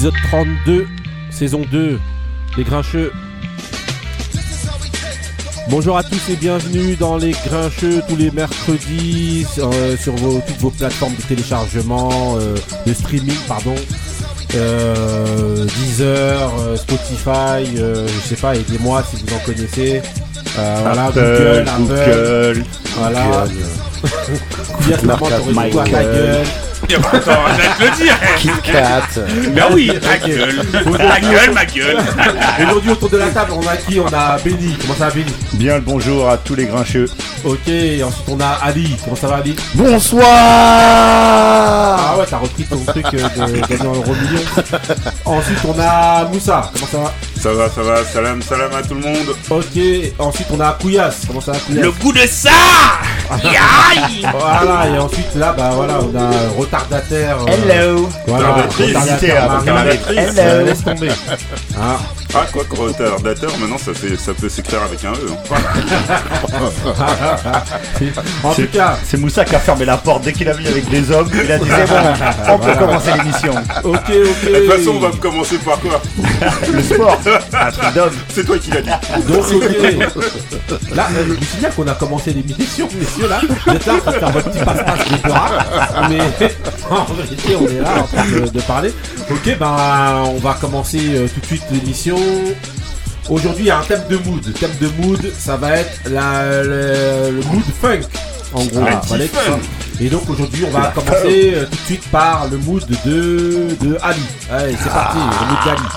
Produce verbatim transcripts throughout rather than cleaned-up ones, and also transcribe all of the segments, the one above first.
épisode trente-deux, saison deux, Les Grincheux. Bonjour à tous et bienvenue dans Les Grincheux tous les mercredis euh, sur vos, toutes vos plateformes de téléchargement, euh, de streaming, pardon. Euh, Deezer, euh, Spotify, euh, je sais pas, aidez-moi si vous en connaissez. Euh, voilà, Apple, Google, Google, Apple, voilà. Couillasse, maman, t'aurais dit quoi, ta gueule. Attends, arrête de le dire. KitKat. Ben oui, ta gueule. Ta gueule, ma gueule. Aujourd'hui autour de la table, on a qui? On a Benny. Comment ça va, Benny? Bien le bonjour à tous les grincheux. Ok, et ensuite on a Ali. Comment ça va, Ali? Bonsoir. Ah ouais, t'as repris ton truc euh, de gagner un euro million. Ensuite on a Moussa. Comment ça va? Ça va, ça va, salam, salam à tout le monde. Ok, ensuite on a Couillasse. Comment ça va, Couillasse? Le goût de ça. Aïe. Voilà, et ensuite là, bah voilà, on a retardataire. euh, Hello. Voilà, Retardatrice. retardataire Marie. Retardatrice. Euh, Laisse tomber. Ah. Ah, quoi que retardateur, maintenant ça, fait, ça peut s'écrire avec un E. Hein. En C'est- tout cas, C'est Moussa qui a fermé la porte dès qu'il a vu avec des hommes. Il a dit c'est bon, on peut Voilà. commencer l'émission. ok, ok. De toute façon, on va commencer par quoi? Le sport, un truc d'homme. C'est toi qui l'as dit. Donc, ok. Là, euh, je me souviens qu'on a commencé l'émission, messieurs, là. Vous êtes là en train de faire votre petit passe-passe des pleurs. Mais en vérité, on est là en train de, de parler. Ok, ben, on va commencer euh, tout de suite l'émission. Aujourd'hui, il y a un thème de mood. Le thème de mood, ça va être la, le, le mood funk. En gros, Ah, voilà, petit que ça. Et donc aujourd'hui, on va commencer euh, tout de suite par le mood de, de Ali. Allez, c'est parti, le mood d'Ali.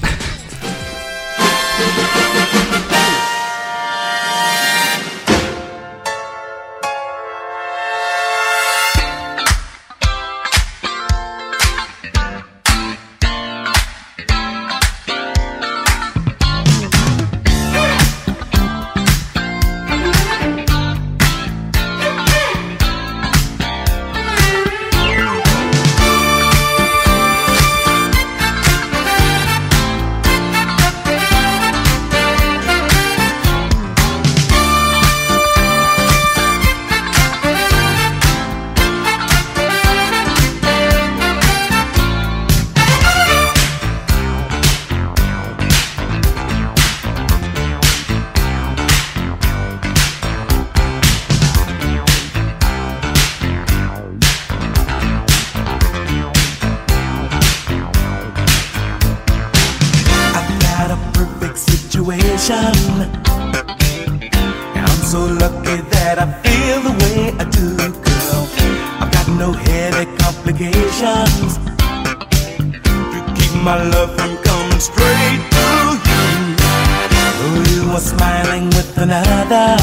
I'm so lucky that I feel the way I do, girl. I've got no headache complications to keep my love from coming straight to you. Though you are smiling with another,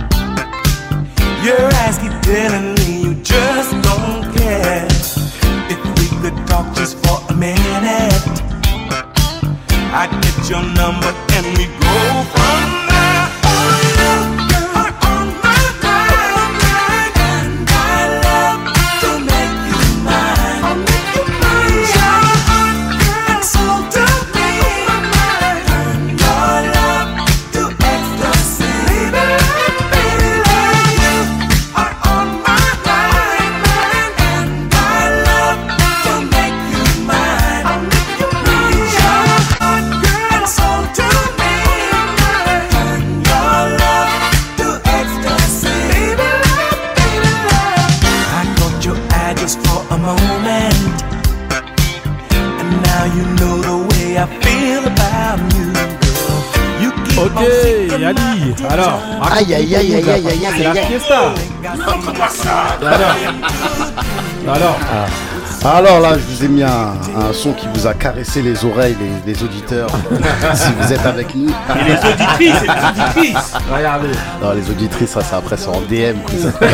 your eyes keep telling me you just don't care. If we could talk just for a minute, I'd get your number and we go from there. Oh, you, you're on my mind, and I love to make you mine. I'll make you mine. Your heart and soul to me, and your love to ecstasy. Baby, baby, you are on my mind, and I love to make you mine. I'll make you mine. Your heart and soul to me, and your love to ecstasy. Baby, baby, I caught your eye just for a moment, and now you know the way I feel about you, girl. You keep Ok, on seeking Ali, my alors, Aïe, aïe, aïe, aïe, aïe, aïe, c'est la aïe, aïe. fiesta. Alors, alors, Alors là, je vous ai mis un, un son qui vous a caressé les oreilles, les, les auditeurs, si vous êtes avec nous. Et les auditrices, et les auditrices. regardez. Non, les auditrices, ça c'est après, c'est en D M. Quoi.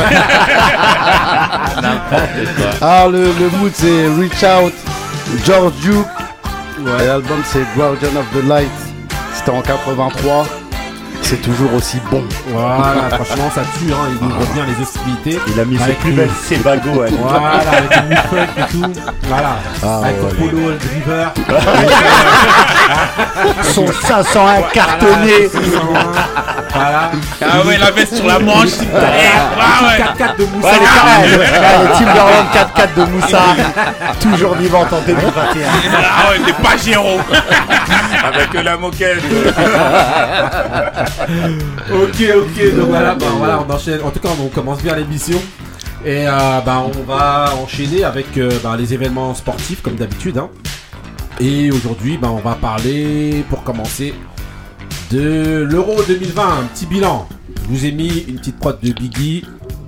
Alors le, le mood c'est Reach Out, George Duke. Et l'album c'est Guardian of the Light. C'était en quatre-vingt-trois. c'est toujours aussi bon. Voilà, franchement, ça tue, hein. Il ouvre bien les hostilités. Il a mis ses Avec plus le- belles Sebago à lui. Voilà, avec le muffuck et tout. Voilà. Ah, avec ouais, le polo, le driver. Son cinq cent un cartonné. Voilà. Ah ouais, la veste sur la manche. Ah ouais. quatre quatre de Moussa. Ouais, les carrés. Le Timberland quatre quatre de Moussa. Toujours vivant en deux mille vingt et un. Ah ouais, des Pajero. Avec la moquette. Ok, ok, donc voilà, bah, voilà, on enchaîne. En tout cas, on commence bien l'émission. Et euh, bah, on va enchaîner avec euh, bah, les événements sportifs, comme d'habitude. Hein. Et aujourd'hui, bah, on va parler, pour commencer, de l'Euro deux mille vingt. Un petit bilan. Je vous ai mis une petite prod de Biggie.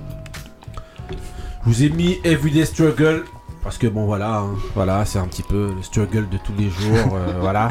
Je vous ai mis Everyday Struggle. Parce que bon voilà, hein, voilà, c'est un petit peu le struggle de tous les jours, euh, voilà.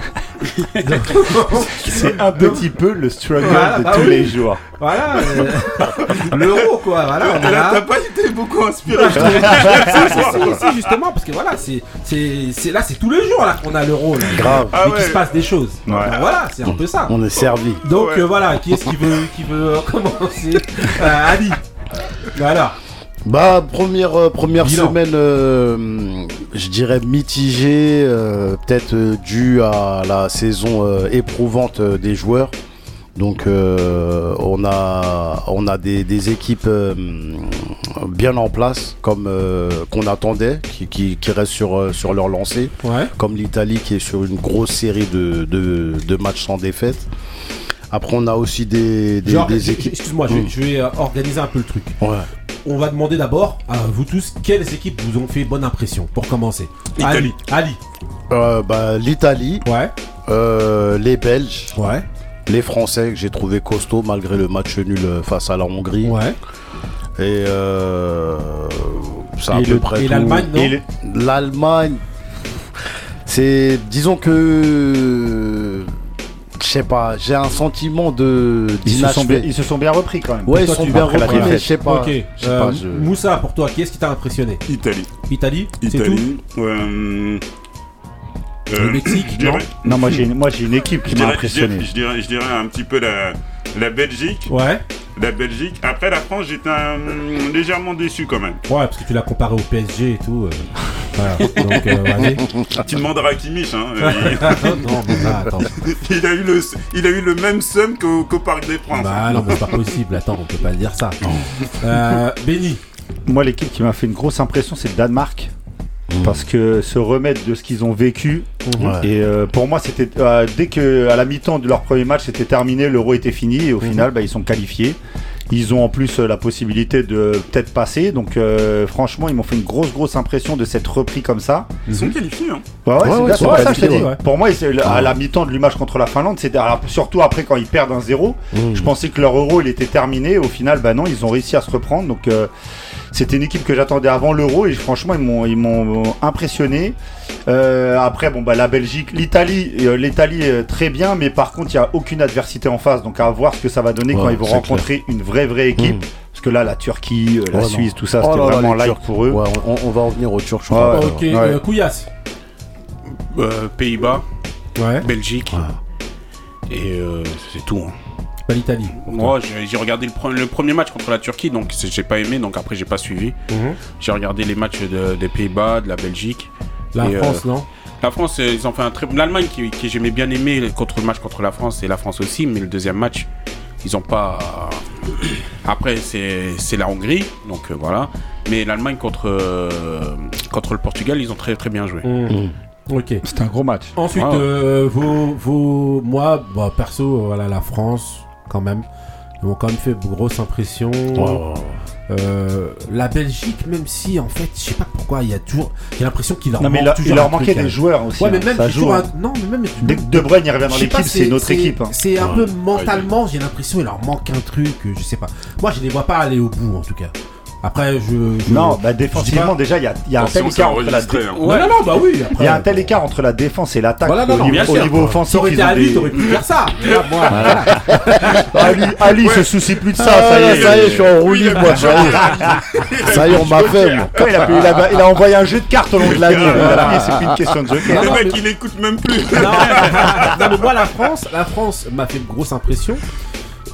C'est un petit peu le struggle Voilà, de bah tous oui. les jours. Voilà, euh, l'euro quoi, voilà, on est Là, t'as là. pas été beaucoup inspiré. si, si, si, justement, parce que voilà, c'est, c'est, c'est là, c'est tous les jours là qu'on a l'euro, là. Grave. Ah Et qu'il ouais. se passe des choses. Ouais. Ben voilà, c'est un peu ça. On est servi. Donc Ouais. euh, voilà, qui est-ce qui veut, qui veut commencer euh, Ali. Voilà. Bah première euh, première Bilan. semaine, euh, je dirais mitigée, euh, peut-être euh, due à la saison euh, éprouvante euh, des joueurs. Donc euh, on a on a des, des équipes euh, bien en place, comme euh, qu'on attendait, qui, qui, qui restent sur euh, sur leur lancée, Ouais. comme l'Italie qui est sur une grosse série de de, de matchs sans défaite. Après on a aussi des des, Genre, des je- équipes. excuse-moi, je, vais- je vais euh, organiser un peu le truc. Ouais. On va demander d'abord à vous tous quelles équipes vous ont fait bonne impression pour commencer. Italie. Ali. Ali. Euh, bah, l'Italie, Ouais. euh, les Belges. Ouais. Les Français que j'ai trouvé costauds malgré le match nul euh, face à la Hongrie. Ouais. Et euh, c'est à Et peu le- près Et tout. l'Allemagne, non Et le- L'Allemagne, c'est, disons que, je sais pas, j'ai un sentiment de Ils se, sont bien, d'inachevé. ils se sont bien repris quand même. Ouais, ils Toi, sont tu- bien après la repris, mais défaite. je sais pas. Ok. je sais Euh, pas, je- Moussa, pour toi, qui est-ce qui t'a impressionné? Italie. Italie, c'est tout. Italie. Ouais, hum, Le euh, Mexique, je dirais- Non, moi j'ai une, moi, j'ai une équipe qui je m'a dirais- impressionné. Je dirais, je dirais un petit peu la, la Belgique. Ouais. La Belgique. Après la France, j'étais hum, légèrement déçu quand même. Ouais, parce que tu l'as comparé au P S G et tout. euh, Voilà. Donc, euh, vas-y. Tu demanderas à Kimmich. Hein, euh, non, mais là, attends. il, il a eu le, il a eu le même seum qu'au, qu'au Parc des Princes. Bah non, mais c'est pas possible. Attends, on peut pas dire ça. Euh, Benny. Moi, l'équipe qui m'a fait une grosse impression, c'est le Danemark. Parce que se remettre de ce qu'ils ont vécu. Ouais. Et euh, pour moi, c'était euh, dès que à la mi-temps de leur premier match, c'était terminé, l'Euro était fini. Et au final, bah, ils sont qualifiés. Ils ont en plus euh, la possibilité de peut-être passer. Donc, euh, franchement, ils m'ont fait une grosse, grosse impression de s'être repris comme ça. Ils sont qualifiés. Hein. Ouais, ouais, Ouais, c'est ouais, bien, ils c'est sont pour ça que je te qualifiés, dis. ouais. Pour moi, c'est- à la mi-temps du match contre la Finlande, c'était alors, surtout après quand ils perdent un zéro. Je pensais que leur Euro il était terminé. Au final, bah non, ils ont réussi à se reprendre. Donc euh, c'était une équipe que j'attendais avant l'Euro et franchement ils m'ont ils m'ont impressionné. Euh, après bon bah la Belgique, l'Italie, euh, l'Italie euh, très bien, mais par contre il y a aucune adversité en face. Donc à voir ce que ça va donner Ouais, quand ils vont c'est rencontrer une vraie vraie équipe. Mmh. Parce que là la Turquie, euh, la Ouais, non. Suisse, tout ça, Oh c'était là là, vraiment les light Turcs. pour eux. Ouais, on, on va en venir aux Turcs, je Ouais, crois. ouais. Ok, ouais. euh, Couillasse. Euh, Pays-Bas, Ouais. Belgique. Et euh, c'est tout. Hein. Pas l'Italie. Moi, j'ai j'ai regardé le, pre- le premier match contre la Turquie, donc c'est- j'ai pas aimé, donc après j'ai pas suivi. Mhm. J'ai regardé les matchs de- des Pays-Bas, de la Belgique. La Et, France, non? La France, euh, ils ont fait un très. L'Allemagne, qui, qui j'aimais bien aimé contre le match contre la France, et la France aussi, mais le deuxième match, ils ont pas. Après, c'est c'est la Hongrie, donc euh, voilà. Mais l'Allemagne contre euh, contre le Portugal, ils ont très très bien joué. Mhm. Ok. C'était un gros match. Ensuite, Ah ouais. euh, vos, vos, moi, bah, perso, euh, voilà, la France, quand même, ils m'ont quand même fait grosse impression. Ouais, ouais, ouais. Euh, la Belgique, même si, en fait, je sais pas pourquoi, il y a toujours, j'ai l'impression qu'il leur Non mais manque il, a- toujours il leur un truc, manquait hein. des joueurs aussi. Ouais, mais hein. même ça toujours joue. un- hein. non, mais même Dès que De Bruyne il revient dans je sais pas, l'équipe, c'est notre équipe. hein. C'est un peu mentalement, j'ai l'impression il leur manque un truc, euh, je sais pas. Moi, je les vois pas aller au bout, en tout cas. Après, je. je- Non, bah je dis défensivement pas- déjà il y a, il y a un tel Attention, c'est écart entre la enregistré. dé- Hein. Non, non, non, bah oui. Après, il y a un tel écart entre la défense et l'attaque Voilà, non, au non, niveau, bien au sûr. niveau Ça offensif. aurait ils été ont à lui, des- t'aurais pu faire ça. Mais là, moi, voilà. Ali, Ali se soucie plus de ça, Ah, ça y est. ça y est, je suis en roue libre, moi, ça y est. Ça y est, on m'a fait, moi. Quand il, a, il, a, il a envoyé un jeu de cartes au long de l'année. Voilà. C'est plus une question de joker. Non, Le non, mec, mais- il écoute même plus. non, non, mais moi, la France, la France m'a fait une grosse impression.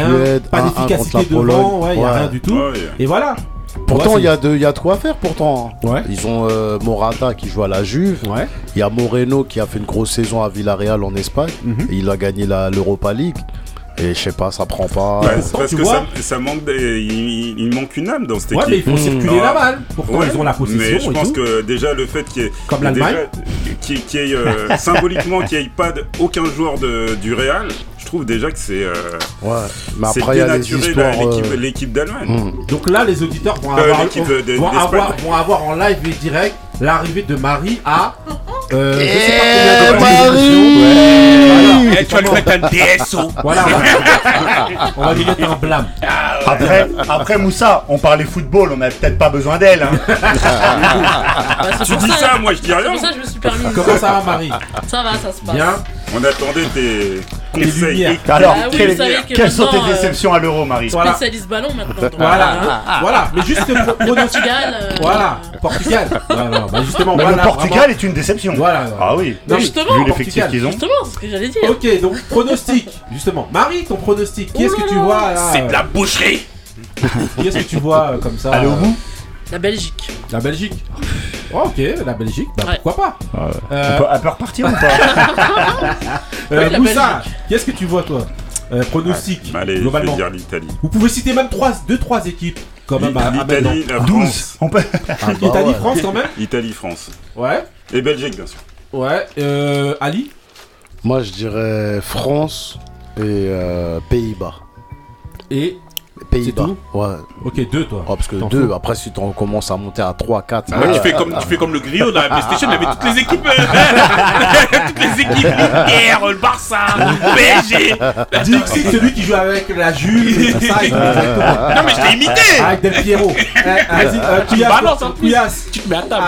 rien, Suède, pas un un contre d'efficacité la Pologne. devant, ouais, il y a Ouais. rien du tout. Ouais, ouais. Et voilà. Pourtant, Ouais, il y, a de- y a de quoi faire pourtant. Ouais. Ils ont euh, Morata qui joue à la Juve. Ouais. Il y a Moreno qui a fait une grosse saison à Villarreal en Espagne. Mhm. Et il a gagné la- l'Europa League. Et je sais pas, ça prend pas. Ouais, pourtant, c'est parce tu que vois- ça, ça manque des- il, il- il manque une âme dans cette Ouais, mais il équipe. faut circuler Ah. la balle. Pourtant, Ouais, ils ont la possession mais je et pense tout. que déjà le fait qu'il y ait Comme déjà, l'Allemagne. qu'il y ait- qu'il y ait, euh, symboliquement qu'il n'y ait pas de- aucun joueur de, du Real, je trouve déjà que c'est euh, Ouais. Mais c'est après, il y a des dénaturé histoires. la- l'équipe euh, l'équipe d'Allemagne. hmm. Donc là, les auditeurs vont Euh, avoir, l'équipe de- vont, d'Espagne. avoir, vont avoir en live et direct l'arrivée de Marie à. Euh, je Eh, sais pas combien de Marie Ouais. Eh, tu vas lui mettre un D S O. Voilà, voilà. On va lui mettre un blâme. Après, après Moussa, on parlait football, on n'avait peut-être pas besoin d'elle. Hein. Bah, c'est Tu pour dis ça, moi je dis C'est rien. pour ça que je me suis permis. Comment ça va, Marie? Ça va, ça se passe. Bien. On attendait tes Les conseils. lumières. Alors, Ah oui, quelles, vous savez que quelles sont tes maintenant, euh, déceptions à l'Euro, Marie? Voilà. Spécialiste ballon maintenant. donc, Voilà, euh, voilà. Mais juste le pro- pronostic. Portugal. euh, Voilà, Portugal. Voilà, bah justement, Mais voilà, le Portugal vraiment. est une déception. Voilà. Ah oui. Non, mais Justement, Vu l'effectif Portugal. qu'ils ont. Justement, c'est ce que j'allais dire. Ok, donc pronostic, justement. Marie, ton pronostic, qui est-ce que tu vois là C'est de la boucherie. Qui est-ce que tu vois euh, comme ça Allez au euh, bout. La Belgique. La Belgique. Oh, ok, la Belgique, bah Ouais. pourquoi pas On euh, peut, elle peut repartir ou pas? euh, Oui, la Moussa, qu'est-ce que tu vois toi euh, Pronostic, Allez, je vais globalement. dire l'Italie. Vous pouvez citer même deux trois équipes quand même à, à L'Italie, la douze. France. On peut... Ah, bah, Italie, ouais. France quand même. Italie, France. Ouais, Et Belgique, bien sûr. ouais. Euh, Ali. Moi, je dirais France et euh, Pays-Bas. Et Pays-Bas. tout Ouais. ok, deux toi. Ouais, parce que T'en deux, fous. après, si on commence à monter à trois, quatre. Ouais, tu, fais comme, tu fais comme le griot dans la PlayStation, il avait toutes les équipes. euh, toutes les équipes. L'Inter, le Barça, le P S G. Dixit, celui qui joue avec la Juve, c'est ça, exactement. Non, mais je t'ai imité. Avec Del Piero. Eh, Vas-y, euh, Tu me Couillasse, balances en plus. Couillasse. Tu te mets à table.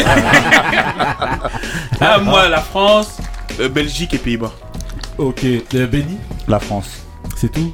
Ah, Ah, moi, la France, euh, Belgique et Pays-Bas. Ok, euh, Benny, La France. c'est tout.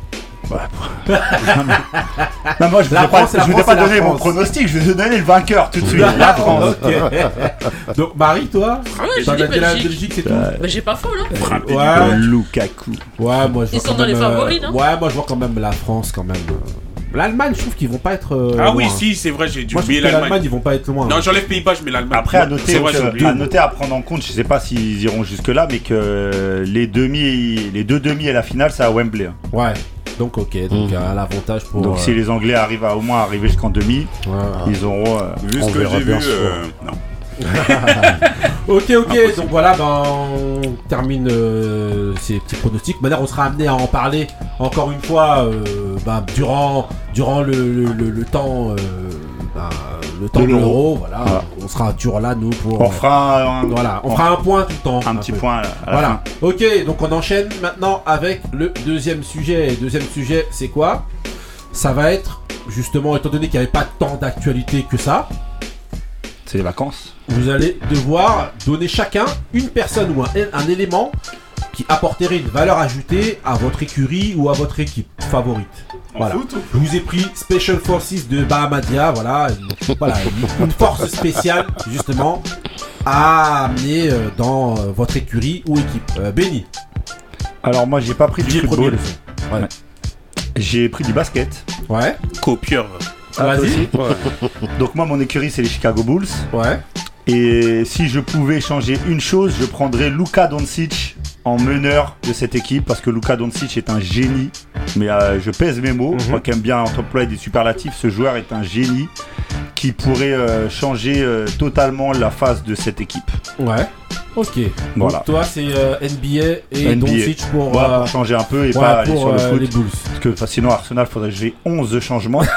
Non, moi, je La ne vous ai pas, France, c'est la je vous ai France, pas c'est la donné mon France. pronostic, je vais te donner le vainqueur tout de suite. La France. Ok. Donc Marie, toi, Ah ouais, t'en j'ai as dit dit la Belgique. Belgique, c'est tout. Bah, j'ai pas faux là. Frappé. Ouais, Lukaku. ouais, moi je vois Ils sont quand dans les même, favoris, euh, non Ouais, moi je vois quand même la France quand même. euh. L'Allemagne, je trouve qu'ils vont pas être. euh, Ah oui, loin. si, c'est vrai, j'ai dû Moi je trouve oublier que l'Allemagne, l'Allemagne. ils vont pas être loin. Non, j'enlève Pays-Bas, je mets l'Allemagne. Après, à noter, c'est vrai, j'ai que- oublié. à noter, à prendre en compte, je sais pas s'ils iront jusque-là, mais que les demi, les deux demi et la finale, c'est à Wembley. hein. Ouais. Donc ok, donc Mhm. euh, l'avantage pour. Donc euh, si les Anglais arrivent à au moins arriver jusqu'en demi, ouais, ouais. ils auront. euh, Vu On ce que verra j'ai bien vu, sûr. euh, non. Ok, ok, donc voilà, ben, on termine euh, ces petits pronostics. Maintenant, on sera amené à en parler encore une fois euh, ben, durant, durant le, le, le- le temps, euh, ben, le temps De de l'Euro. l'Euro. Voilà, Voilà. on sera toujours là, nous, pour. On fera un, Voilà, on on- fera un point tout le temps. un petit peu. point à la, à la Voilà. fin. Ok, donc on enchaîne maintenant avec le deuxième sujet. Deuxième sujet, c'est quoi? Ça va être, justement, étant donné qu'il n'y avait pas tant d'actualité que ça, C'est les vacances. vous allez devoir donner chacun une personne ou un, un élément qui apporterait une valeur ajoutée à votre écurie ou à votre équipe favorite. En Voilà. foot ou- Je vous ai pris Special Forces de Bahamadia, voilà, une, voilà, une, une force spéciale justement à amener euh, dans euh, votre écurie ou équipe. Euh, Benny, Alors moi j'ai pas pris du qui est premier football, le son. Ouais. j'ai pris du basket. Ouais. Copieur. Ah, toi Vas-y. aussi Donc moi mon écurie c'est les Chicago Bulls. Ouais. Et si je pouvais changer une chose, je prendrais Luka Doncic en meneur de cette équipe parce que Luka Doncic est un génie. Mais euh, je pèse mes mots. Mhm. Moi qui aime bien employer des superlatifs, ce joueur est un génie qui pourrait euh, changer euh, totalement la face de cette équipe. Ouais. Ok. Voilà. Donc toi c'est euh, N B A et N B A. Doncic pour, Voilà, euh, pour changer un peu et ouais, pas aller pour sur le euh, foot. les Bulls. Parce que enfin, sinon Arsenal faudrait que j'ai onze changements. ok.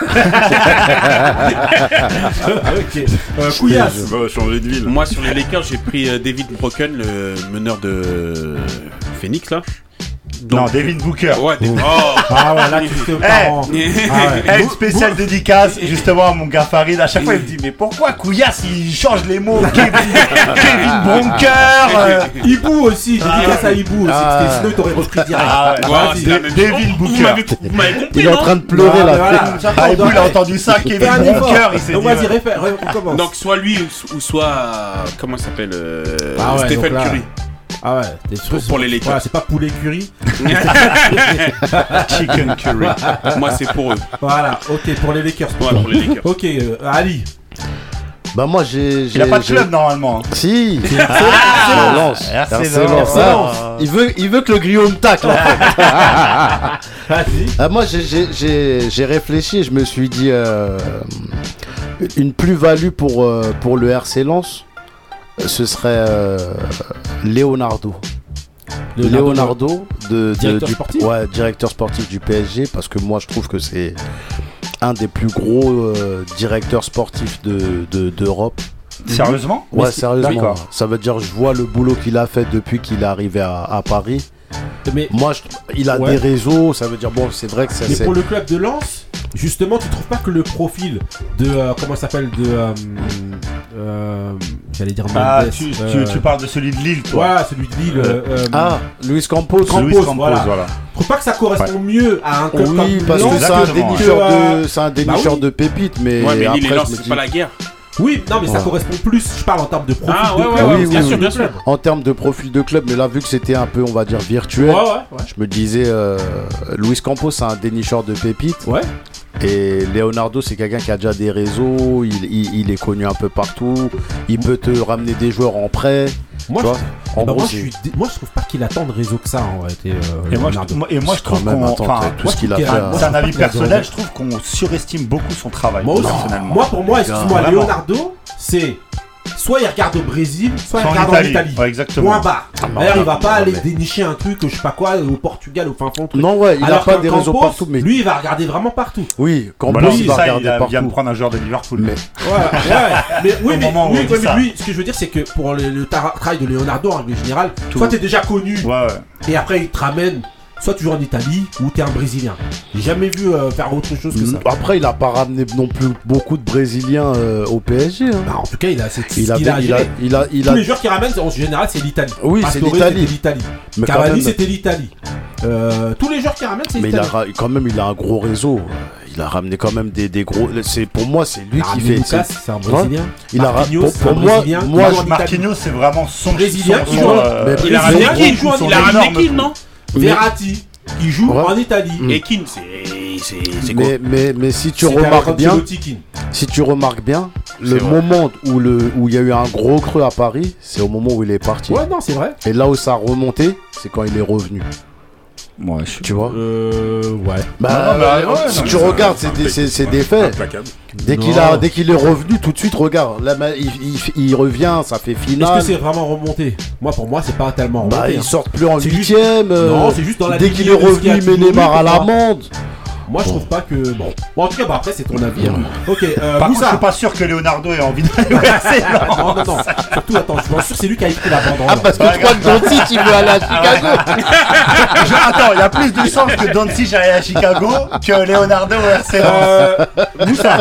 Euh, Couillasse. On va changer de ville. Moi, sur les Lakers, j'ai pris euh, David Broken, le meneur de Phoenix, là. Donc- non, Devin Booker. Ouais, des... Oh. Ah ouais, là tu fais aux parents. Ah ouais. Eh, une spéciale dédicace justement à mon gars Farid. À chaque fois il me dit mais pourquoi Couillasse il change les mots Kevin, Kevin Bronker euh, Hibou aussi, Ah dédicace ouais. à Hibou aussi, Ah. parce que sinon il t'aurait repris direct. Ah ouais. Ouais, Vas-y, c'est la même David chose. Vous Booker. m'avez vous m'avez compris, Il est en non train de pleurer Non, mais là. voilà, chacun Ah et doit- vous il a entendu ça Fais Kevin un effort. Bronker il s'est Donc dit vas-y, ouais. refais, re- recommence. Donc, soit lui ou, ou soit. euh, Comment il s'appelle euh, Ah ouais, Stephen donc là- Curry. Ah ouais, t'es sûr Pour les Lakers. Voilà, c'est pas poulet curry. Chicken curry. Moi, c'est pour eux. Voilà, ok, pour les Lakers. Ouais, pour les Lakers. Ok, euh, Ali. Bah moi j'ai. Il a j'ai- pas de j'ai- club normalement. hein. Si. Ah, Lance. R C R C Lens. Lens. Ah, Il veut, il veut que le griot me tacle. en fait. Vas-y. Ah, moi j'ai- j'ai- j'ai j'ai réfléchi et je me suis dit euh, une plus-value pour, euh, pour le R C Lens, ce serait euh, Leonardo. Leonardo, de, de- Directeur du, sportif ouais, directeur sportif du P S G, parce que moi je trouve que c'est un des plus gros euh, directeurs sportifs de, de- d'Europe. Sérieusement Ouais, Mais c'est- sérieusement. d'accord. Ça veut dire, je vois le boulot qu'il a fait depuis qu'il est arrivé à, à Paris. Mais, Moi, je- il a Ouais. des réseaux, ça veut dire, bon, c'est vrai que ça mais c'est. pour le club de Lens, justement, tu trouves pas que le profil de. euh, comment ça s'appelle De. euh, euh, J'allais dire Ah, Mendes, tu, euh, tu, tu parles de celui de Lille, toi. Ouais, celui de Lille. euh, euh, Ah, Luis Campos. Campos, Luis Campos, voilà. voilà. Je trouve pas que ça correspond mieux à un club Oui, comme parce que Lens. c'est un Exactement. dénicheur Que, de, c'est un dénicheur oui. de pépites, mais, Ouais, mais après Lille et je Lens, me c'est dis, pas la guerre. Oui, non, mais ça Ouais. correspond plus. Je parle en termes de profil Ah, de ouais, club. ouais, ouais, bien de sûr, bien club. en termes de profil de club, mais là vu que c'était un peu, on va dire, virtuel, Ouais, ouais, ouais. je me disais, euh, Luis Campos, c'est un dénicheur de pépites. Ouais. Et Leonardo, c'est quelqu'un qui a déjà des réseaux, il, il- il est connu un peu partout, il peut te ramener des joueurs en prêt. Moi, tu je, vois. eh En ben, gros, moi, je c'est- suis dé- moi, je trouve pas qu'il a tant de réseaux que ça en réalité. euh, Et moi, je, Leonardo. moi- et moi, je C'est trouve quand même, qu'on. attends, Enfin, tout moi, ce je qu'il a trouve fait. qu'il a- hein. moi, c'est un je avis trouve qu'il a personnel, de- je trouve qu'on surestime beaucoup son travail. Moi aussi. personnellement. Moi, pour moi, excuse-moi, Vraiment. Leonardo, c'est soit il regarde au Brésil, soit il Soit en regarde en Italie. Italie. Ouais, exactement. Point barre. bah, D'ailleurs, il va bah, pas bah, aller mais- dénicher un truc, je sais pas quoi, au Portugal, au fin fond. Truc. Non, ouais, il Alors a pas qu'un des réseaux Campos, partout, mais lui, il va regarder vraiment partout. oui, Campos, Bah non, il c'est va ça, regarder il a- partout. vient de prendre un joueur de Liverpool. Mais Ouais, ouais. Mais oui, Au mais, moment où oui, on dit ouais, mais ça. lui, ce que je veux dire, c'est que pour le, le tra- travail de Leonardo en règle générale, Tout. soit t'es déjà connu Ouais, ouais. et après il te ramène, soit tu joues en Italie ou t'es un Brésilien. J'ai jamais vu euh, faire autre chose que ça. après, il a pas ramené non plus beaucoup de Brésiliens euh, au P S G. hein. Bah, en tout cas, il a, c'est, Il a, il a, il a, géré. il a, il Tous a, les joueurs qui ramènent, en général, c'est l'Italie. Oui, Pastore, c'est l'Italie. c'était l'Italie. mais quand Cavani, même, c'était l'Italie. Euh, tous les joueurs qui ramènent, c'est mais il a, l'Italie. ra- quand même, il a un gros réseau. Il a ramené quand même des, des gros. C'est pour moi, c'est lui Il a qui ramené fait. Lucas, c'est- c'est un Brésilien. Il a ra- Marquinhos, pour, c'est pour un moi, Brésilien. moi, Il je joue en Marquinhos, c'est vraiment son Brésilien son- qui son, joue- euh, mais Il a Brésilien, ramené qui qui joue en- Il a ramené énorme qui, coup. non Verratti, qui joue Ouais. en Italie. Mm. Et Keane, c'est. C'est c'est quoi mais, mais, mais si tu C'était avec remarques bien, Ancelotti qui- si tu remarques bien, le C'est vrai. moment où le où il y a eu un gros creux à Paris, c'est au moment où il est parti. Ouais, non, c'est vrai. Et là où ça a remonté, c'est quand il est revenu. Ouais, je suis- Tu vois. Euh, ouais. Bah, Non, non, bah, ouais, si non, tu mais regardes, C'est c'est des, c'est- c'est ouais, des faits. implacable. Dès qu'il Non. a, dès qu'il est revenu, tout de suite, regarde, là, ma- il, il- il revient, ça fait Est-ce finale. que c'est vraiment remonté? Moi, pour moi, c'est pas tellement remonté. Bah, hein. ils sortent plus en C'est juste- huitième. euh, Non, c'est juste dans la dès lignée qu'il est de ce revenu, qu'il y a il met toujours eu, Neymar à pour moi. l'amende. Moi, je trouve pas que. Bon. Bon, en tout cas, bah, après, c'est ton avis. hein. Ok, euh, Par contre, je Moussa. suis pas sûr que Leonardo ait envie d'aller au R C Lens. Ah, non, non, non. Surtout, attends, je suis pas sûr que c'est lui qui a écrit la bande. Ah, parce que je crois que Doncic, il veut aller à Chicago. Je- Attends, il y a plus de chance que Doncic aille à Chicago que Leonardo au R C Lens. Euh, Moussa.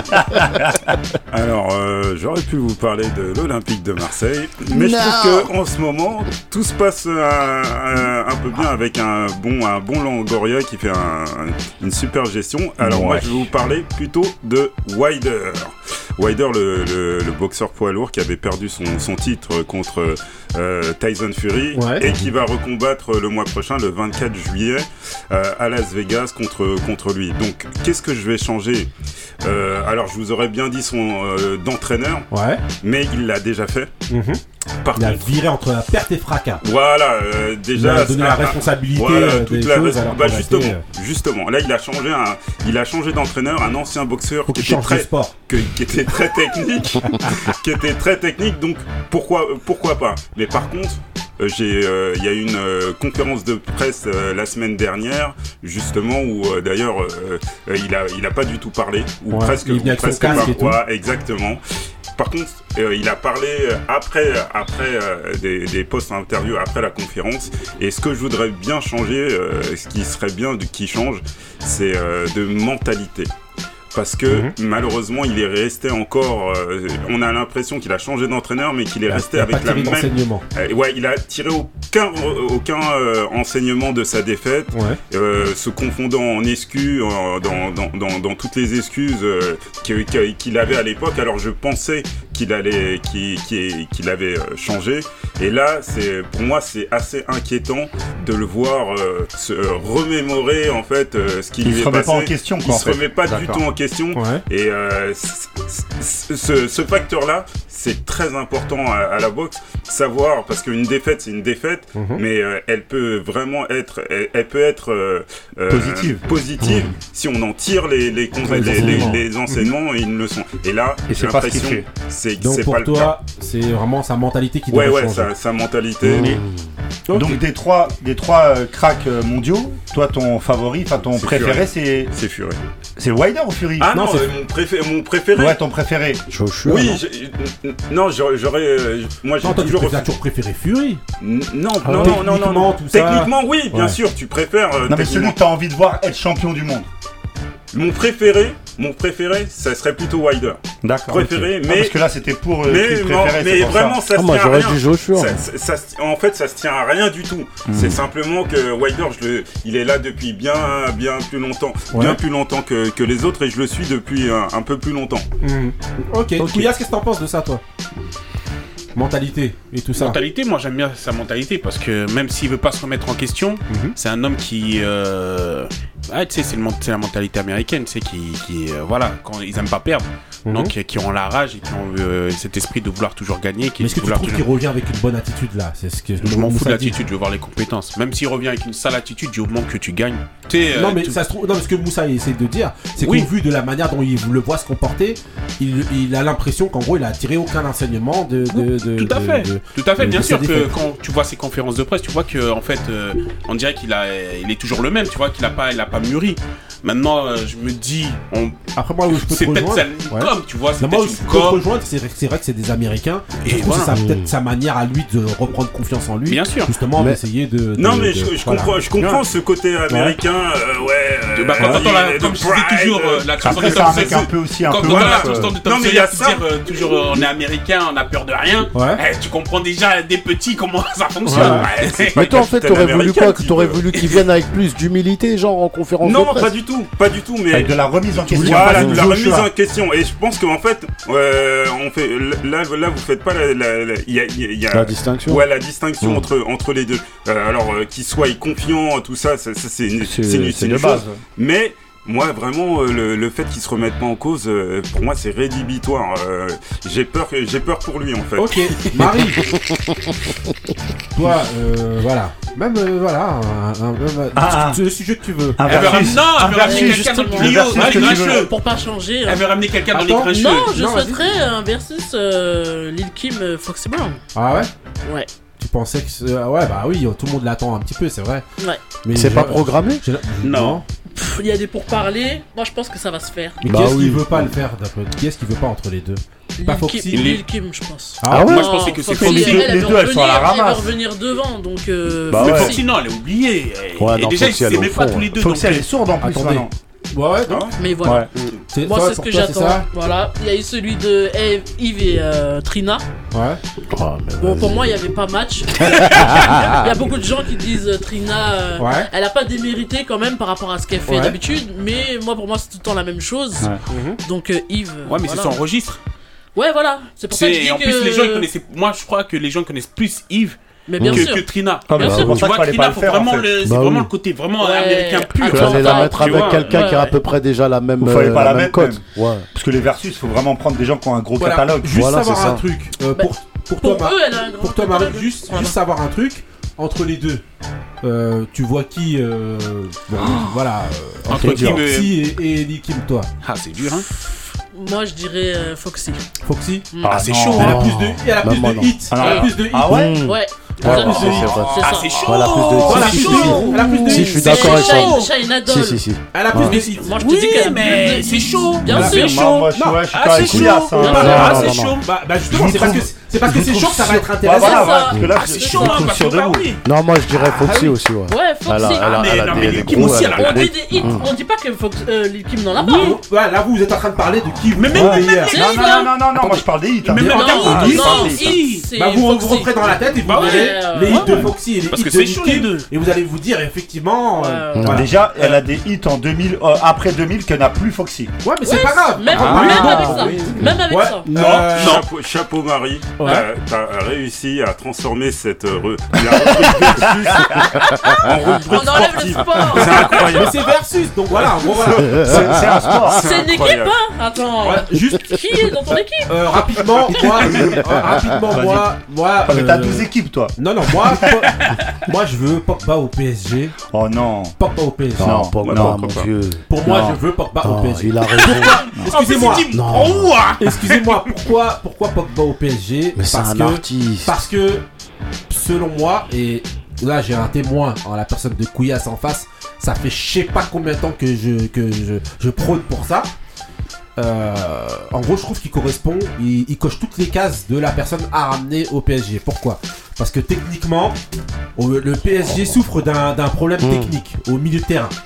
Alors, euh, j'aurais pu vous parler de l'Olympique de Marseille, mais je trouve qu'en ce moment, tout se passe euh, un, un peu bien avec un bon, un bon Longoria qui fait un- une super gestion. Alors, moi, Ouais. je vais vous parler plutôt de Wilder. Wilder, le, le, le boxeur poids lourd qui avait perdu son, son titre contre euh, Tyson Fury Ouais. et qui va recombattre le mois prochain, le vingt-quatre juillet, euh, à Las Vegas contre, contre lui. Donc, qu'est-ce que je vais changer euh, Alors, je vous aurais bien dit son euh, d'entraîneur, Ouais. mais il l'a déjà fait. Mhm. Par Il a contre, viré entre la perte et fracas. voilà, euh, Il déjà a donné ah, la ah, responsabilité voilà, euh, toute des la choses. res- alors bah, qu'on a justement, été, euh, justement, là il a changé un, il a changé d'entraîneur, un ancien boxeur Faut qui qu'il était change de très, sport. que- qui était très technique, qui était très technique, donc pourquoi, pourquoi pas. Mais par contre, euh, j'ai, euh, il y a eu une euh, conférence de presse euh, la semaine dernière, justement où euh, d'ailleurs euh, euh, il a, il a pas du tout parlé, ou Ouais, presque, il venait ou avec son presque casque pas. et tout. Ouais, exactement. Par contre, euh, il a parlé euh, après, après euh, des, des posts interviews, après la conférence. Et ce que je voudrais bien changer, euh, ce qui serait bien de, qui change, c'est euh, de mentalité. Parce que Mhm. malheureusement, il est resté encore. euh, on a l'impression qu'il a changé d'entraîneur, mais qu'il est Il a- resté il a avec pas la tiré même. d'enseignement. Euh, ouais, il a tiré aucun, aucun euh, enseignement de sa défaite. Ouais. Euh, se confondant en excuses, en- dans, dans, dans, dans toutes les excuses euh, que- que- qu'il avait à l'époque. Alors je pensais qu'il allait, qu'il, qu'il, qu'il avait euh, changé. Et là, c'est, pour moi, c'est assez inquiétant de le voir euh, se euh, remémorer en fait euh, ce qui Il lui se est remet passé. pas en question, quoi, Il en se fait. remet pas du D'accord. tout en question. Ouais. Et euh, c- c- ce, ce facteur-là, c'est très important à, à la boxe. Savoir, parce qu'une défaite, c'est une défaite, Mhm. mais euh, elle peut vraiment être, elle, elle peut être euh, euh, Positive. positive si on en tire les les, cons- Les les, les, enseignements. les enseignements et ils le sont. Et là, Et j'ai c'est pas ce qu'il l'impression, fait. c'est Donc c'est pour pas le cas. toi, c'est vraiment sa mentalité qui doit Ouais, ouais, changer. sa, sa mentalité. Mais- Ok. Donc des trois, des trois euh, cracks euh, mondiaux, toi ton favori, enfin ton C'est préféré, c'est C'est Fury. c'est Wilder ou Fury? Ah Non, non, c'est- euh, mon, préfé- mon préféré. Ouais, ton préféré. Joshua, Oui, non j'ai- non, j'aurais, j'aurais, euh, moi j'ai Non, toi, tu toujours. préfères toujours préféré Fury. N- Non, Ah non, ouais. non, non, non, Techniquement, non. tout ça. Techniquement, oui, bien Ouais. sûr, tu préfères. euh, Non mais celui techniquement. que t'as envie de voir être champion du monde. Mon préféré, mon préféré, ça serait plutôt Wilder. D'accord. Préféré, ok. mais- Ah, parce que là c'était pour euh, Mais, qui non, préféré, mais c'est pour vraiment, ça. ça Ah, se moi tient à j'aurais rien. dit Joshua. Ça, ça- ça se- en fait, ça se tient à rien du tout. C'est simplement que Wilder, je le, il est là depuis bien, bien plus longtemps, Ouais. bien plus longtemps que, que les autres, et je le suis depuis un, un peu plus longtemps. Mhm. Ok. Ok. Kouyas, qu'est-ce que t'en penses de ça, toi? Mentalité et tout ça. Mentalité, moi j'aime bien sa mentalité parce que même s'il veut pas se remettre en question, Mhm. c'est un homme qui, euh... ah, tu sais, c'est, le, c'est la mentalité américaine, tu sais, qui, qui euh, voilà, quand ils aiment pas perdre, Mhm. donc euh, qui ont la rage et qui ont euh, cet esprit de vouloir toujours gagner, qui Mais est-ce que tu vouloir trouves toujours- qu'il revient avec une bonne attitude là? C'est ce que Je m'en fous Moussa de dit. l'attitude, je veux voir les compétences. Même s'il revient avec une sale attitude, du moment que tu gagnes. Tu sais, euh, Non mais tout- ça se trouve, non, mais ce que Moussa essaie de dire, c'est Oui. qu'au vu de la manière dont il le voit se comporter, il, il a l'impression qu'en gros il a tiré aucun enseignement de. de, de Tout à de- fait. de- Tout à fait, de- bien de sûr ses que défaites. quand tu vois ses conférences de presse, tu vois que en fait, euh, on dirait qu'il a, il est toujours le même, tu vois qu'il a pas, il a pas mûri. Maintenant, euh, je me dis, on, Après moi où je peux c'est te peut-être rejoindre. sa Ouais. com, tu vois, c'est Non, moi où peut-être je une peux te com. rejoindre, c'est vrai, c'est vrai que c'est des Américains. Et Je trouve que voilà. c'est sa- peut-être sa manière à lui de reprendre confiance en lui. Bien sûr. Justement Mais- d'essayer de, de- Non, mais de- je, je voilà. comprends, je comprends ce côté américain, euh, ouais. euh, Bah, quand t'entends la, euh, comme de je disais pride, toujours, euh, euh, la chanson Après de c'est un Tom mec Sawyer, un peu aussi un quand peu on entend la moche, chanson euh. de Tom Non, mais il y Sawyer a qui ça. dire euh, toujours euh, on est américain, on a peur de rien, Ouais. eh, tu comprends déjà des petits comment ça fonctionne. Ouais. Ouais, c'est pas Mais toi en fait capitaine t'aurais voulu américain quoi? qui T'aurais peut- voulu qu'il vienne avec plus d'humilité, genre en conférence de Non, presse? pas du tout, pas du tout, mais. Avec de la remise en question. Voilà, Pas de du la remise Joshua. en question. Et je pense qu'en fait, euh, on fait, là, là, vous faites pas la, la- la- il y a, il y a- il y a- La distinction. ouais, la distinction Mm. entre entre les deux. Euh, alors, euh, qu'ils soient confiants, tout ça, ça, ça, c'est une, C'est c'est une, c'est une de chose. base. Mais moi, vraiment, euh, le, le fait qu'ils se remettent pas en cause, euh, pour moi, c'est rédhibitoire. Euh, j'ai peur, que- j'ai peur pour lui, en fait. Ok, Marie. Toi, euh, voilà. Même, euh, voilà, un, un- un- Ah, le sujet que tu veux. Un Elle veut versus. ramener, non, Un elle veut ramener versus, quelqu'un dans le justement. trio, Le versus dans les que tu veux. grincheux. Pour pas changer. Elle hein. veut ramener quelqu'un dans les Attends, grincheux. Non, je Non, vas-y. souhaiterais un versus euh, Lil Kim euh, Foxy Brown. Ah ouais? Ouais. Tu pensais que. c'est- ah ouais, bah oui, tout le monde l'attend un petit peu, c'est vrai. Ouais. Mais C'est j'ai- pas programmé? j'ai- Non. Pff, Il y a des pourparlers. Moi, je pense que ça va se faire. Mais Bah qui est-ce oui. qui veut pas le faire d'après Qui est-ce qui veut pas entre les deux? Pas Lil Foxy. Kim, Lil Kim, je pense. Ah ouais? Moi, je pensais que c'est Foxy, Foxy. elle, elle Les veut deux, elles sont à la revenir, elle va ramasse. revenir devant, donc. Euh, Bah Mais ouais. Foxy, non, elle est oubliée. Et, Ouais, et non, déjà, ils Foxy, elle est s'aimaient au pas fond, tous les ouais. deux. Foxy donc, elle est sourde en plus Attendez. maintenant. Ouais, ouais, non. Hein Mais voilà. Ouais. C'est- Moi, toi, c'est ce pour que toi, c'est j'attends. ça Voilà. Il y a eu celui de Eve- Yves et euh, Trina. Ouais. Ah, mais Bon, vas-y. pour moi, il n'y avait pas match. Il y a beaucoup de gens qui disent euh, Trina, euh, Ouais. elle a pas démérité quand même par rapport à ce qu'elle fait Ouais. d'habitude. Mais moi, pour moi, c'est tout le temps la même chose. Ouais. Donc, euh, Yves. euh, Ouais, mais voilà. c'est son registre. Ouais, voilà. C'est pour ça que je C'est, dis et en que... plus, les gens, ils connaissaient. Moi, je crois que les gens connaissent plus Yves Mais bien que, sûr. que Trina. Ah, mais Bien c'est sûr. pour Tu ça qu'il vois, fallait Trina, pas le faut faire en vraiment fait. le, c'est Bah vraiment oui. le côté vraiment Ouais. américain pur. Tu Attends, allais la attends, mettre tu avec vois. quelqu'un Ouais, qui a à ouais. peu près déjà la même, Il fallait euh, pas la même mettre, cote. même. Ouais. Parce que les versus, faut vraiment prendre des gens qui ont un gros Voilà. catalogue. Juste Voilà, savoir c'est un ça. truc. euh, Bah, pour, pour Pour toi, eux, Ma- elle a un grand pour toi, Marie, catalogue. juste, Voilà. juste savoir un truc. Entre les deux, euh, tu vois qui euh, bon, voilà, euh, Entre entre Kim et- Foxy et, et Lil Kim, toi. Ah, c'est dur, hein. Moi, je dirais euh, Foxy. Foxy, Mm. Ah, c'est non. chaud, elle a hein. plus de, elle a Bah, plus moi, de non. hits, Ah, non. elle a plus de hits. Ah ouais Mmh. Ouais. Ouais, Exactement. c'est- c'est vrai. C'est Ah, ça. c'est chaud. Voilà, plus de- Elle a Si, plus si, de si. hits. Elle a plus de Si, hits. je suis C'est d'accord avec ça. Shine- Shine Idol. Si, si, si. Elle a plus Ouais. de hits. Moi, je te dis Oui, qu'elle a mais plus de- c'est chaud. Bien Bah, sûr. Moi, moi, je suis Non. ouais, je suis Ah, pas c'est avec chaud. Couillasse, hein. Bien Bah, sûr. Ah, non, c'est non, chaud. Bah, bah justement, Je c'est parce que trouve- C'est parce que je c'est trouve chaud que ça va sûr- être Ouais, intéressant. voilà, ça. ouais, parce que là, Ah, je- c'est je chaud, me hein, trouve parce sûr que de bah vous. oui. Non, moi je dirais Ah, Foxy oui. aussi, ouais. Ouais, Elle a, Foxy. elle a, mais elle a non, des, mais des l'équipe gros, aussi, elle a elle a On des dit gros- des hits, on dit pas que Fox, euh, Lil Kim n'en a pas. Oui, hein. ouais, là vous, vous êtes en train de parler de qui vous Mais même- voyez même hier. les- Non, non, non, non, non, non, moi je parle des hits. hein. Mais Mais même en termes non, de hits, non, si, c'est Bah vous, vous Foxy. rentrez dans la tête et vous Bah ouais, verrez euh, les hits ouais. de Foxy et les Parce hits que de c'est chaud, les Kim, deux. et vous allez vous dire effectivement. euh, Ouais. voilà. Déjà, elle a des hits en deux mille, euh, après deux mille que n'a plus Foxy. Ouais, mais c'est pas grave. Même, Ah, même non, avec ça. oui. Même avec Ouais. ça. Non, Euh, Chapeau, chapeau Marie, Ouais. euh, t'as réussi à transformer cette euh, re- la rubrique versus en rubrique On enlève le sportive. sport. C'est Mais incroyable. c'est versus, donc voilà, en gros, voilà. C'est c'est un sport. C'est une équipe, incroyable. hein. Attends. Ouais, juste Qui est dans ton équipe? euh, rapidement, moi, euh, rapidement, Vas-y. moi, moi. Ah, mais t'as euh, douze équipes, toi. Non, non, moi, Po- moi, je veux Pogba au P S G. Oh non. Pogba au P S G. Non, Non, Pogba, non, mon Pogba. vieux. Pour moi, Non. je veux Pogba au Non, P S G. il a raison. Excusez-moi. Non. Excusez-moi, pourquoi, pourquoi Pogba au P S G? Mais c'est Parce un que, artiste. parce que, selon moi, et là j'ai un témoin en la personne de Couillasse en face, ça fait je sais pas combien de temps que je, que je, je prône pour ça. Euh, en gros, je trouve qu'il correspond, il, il coche toutes les cases de la personne à ramener au P S G. Pourquoi? Parce que techniquement, au- le P S G souffre d'un d'un problème Mm. technique au milieu de terrain.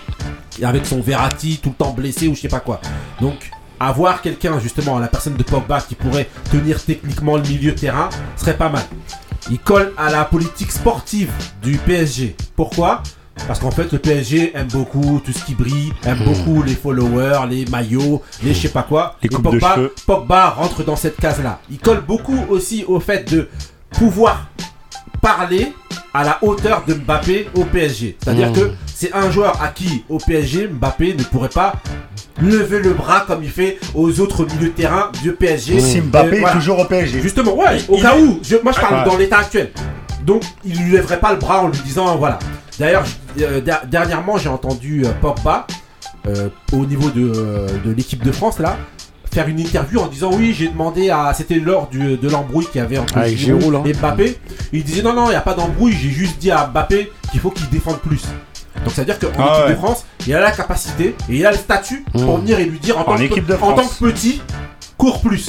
Et avec son Verratti tout le temps blessé ou je sais pas quoi. Donc, avoir quelqu'un, justement, la personne de Pogba qui pourrait tenir techniquement le milieu de terrain serait pas mal. Il colle à la politique sportive du P S G. Pourquoi? Parce qu'en fait, le P S G aime beaucoup tout ce qui brille, aime Mm. beaucoup les followers, les maillots, les je sais pas quoi. Les Et coupes de Pogba, cheveux. Pogba rentre dans cette case-là. Il colle beaucoup aussi au fait de pouvoir parler à la hauteur de Mbappé au P S G. C'est-à-dire Mm. que c'est un joueur à qui, au P S G, Mbappé ne pourrait pas lever le bras comme il fait aux autres milieux de terrain du P S G. Si Mbappé Euh, voilà. est toujours au P S G. Justement, ouais, au Il cas est- où, je- moi je parle Ouais. dans l'état actuel. Donc, il lui lèverait pas le bras en lui disant, voilà. D'ailleurs, je- euh, der- dernièrement, j'ai entendu euh, Pogba, euh, au niveau de, euh, de l'équipe de France, là, faire une interview en disant, oui, j'ai demandé à. C'était lors du, de l'embrouille qu'il y avait entre Avec Giroud Giroud, là. et Mbappé. Il disait, non, non, il n'y a pas d'embrouille, j'ai juste dit à Mbappé qu'il faut qu'il défende plus. Donc, ça veut dire qu'en Ah équipe ouais. de France, il a la capacité et il a le statut pour Mm. venir et lui dire, en, tant En que, équipe de en tant France. que petit, cours plus.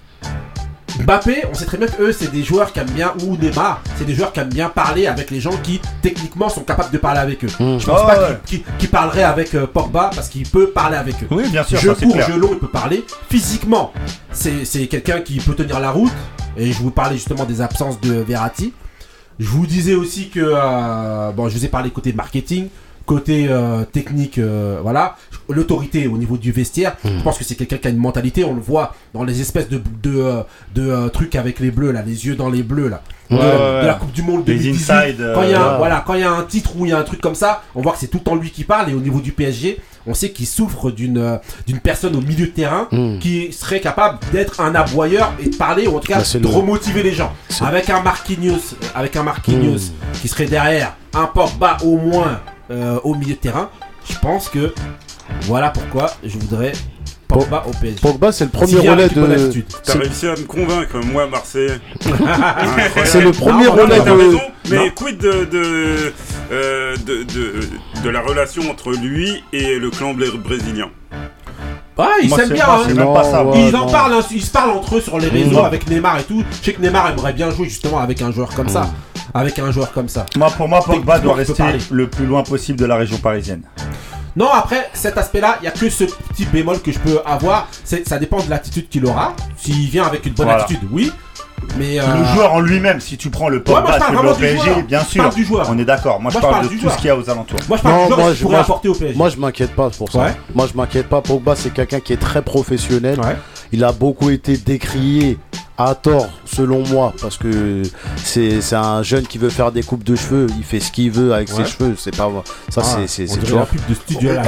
Mbappé, on sait très bien que eux, c'est des joueurs qui aiment bien, ou Neymar, c'est des joueurs qui aiment bien parler avec les gens qui, techniquement, sont capables de parler avec eux. Mm. Je pense Ah pas ouais. qu'il qu'il- qu'il parlerait avec euh, Pogba parce qu'il peut parler avec eux. Oui, bien sûr, Jeu ça c'est court, clair. jeu long, il peut parler. Physiquement, c'est c'est quelqu'un qui peut tenir la route. Et je vous parlais justement des absences de Verratti. Je vous disais aussi que, euh, bon, je vous ai parlé côté marketing, côté euh, technique, euh, voilà, l'autorité au niveau du vestiaire. Je pense que c'est quelqu'un qui a une mentalité. On le voit dans les espèces de de, euh, de, euh, trucs avec les bleus là, les yeux dans les bleus là, de, Ouais, ouais, ouais. de la Coupe du Monde Les deux mille dix-huit. inside, euh, Quand il y a un, ouais. voilà, quand il y a un titre ou il y a un truc comme ça, on voit que c'est tout le temps lui qui parle. Et au niveau du P S G, on sait qu'il souffre d'une euh, d'une personne au milieu de terrain Mm. qui serait capable d'être un aboyeur et de parler, ou en tout cas Bah, c'est de le- remotiver les gens. c'est- Avec un Marquinhos, avec un Marquinhos Mm. qui serait derrière, un Pogba au moins euh, au milieu de terrain, je pense que voilà pourquoi je voudrais Pogba au P S G. Pogba, c'est le S'il premier vient relais avec une bonne de. attitude. T'as C'est- réussi à me convaincre, moi, Marseillais. Incroyable. C'est le premier Non, non, relais non, T'as de. raison, mais Non. quid de, de, euh, de, de, de la relation entre lui et le clan bla- brésilien? Ah, ils Moi, s'aiment c'est- bien, moi, hein. c'est même pas ça. Non, moi. ouais. Ils en non. parlent, hein, ils se parlent entre eux sur les réseaux Mm. avec Neymar et tout. Je sais que Neymar aimerait bien jouer justement avec un joueur comme ça. Avec un joueur comme ça. Moi, pour moi, Pogba Techniquement, doit il peut rester parler. le plus loin possible de la région parisienne. Non, après, cet aspect-là, il n'y a que ce petit bémol que je peux avoir. C'est, ça dépend de l'attitude qu'il aura. S'il vient avec une bonne Voilà. attitude, oui. Mais. euh, Le joueur en lui-même, si tu prends le moi, Pogba, je parle tu le vraiment au P S du G, joueur. bien Je sûr. parle du joueur. On est d'accord. Moi, je Moi, je parle parle de du tout joueur. ce qu'il y a aux alentours. Moi, je parle Non, du joueur moi, que je je- pourrais moi, apporter au P S G. Moi, je m'inquiète pas pour ça. Ouais. Moi, je m'inquiète pas. Pogba, c'est quelqu'un qui est très professionnel. Ouais. Il a beaucoup été décrié à tort, selon moi, parce que c'est c'est un jeune qui veut faire des coupes de cheveux. Il fait ce qu'il veut avec Ouais. ses cheveux. C'est pas ça. Ah, c'est c'est on c'est dirait tu vois. la pub de studio là.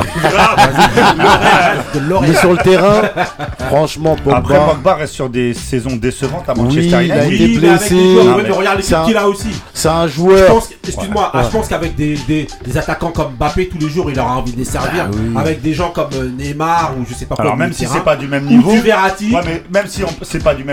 Vas-y. De L'Oréal. Mais sur le terrain, franchement, Après, Pogba. Pogba reste sur des saisons décevantes à Oui, Manchester il a United. été Oui, mais avec blessé. les joueurs, Non, ouais, mais mais regarde c'est l'équipe un- qu'il a aussi. C'est un Je joueur. pense, que- excuse-moi, ah, Ouais. je pense qu'avec des, des, des attaquants comme Mbappé tous les jours, il aura envie de les servir. Ah oui. Avec des gens comme euh, Neymar ou je sais pas quoi. Alors au même milieu si de c'est terrain, pas du même ou niveau, du Verratti. ouais, mais même si on- c'est pas du même niveau, on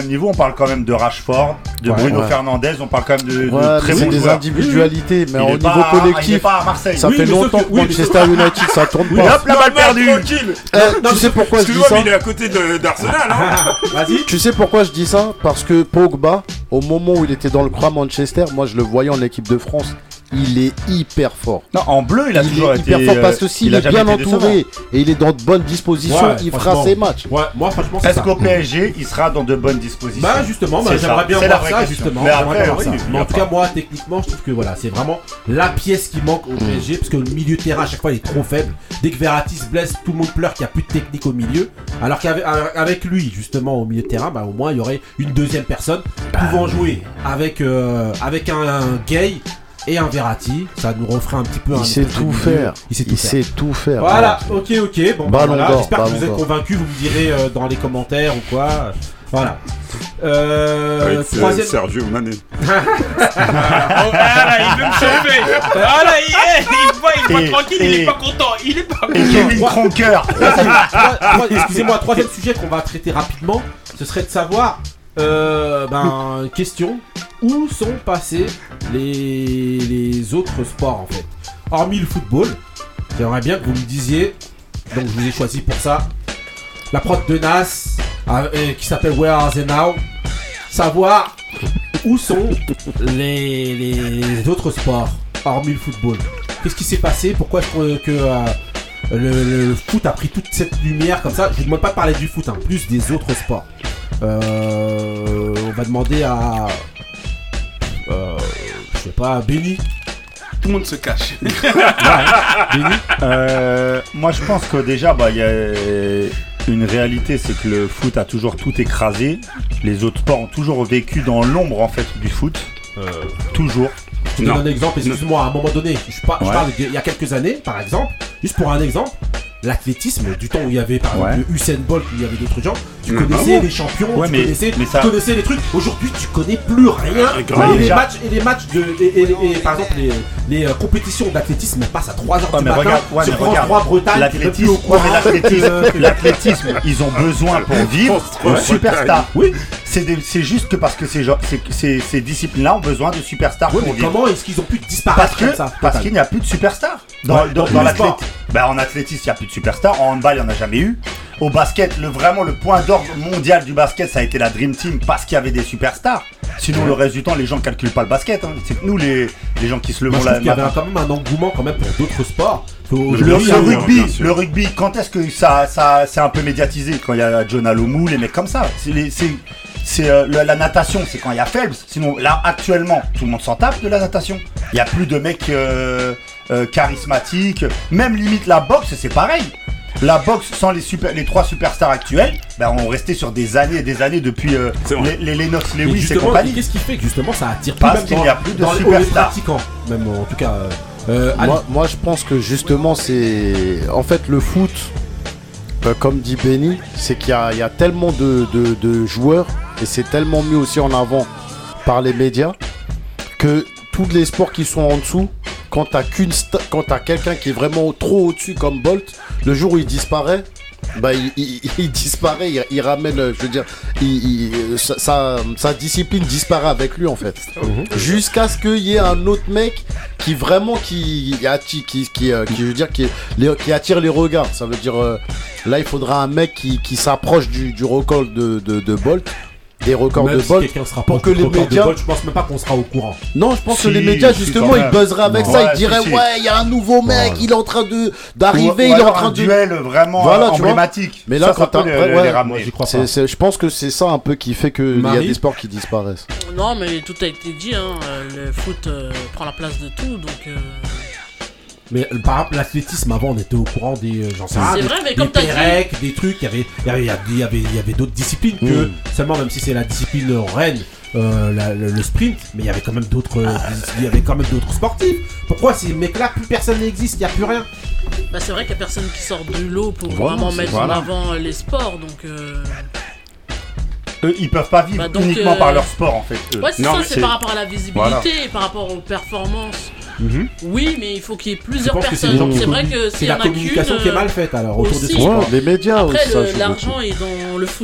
parle quand même de Rashford, de Ouais, Bruno ouais. Fernandes, on parle quand même de, de Ouais, très mais c'est bons des joueurs. individualités, mais Il au est niveau pas- il est collectif, pas à Marseille. ça Oui, fait mais sauf longtemps que- que oui, mais Manchester United ça tourne Et pas. hop, la balle perdue. Tranquille. Eh, tu sais pourquoi je dis Excuse-moi, ça mais il est à côté de- d'Arsenal. Hein. Vas-y. Tu sais pourquoi je dis ça? Parce que Pogba, au moment où il était dans le crâne Manchester, moi je le voyais en équipe de France, il est hyper fort. Non, en bleu, il a il toujours est été. hyper fort parce que euh, s'il il a est jamais bien été décevant. entouré et il est dans de bonnes dispositions, Ouais, il fera franchement. ses matchs. Ouais, moi franchement c'est Est-ce ça. qu'au P S G, il sera dans de bonnes dispositions? Bah justement, bah, C'est j'aimerais ça, bien c'est la voir vraie ça question. justement. Mais J'aimerais après, bien voir oui, ça. il y Mais a en tout pas- cas, moi techniquement, je trouve que voilà, c'est vraiment la pièce qui manque au P S G parce que le milieu de terrain à chaque fois il est trop faible. Dès que Verratti se blesse, tout le monde pleure qu'il n'y a plus de technique au milieu. Alors qu'avec avec lui justement au milieu de terrain, bah au moins il y aurait une deuxième personne pouvant jouer avec euh, avec un, un Gay et un Verratti. Ça nous referait un petit peu. un Il sait espèce de tout milieu. faire. Il sait tout Il faire. sait tout faire. Voilà, ok, ok. Bon, bah, Ballon voilà. d'or, J'espère que ballon vous êtes d'or. convaincus. Vous me direz euh, dans les commentaires ou quoi. Voilà. Euh, Avec euh, troisième. Sergio Mané. Oh, ah là, il veut me chauffer. Ah là, il est, il voit, il voit Et- tranquille, il et- est pas content. Il est pas Et content. Kevin Cronker. Trois- trois- Excusez-moi, troisième sujet qu'on va traiter rapidement, ce serait de savoir, euh, ben, question, où sont passés les, les autres sports en fait, hormis le football. J'aimerais bien que vous me disiez, donc je vous ai choisi pour ça, la prod de Nas, euh, qui s'appelle Where Are They Now, savoir où sont les, les autres sports, hormis le football. Qu'est-ce qui s'est passé? Pourquoi est-ce que, que, euh, le, le foot a pris toute cette lumière comme ça? Je ne demande pas de parler du foot, hein, plus des autres sports. Euh, on va demander à... Euh, je sais pas, à Benny. Tout le monde se cache. Benny. Euh, moi, je pense que déjà, bah, il y a une réalité, c'est que le foot a toujours tout écrasé. Les autres sports ont toujours vécu dans l'ombre en fait du foot. Toujours. Je te Non. donne un exemple, excuse-moi, à un moment donné, je, par- je Ouais. parle d'il y a quelques années, par exemple, juste pour un exemple, l'athlétisme, du temps où il y avait par exemple Ouais. le Usain Bolt, où il y avait d'autres gens, tu Mhm. connaissais Ah bon les champions, Ouais, tu, mais- connaissais, mais ça- tu connaissais les trucs. Aujourd'hui, tu connais plus rien. grave. et, les Déjà- matchs, et les matchs de. Et, et- et- et, par exemple, les, les euh, compétitions d'athlétisme elles passent à trois heures Ouais, du mais matin regarde, ouais, sur mais France regarde. trois Bretagne. L'athlétisme, tu es plus au ouais, mais courant l'athlétisme, que- l'athlétisme, ils ont besoin pour vivre France trois de superstars. Oui, C'est des- c'est juste que parce que ces, gens- ces, ces, ces disciplines-là ont besoin de superstars oui, pour mais vivre. comment est-ce qu'ils ont pu disparaître Parce que comme ça parce Total. qu'il n'y a plus de superstars. Dans, Ouais, dans, dans dans le l'athlétisme. sport. Bah, en athlétisme, il n'y a plus de superstars. En handball, il n'y en a jamais eu. Au basket, le, vraiment le point d'orgue mondial du basket, ça a été la Dream Team parce qu'il y avait des superstars. Sinon, le reste du temps, les gens ne calculent pas le basket. Hein. C'est que nous, les, les gens qui se levons Moi, je la trouve qu'il y avait matin. quand même un engouement quand même pour d'autres sports. Faut- Le, aujourd'hui, le il y a- rugby, bien sûr. le rugby, quand est-ce que ça, ça c'est un peu médiatisé? Quand il y a John Alomou, les mecs comme ça. C'est les- c'est- c'est, euh, le- la natation, c'est quand il y a Phelps. Sinon, là, actuellement, tout le monde s'en tape de la natation. Il n'y a plus de mecs euh, euh, charismatiques. Même limite la boxe, c'est pareil. La boxe sans les, super, les trois superstars actuels, ben on restait sur des années et des années depuis euh, C'est vrai. les, les Lennox Mais Lewis et justement, compagnie. qu'est-ce qui fait que justement ça attire plus Parce même qu'il dans- n'y a plus de dans les- les superstars. pratiquants, même en tout cas. euh, euh, Ali. Moi, moi, je pense que justement, c'est. En fait, le foot, euh, comme dit Benny, c'est qu'il y a, il y a tellement de, de- de joueurs, et c'est tellement mis aussi en avant par les médias, que tous les sports qui sont en dessous, quand t'as qu'une sta- quand t'as quelqu'un qui est vraiment trop au-dessus comme Bolt, le jour où il disparaît, bah il, il- il disparaît, il, il ramène, euh, je veux dire, il- il- sa, sa- sa discipline disparaît avec lui en fait. Jusqu'à ce qu'il y ait un autre mec qui vraiment qui attire, qui, qui, euh, qui, je veux dire, qui, les- qui attire les regards. Ça veut dire, euh, là il faudra un mec qui, qui s'approche du, du record de, de, de Bolt. Des records Même de si Bolt. quelqu'un se rapproche pour que du les record de médias- Bolt, je pense même pas qu'on sera au courant. Non, je pense que Si, les médias, si, justement, quand ils même. buzzeraient avec Non. ça. Ouais, Ils diraient, si, si. ouais, il y a un nouveau mec, Ouais. il est en train de Ou- d'arriver, ou il est en alors train un de. duel vraiment Voilà, euh, tu vois. emblématique. Mais là, Ça, quand ça peut t'as- les, ouais, les ouais, ramener. moi, j'y crois C'est- pas. c'est- je pense que c'est ça un peu qui fait qu'il y a Marie des sports qui disparaissent. Non, mais tout a été dit, hein. euh, Le foot euh, prend la place de tout, donc. euh, Mais euh, par exemple, l'athlétisme avant, on était au courant des, euh, j'en sais rien, C'est des- vrai, mais des comme t'as dit- Pérec, des trucs. Il y avait, il y avait, il y avait, il y avait, il y avait d'autres disciplines que Mm. seulement, même si c'est la discipline reine, euh, la- le, le sprint, mais il y avait quand même d'autres, euh, il y avait quand même d'autres sportifs. Pourquoi ces mecs-là, plus personne n'existe, il y a plus rien. Bah, c'est vrai qu'il y a personne qui sort de l'eau pour Voilà, vraiment c'est- mettre voilà. en avant euh, les sports, donc. euh, Eux, ils peuvent pas vivre Bah, donc, uniquement euh, par leur sport en fait. eux. Ouais, c'est Non, ça, mais c'est par rapport à la visibilité, par rapport aux performances. Mhm. Oui, mais il faut qu'il y ait Je plusieurs pense que c'est, personnes. les gens C'est qui vrai communiquent. que c'est s'il y la en a qu'une. communication qui est euh, mal faite alors autour de aussi. ce Ouais, sport. Ouais, les médias Après, aussi, ça le- joue l'argent beaucoup. est dans le foot.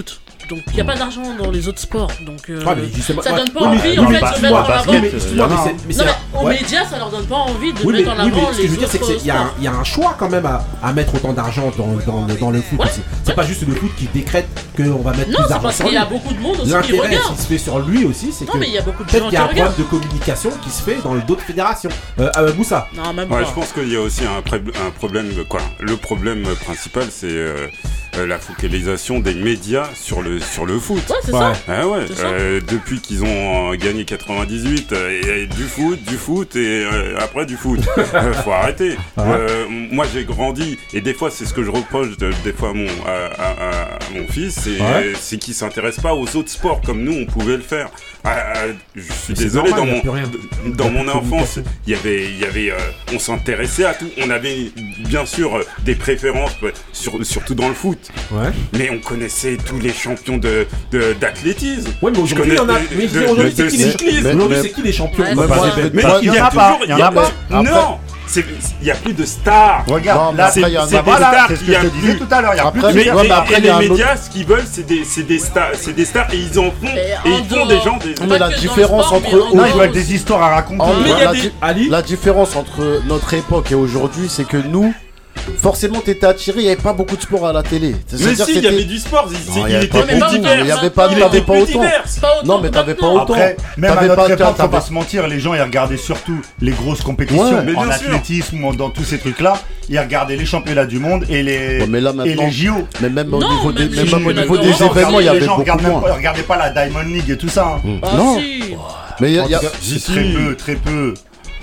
donc il n'y a pas d'argent dans les autres sports. Donc euh, Ouais, mais justement- ça ouais. donne pas Oui, mais- envie oui, en mais fait bah, de mettre moi, en basket, avant. mais excuse-moi, mais non. c'est- mais Non, c'est mais aux ouais. médias, ça leur donne pas envie de Oui, mais, mettre en oui, mais avant ce que les je veux dire, c'est autres qu'il y, a un- sports. il y a un choix quand même à, à mettre autant d'argent dans, dans, le- dans le foot Ouais. aussi. C'est pas juste le foot qui décrète qu'on va mettre Non, plus c'est d'argent parce sur qu'il lui. y a beaucoup de monde aussi qui L'intérêt, regarde. s'il se fait sur lui aussi, c'est Non, que mais il y a beaucoup de peut-être gens qu'il qui y a un problème regardent. de communication qui se fait dans d'autres fédérations. Euh, euh, Moussa. Non, même Ouais, pas. je pense qu'il y a aussi un, pré- un problème. Quoi. Le problème principal, c'est euh, euh, la focalisation des médias sur le, sur le foot. Ouais, c'est Ouais. ça. Ah ouais, C'est ça. euh, depuis qu'ils ont euh, gagné quatre-vingt-dix-huit, euh, et, et du foot, du foot et euh, après du foot. Euh, faut arrêter. Ouais. Euh, moi j'ai grandi et des fois c'est ce que je reproche de- des fois à mon, à, à- à mon fils, c'est Ouais. c'est qu'il s'intéresse pas aux autres sports comme nous on pouvait le faire. Ah, ah, je suis Mais c'est désolé, normal, dans y a mon, plus rien. dans Y a mon plus de enfance, communication. il y avait, il y avait, euh, on s'intéressait à tout. On avait bien sûr euh, des préférences, euh, sur, surtout dans le foot. Ouais. Mais on connaissait tous les champions de, de- d'athlétisme. Ouais, mais Je aujourd'hui, il y en a. connais Mais de- de- aujourd'hui, de c'est qui les cyclisme. Mais- Aujourd'hui, mais- c'est qui les champions Ouais, Bah, c'est bah, ça. c'est- Mais Moi, il y, il y a en a pas, toujours, il y en a pas. Non, c'est- il y a plus de stars. Regarde, Non, là, mais c'est après, il y en a- c'est des voilà, stars c'est ce qui que je te a disais plus. tout à l'heure. Il y a plus Après, de Mais, Ouais, médias. mais et- après, et il y a les un autre- médias, ce qu'ils veulent, c'est des, c'est des stars, c'est des stars et ils en font Mais et en ils font dehors- des gens des. Mais Pas la que dans le différence sport, entre mais en Non, ils dehors veulent aussi. des histoires à raconter. En- Mais il y a la, des- di- Ali la différence entre notre époque et aujourd'hui, c'est que nous, forcément, t'étais attiré, il n'y avait pas beaucoup de sport à la télé. Mais C'est-à-dire si, que il y avait c'était- du sport, il, Non, il il y avait était pas mais plus pas beaucoup, divers, mais il n'y avait maintenant, pas, il il y avait était pas plus autant. divers. Pas autant Non, mais que t'avais pas maintenant. autant. Après, même à T'avais notre pas- époque, t'avais- faut pas se mentir, les gens ils regardaient surtout les grosses compétitions Ouais, mais en bien sûr. athlétisme ou dans tous ces trucs-là. Ils regardaient les championnats du monde et les, Ouais, mais là, et maintenant- les J O. Mais même au Non, niveau des, même mais les même au championnats niveau d'Europe, des les gens événements, il y les avait gens regardent beaucoup même pas, moins. regardaient pas la Diamond League et tout ça. hein. Ah, Non. si. Mais il y a- il y a- En tout cas- C'est très peu, très peu.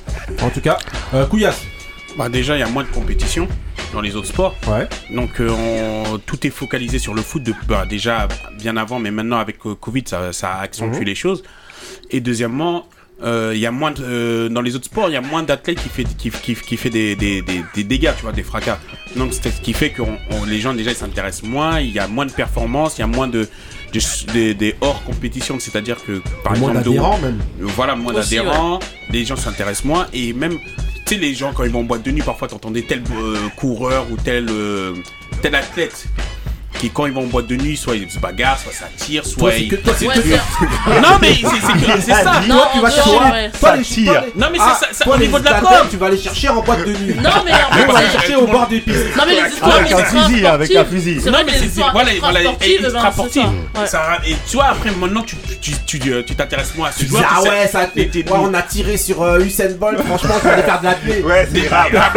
En tout cas, euh, Couillasse. Bah déjà, il y a moins de compétition dans les autres sports. Ouais. Donc euh, on- tout est focalisé sur le foot de, bah, déjà bien avant, mais maintenant avec euh, Covid, ça, ça a accentué Mhm. les choses. Et deuxièmement, euh, il y a moins de, euh, dans les autres sports, il y a moins d'athlètes qui fait qui, qui, qui fait des, des, des, des dégâts, tu vois, des fracas. Donc c'est ce qui fait que on- on- les gens déjà ils s'intéressent moins, il y a moins de performances, il y a moins de de- des, des hors compétition, c'est-à-dire que par Moins exemple de- d'adhérents même. euh, voilà, moins Aussi, d'adhérents, les gens s'intéressent moins et même, tu sais, les gens quand ils vont en boîte de nuit, parfois t'entendais tel euh, coureur ou tel, euh, tel athlète qui quand ils vont en boîte de nuit, soit ils se bagarrent, soit ça tire, Toi, soit c'est ils... que toi, c'est Ouais, que c'est- Non mais c'est c'est que- c'est ça. Non, toi, tu vas en chercher. dehors, ouais. Toi, Ça les tire. toi, les- Non, mais Ah, c'est ça- ça- toi, au les niveau de la athlètes, com. tu vas les chercher en boîte de nuit. Non, mais en Nous, fait, on va les c'est- chercher au bord des pistes. Non, mais les histoires Avec un extra fusil, avec un sportives. fusil. C'est Non vrai mais que les c'est histoires voilà, extra voilà, sportives, extra ben, c'est sportives. ça. Ouais. Ça- Et tu vois après maintenant tu tu tu tu tu t'intéresses moins à ce Tu dis, joueur. ah tu sais- ouais, ça, et t'es- ouais, on a tiré sur euh, Usain Bolt, franchement, je vais faire de la clé. Ouais, c'est grave. Bah,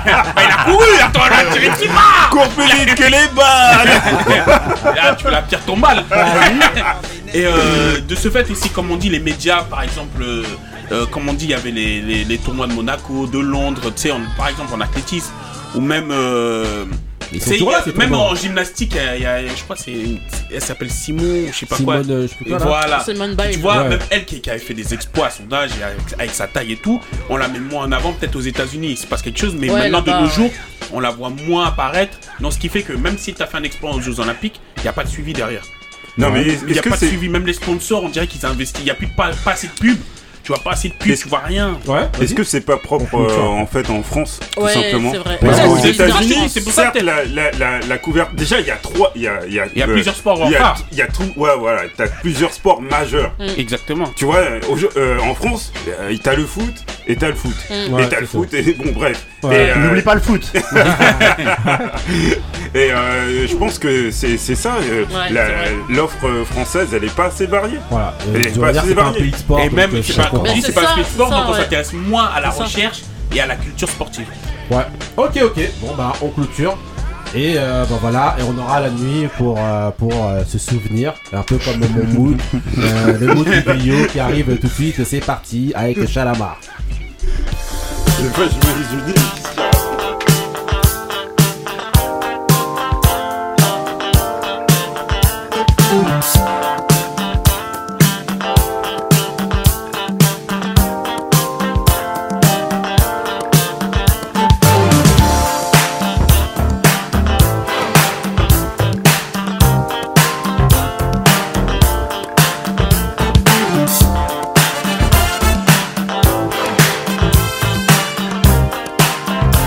il a couru, attends, là, tu tiré qui va Cours plus vite que les balles. Là, tu la pierre ton balle. Et euh, de ce fait aussi, comme on dit, les médias, par exemple, euh, euh, comme on dit, il y avait les, les, les tournois de Monaco, de Londres, tu sais, en- par exemple en athlétisme, ou même, euh, Ils tu sont sais, toujours il y a- là, ces même tournois. en gymnastique, il y a- il y a, je crois, que c'est, une- elle s'appelle Simon, je sais pas Simone, quoi. euh, je sais Et plus quoi, là. voilà. Simone Biles. Tu vois, Ouais. même elle qui, qui avait fait des exploits à son âge et avec, avec sa taille et tout, on la met moins en avant peut-être aux États-Unis. Il se passe quelque chose, mais Ouais, maintenant de là-bas, nos ouais. jours, on la voit moins apparaître. Donc ce qui fait que même si tu as fait un exploit aux Jeux Olympiques, il n'y a pas de suivi derrière. Non mais Il n'y est-ce a que pas de c'est suivi, même les sponsors, on dirait qu'ils investissent. Il n'y a plus de pas, pas assez de pub. Tu vois pas assez de pub, Est-ce- tu vois rien. Ouais, est-ce que c'est pas propre On peut le euh, faire. en fait en France tout Ouais, simplement c'est vrai. Parce Ouais, qu'aux c'est États-Unis, gratuit, c'est pour ça certes, que la, la, la, la couverture. Déjà, il y a trois. Il y a, il y a, Il y a euh, plusieurs sports en il y a, phare. il y a tout. Ouais, voilà. T'as plusieurs sports majeurs. Exactement. Tu vois, au jeu- euh, en France, euh, t'as le foot et t'as le foot. Mm. Ouais, et t'as c'est le ça. foot et bon, bref. Ouais. Et, euh, N'oublie pas le foot. et euh, je pense que c'est c'est ça. euh, Ouais, la- c'est vrai. L'offre française, elle est pas assez variée. Voilà, euh, Et tu pas vas dire, assez c'est pas un varié. pays de sport. Et donc, même, euh, c'est je pas, comprends. comme je dis, Mais c'est c'est pas ça, le sport, c'est ça, donc on ouais. s'intéresse moins à la C'est ça. recherche et à la culture sportive. Ouais. Ok, ok. Bon bah on clôture. Et euh, bah voilà, et on aura la nuit pour euh, pour euh, se souvenir, un peu comme mon mood, euh, le mood du griot qui arrive tout de suite. C'est parti avec Chalamar. Des fois, je me, je me dis. Thank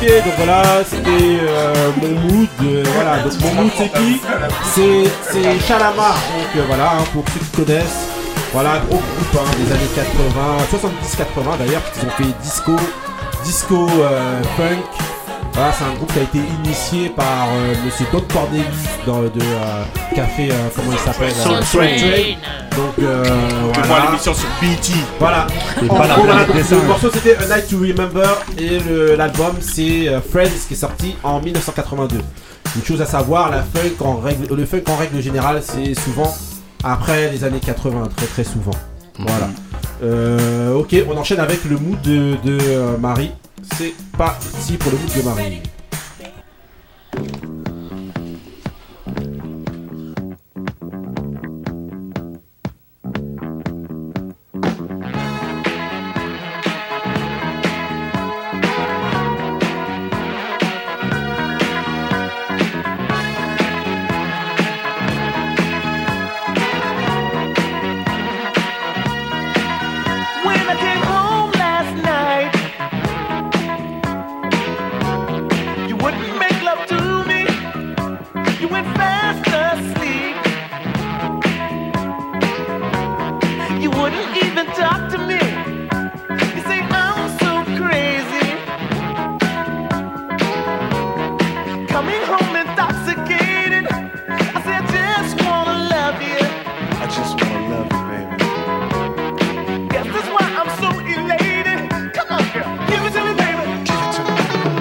donc voilà, c'était euh, mon mood. Euh, voilà, donc mon mood c'est qui? C'est c'est Shalamar. Donc euh, voilà, hein, pour ceux qui connaissent. Voilà, gros groupe hein, des années quatre-vingts, soixante-dix quatre-vingts d'ailleurs, ils ont fait disco, disco euh, punk. Voilà, c'est un groupe qui a été initié par euh, Monsieur Don Cornelius dans de euh, café, euh, comment il s'appelle Soul euh, Train. Donc euh, Tu vois voilà. l'émission sur B E T. Voilà. Et En pas la gros, voilà, planète donc, des le singes. morceau c'était A Night to Remember et le- l'album c'est euh, Friends qui est sorti en mille neuf cent quatre-vingt-deux. Une chose à savoir, la funk en règle, le funk en règle générale c'est souvent après les années quatre-vingts, très très souvent. Voilà. Euh, ok, on enchaîne avec le mood de, de euh, Marie. C'est parti pour le mood de Marie. When I came home last night, you wouldn't make love to me. You went fast asleep. You wouldn't even talk to me. You say I'm so crazy. Coming home intoxicated. I say I just wanna love you. I just wanna love you, baby. Guess that's why I'm so elated. Come on, girl, give it to me, baby. Give it to me.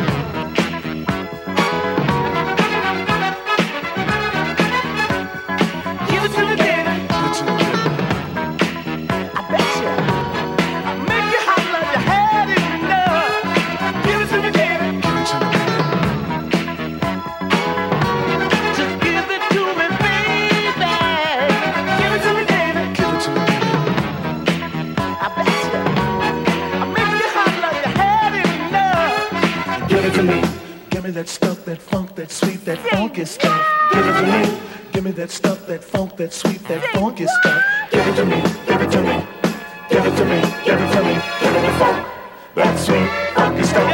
Give it to me, baby. Give it to me, baby. I bet you. I'll make you hot like you had enough. Give it to me, baby. Give it to me, baby. Just give it to me, baby. Give it to me, baby. Give it to me, baby. I bet you. I'll make you hot like you had enough. Give it to me. Give me that stuff, that funk, that sweet, that funky stuff. Give it to me. Give me that stuff, that funk, that sweet, that funky stuff. Give it to me. Give it to me. Give it to me. Give it to me. Give me the funk, that sweet, funky stuff.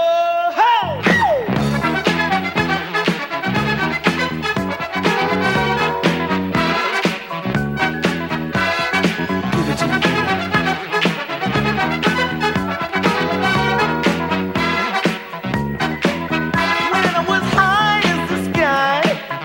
Give it to me, baby. When I was high as the sky,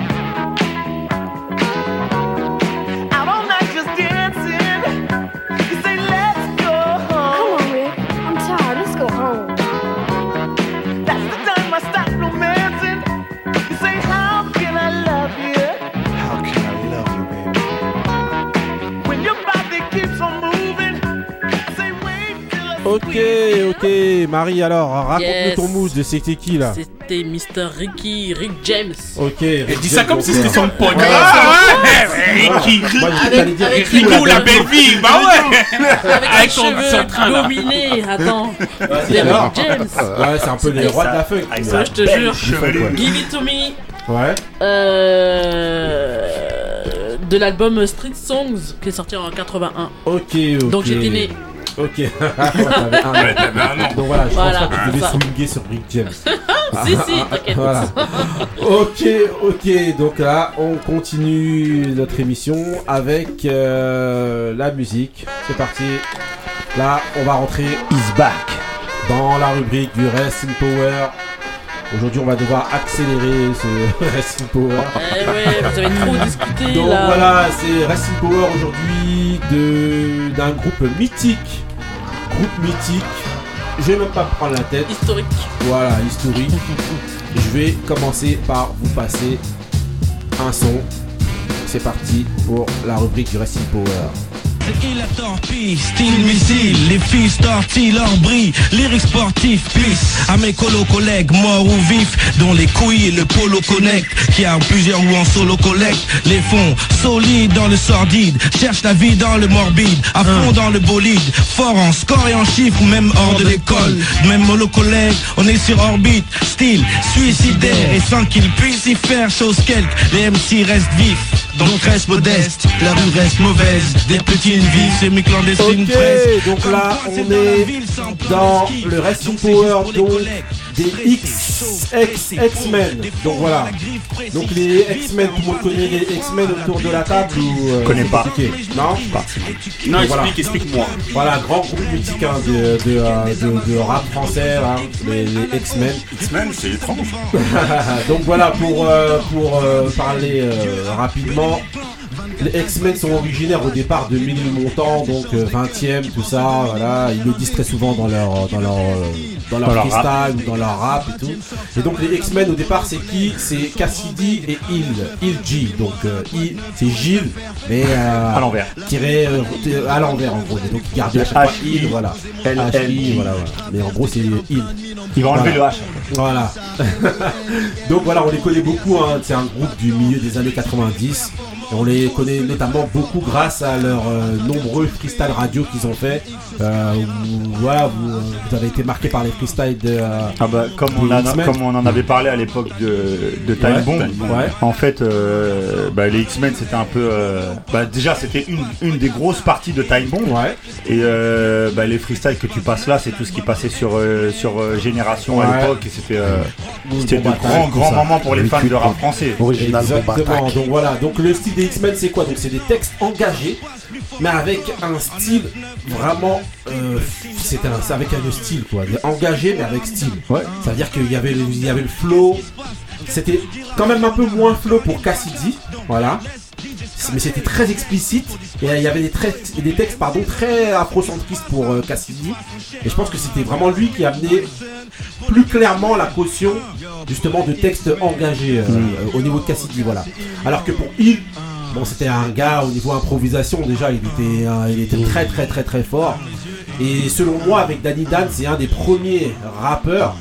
out all night just dancing. You say let's go Come home. on, Rick. I'm tired. Let's go home. That's the time I start romancing. You say how can I love you How can I love you, baby? when your body keeps on moving? I say wait till I Ok, squeeze. ok, Marie alors, raconte-nous Yes. ton mood, c'était qui là? C'était mister Ricky, Rick James. Ok, Elle dit ça comme si c'était son pote. Ouais. Ah ouais, Ricky. Moi, je t'allais dire avec Ricky Ricky ou ou la belle vie, bah ouais. Avec Avec ses son- son cheveux train, là. gominés. Attends. Ouais, C'est alors. Rick James. Ouais, c'est un peu les rois de la funk. Avec Ça, sa je te belle jure. chevelure. Give It To Me. Ouais. Euh, de l'album Street Songs qui est sorti en quatre-vingt-un. Ok, ok. Donc j'étais né. Ok. Ouais, t'avais un an. Ouais, t'avais un an. Donc voilà, je Voilà, pense pas que tu devais ça. swinguer sur Rick James. Si, si, t'inquiète. Voilà. Ok, ok. Donc là, on continue notre émission avec euh, la musique. C'est parti. Là, on va rentrer Is back. dans la rubrique du Wrestling Power. Aujourd'hui, on va devoir accélérer ce Wrestling Power. Eh ouais, vous avez trop discuté Donc là. voilà, c'est Wrestling Power aujourd'hui de d'un groupe mythique. Groupe mythique. Je vais même pas prendre la tête. Historique. Voilà, historique. Je vais commencer par vous passer un son. C'est parti pour la rubrique du Wrestling Power. Il a torpille, style missile, les filles sorties leur brille, lyrique sportif, peace à mes colo collègues, morts ou vifs, dont les couilles et le polo connect, qui a plusieurs ou en solo collecte, les fonds solides dans le sordide, cherche la vie dans le morbide, à fond dans le bolide, fort en score et en chiffres, même hors de l'école, même mono collègue, on est sur orbite, style suicidaire, et sans qu'il puisse y faire chose quelque, les M C restent vifs. Donc reste modeste, la rue reste mauvaise, des petits une vie semi-clandestine Ok, presque. donc Comme là quoi, c'est on dans la est ville sans plan dans de ski. le Wrestling Donc c'est Power juste pour les donc collègues. des X, X, X-Men. Donc voilà. Donc les X-Men, tout le monde connaît les X-Men autour de la table ou euh, connais pas. compliqué. Non, pas. Non, Donc, explique, voilà. explique-moi. Voilà, grand groupe mythique hein, de, de, euh, de, de rap français, hein, les, les X-Men. X-Men, c'est étrange. Donc voilà, pour, euh, pour euh, parler euh, rapidement, les X-Men sont originaires au départ de Ménilmontant, donc euh, vingtième, tout ça, voilà. Ils le disent très souvent dans leur, dans leur, euh, dans leur Dans leur freestyle, dans leur rap et tout. Et donc les X-Men au départ, c'est qui? C'est Cassidy et Hill, Hill G. Donc euh, Hill, c'est Gilles, mais euh, À l'envers. tiré euh, à l'envers en gros. Et donc ils gardent à chaque fois H I, Hill, voilà. L, H L, I, I. voilà, voilà. Mais en gros c'est Hill. Il va enlever Voilà. le H. Voilà. Donc voilà, on les connaît beaucoup, hein. C'est un groupe du milieu des années quatre-vingt-dix. Et on les connaît notamment beaucoup grâce à leurs euh, nombreux freestyle radio qu'ils ont fait. Euh, où, voilà, vous, euh, vous avez été marqué par les freestyles de... euh, Ah bah, comme, on Des a, X-Men. comme on en avait parlé à l'époque de, de Time Ouais, Bomb, ouais. en fait, euh, bah, les X-Men c'était un peu. Euh, bah, déjà, c'était une, une des grosses parties de Time Bomb. Ouais. Et euh, bah, les freestyles que tu passes là, c'est tout ce qui passait sur, euh, sur euh, Génération Ouais. à l'époque. Et c'était euh, c'était de Bon bataille, grands, tout grands ça. moments pour les Les fans culs, de rap quoi. français. Original Bomb Exactement, Attack. donc voilà, donc le style des X-Men c'est quoi? Donc c'est des textes engagés, mais avec un style vraiment, euh, c'est un, c'est avec un style quoi, engagé mais avec style. Ouais. Ça veut dire qu'il y avait, le- il y avait le flow, c'était quand même un peu moins flow pour Cassidy, voilà. Mais c'était très explicite et il y avait des, traits- des textes pardon, très afrocentristes pour euh, Cassidy. Et je pense que c'était vraiment lui qui amenait plus clairement la caution justement de textes engagés euh, euh, au niveau de Cassidy, voilà. Alors que pour Hill, bon c'était un gars au niveau improvisation déjà, il était, euh, il était très très très très fort. Et selon moi avec Danny Dan, c'est un des premiers rappeurs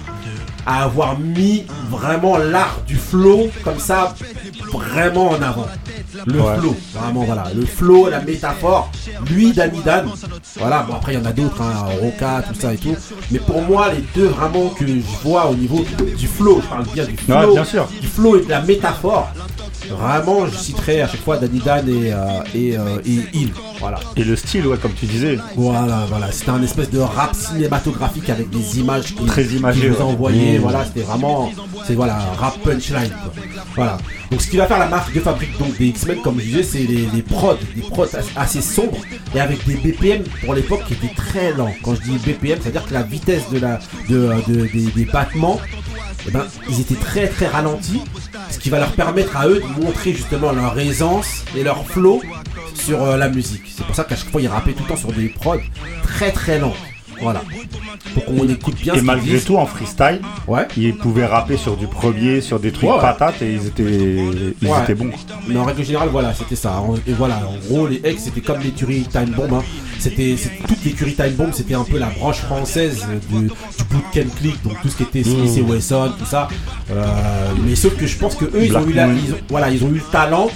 à avoir mis vraiment l'art du flow comme ça vraiment en avant. Le Ouais. flow, vraiment voilà, le flow, la métaphore, lui Danny Dan, voilà, bon après il y en a d'autres, hein, Roca, tout ça et tout, mais pour moi les deux vraiment que je vois au niveau du flow, je parle bien du flow, Ouais, bien sûr. du flow et de la métaphore, vraiment je citerai à chaque fois Danny Dan et, euh, et, euh, et Hill, voilà. Et le style, ouais, comme tu disais. Voilà, voilà, c'était un espèce de rap cinématographique avec des images qui, Très imagé, qui nous ouais. envoyaient, Mmh. voilà, c'était vraiment, c'est voilà, un rap punchline, quoi. Voilà. Donc ce qui va faire la marque de fabrique donc des X-Men, comme je disais, c'est les, les prods, des prods assez sombres et avec des B P M pour l'époque qui étaient très lents. Quand je dis B P M, c'est-à-dire que la vitesse de la, de, de- des, des battements, eh ben, ils étaient très très ralentis, ce qui va leur permettre à eux de montrer justement leur aisance et leur flow sur euh, la musique. C'est pour ça qu'à chaque fois ils rappaient tout le temps sur des prods très très lents. Voilà. Pour qu'on écoute bien Et ce qu'ils malgré disent. tout, en freestyle, Ouais. ils pouvaient rapper sur du premier, sur des trucs Ouais, ouais. patates et ils étaient, ils Ouais. étaient bons. Mais en règle générale, voilà, c'était ça. En- Et voilà, en gros, les X, c'était comme l'écurie Time Bomb. Hein. C'était, c'était toute l'écurie Time Bomb, c'était un peu la branche française du, du Bootcamp Click, donc tout ce qui était Smith et Wesson, tout ça. Euh, mais sauf que je pense que eux, ils ont Black eu la, Moon. ils ont, voilà, ils ont eu le talent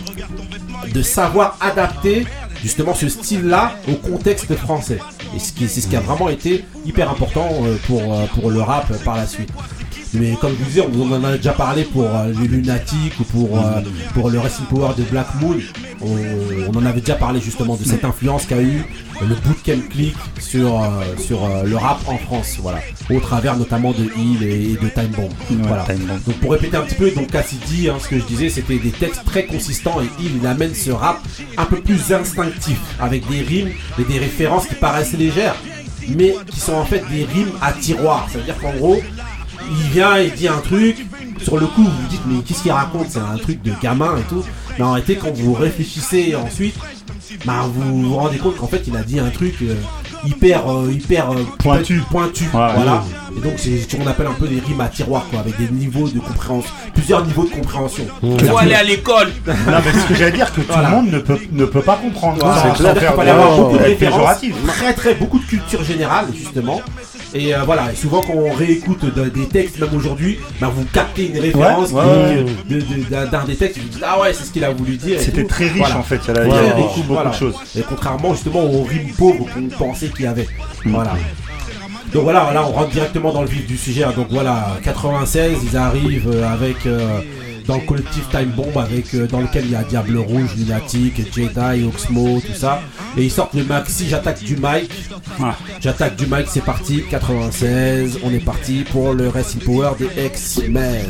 de savoir adapter justement ce style-là au contexte français. Et ce qui, c'est ce qui a vraiment été hyper important euh, pour, euh, pour le rap euh, par la suite. Mais comme je vous disais, on en a déjà parlé pour euh, les Lunatiques ou pour, euh, pour le Racing Power de Black Moon. On, on en avait déjà parlé justement de cette influence qu'a eu euh, le Bootcamp Click sur, euh, sur euh, le rap en France, voilà. Au travers notamment de Hill et, et de Time Bomb. Voilà. Time Bomb. Donc pour répéter un petit peu, donc Cassidy, hein, ce que je disais, c'était des textes très consistants et Hill il amène ce rap un peu plus instinctif, avec des rimes et des références qui paraissent légères, mais qui sont en fait des rimes à tiroir. Ça veut dire qu'en gros, il vient et dit un truc, sur le coup vous vous dites mais qu'est-ce qu'il raconte, c'est un truc de gamin et tout. Mais en réalité quand vous réfléchissez ensuite, bah, vous vous rendez compte qu'en fait il a dit un truc euh, hyper euh, hyper euh, Pointu. pointu, Ouais, voilà. Et donc c'est ce qu'on appelle un peu des rimes à tiroir quoi, avec des niveaux de compréhension, plusieurs niveaux de compréhension. Faut aller à l'école. Non, mais ce que j'allais dire, que tout Voilà. le monde ne peut, ne peut pas comprendre. Voilà, Sans- sans c'est-à-dire faire qu'il fallait de- avoir beaucoup de être références, péjoratif. très très beaucoup de culture générale justement. Et euh, voilà, et souvent quand on réécoute de- des textes, même aujourd'hui, bah, vous captez une référence Ouais, qui- ouais, de- de- d'un d'un des textes, vous dites ah ouais c'est ce qu'il a voulu dire. et C'était tout. très riche Voilà. en fait, il y a, il y Très a riche, beaucoup, beaucoup voilà. de choses. Et contrairement justement aux rimes pauvres qu'on pensait qu'il y avait. Mm. Voilà. Donc voilà, là on rentre directement dans le vif du sujet. hein. Donc voilà, quatre-vingt-seize, ils arrivent euh, avec euh, dans le collectif Time Bomb avec euh, dans lequel il y a Diable Rouge, Lunatic, Jedi, Oxmo, tout ça. Et ils sortent le maxi J'attaque du mic. Ah. J'attaque du mic, c'est parti. quatre-vingt-seize, on est parti pour le Rest in Power des X-Men.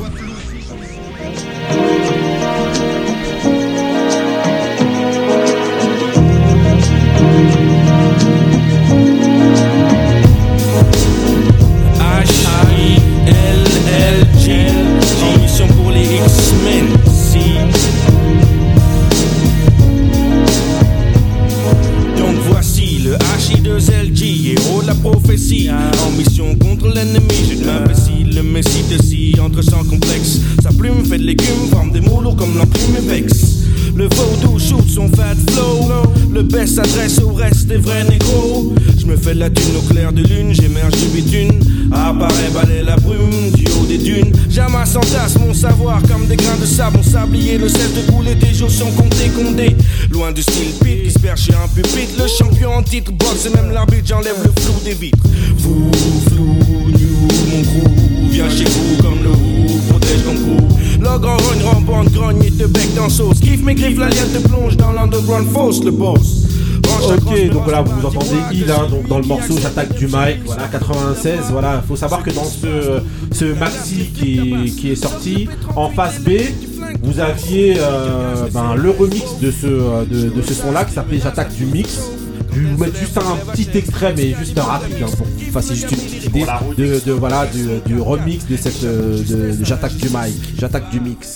Prophétie, ambition contre l'ennemi, je m'imbécile, le messie de si entre sans complexe, sa plume fait de légumes, forme des mots lourds comme l'enclume et vexe. Le vaudou shoot son fat flow, le best s'adresse au reste des vrais négros. Je me fais de la thune au clair de lune, j'émerge du bitume, apparaît balaie la brume du haut des dunes. J'amasse entasse mon savoir comme des grains de sable, mon sablier ne cesse de couler, tes jours sont comptés, condés. Loin du style pit qui se perd chez un pupitre, le champion en titre boxe et même l'arbitre, j'enlève le flou des vitres. Fou, flou, new, mon crew, viens chez vous comme le roux, protège ton crew. L'ogre rogne, rampante, grogne et te bec dans sauce. Kiffe mes griffes, la liette te plonge dans l'underground fausse, le boss. Ok, donc voilà, vous entendez il hein, donc dans le morceau J'attaque du mic, voilà, quatre-vingt-seize, voilà, faut savoir que dans ce, ce maxi qui est, qui est sorti, en face B, vous aviez euh, ben, le remix de ce, de, de ce son-là qui s'appelait J'attaque du mix. Je vais vous mettre juste un petit extrait, mais juste un rapide, hein, pour que vous fassiez juste une petite idée de, de, voilà, du, du remix de cette de, de J'attaque du mic, J'attaque du mix.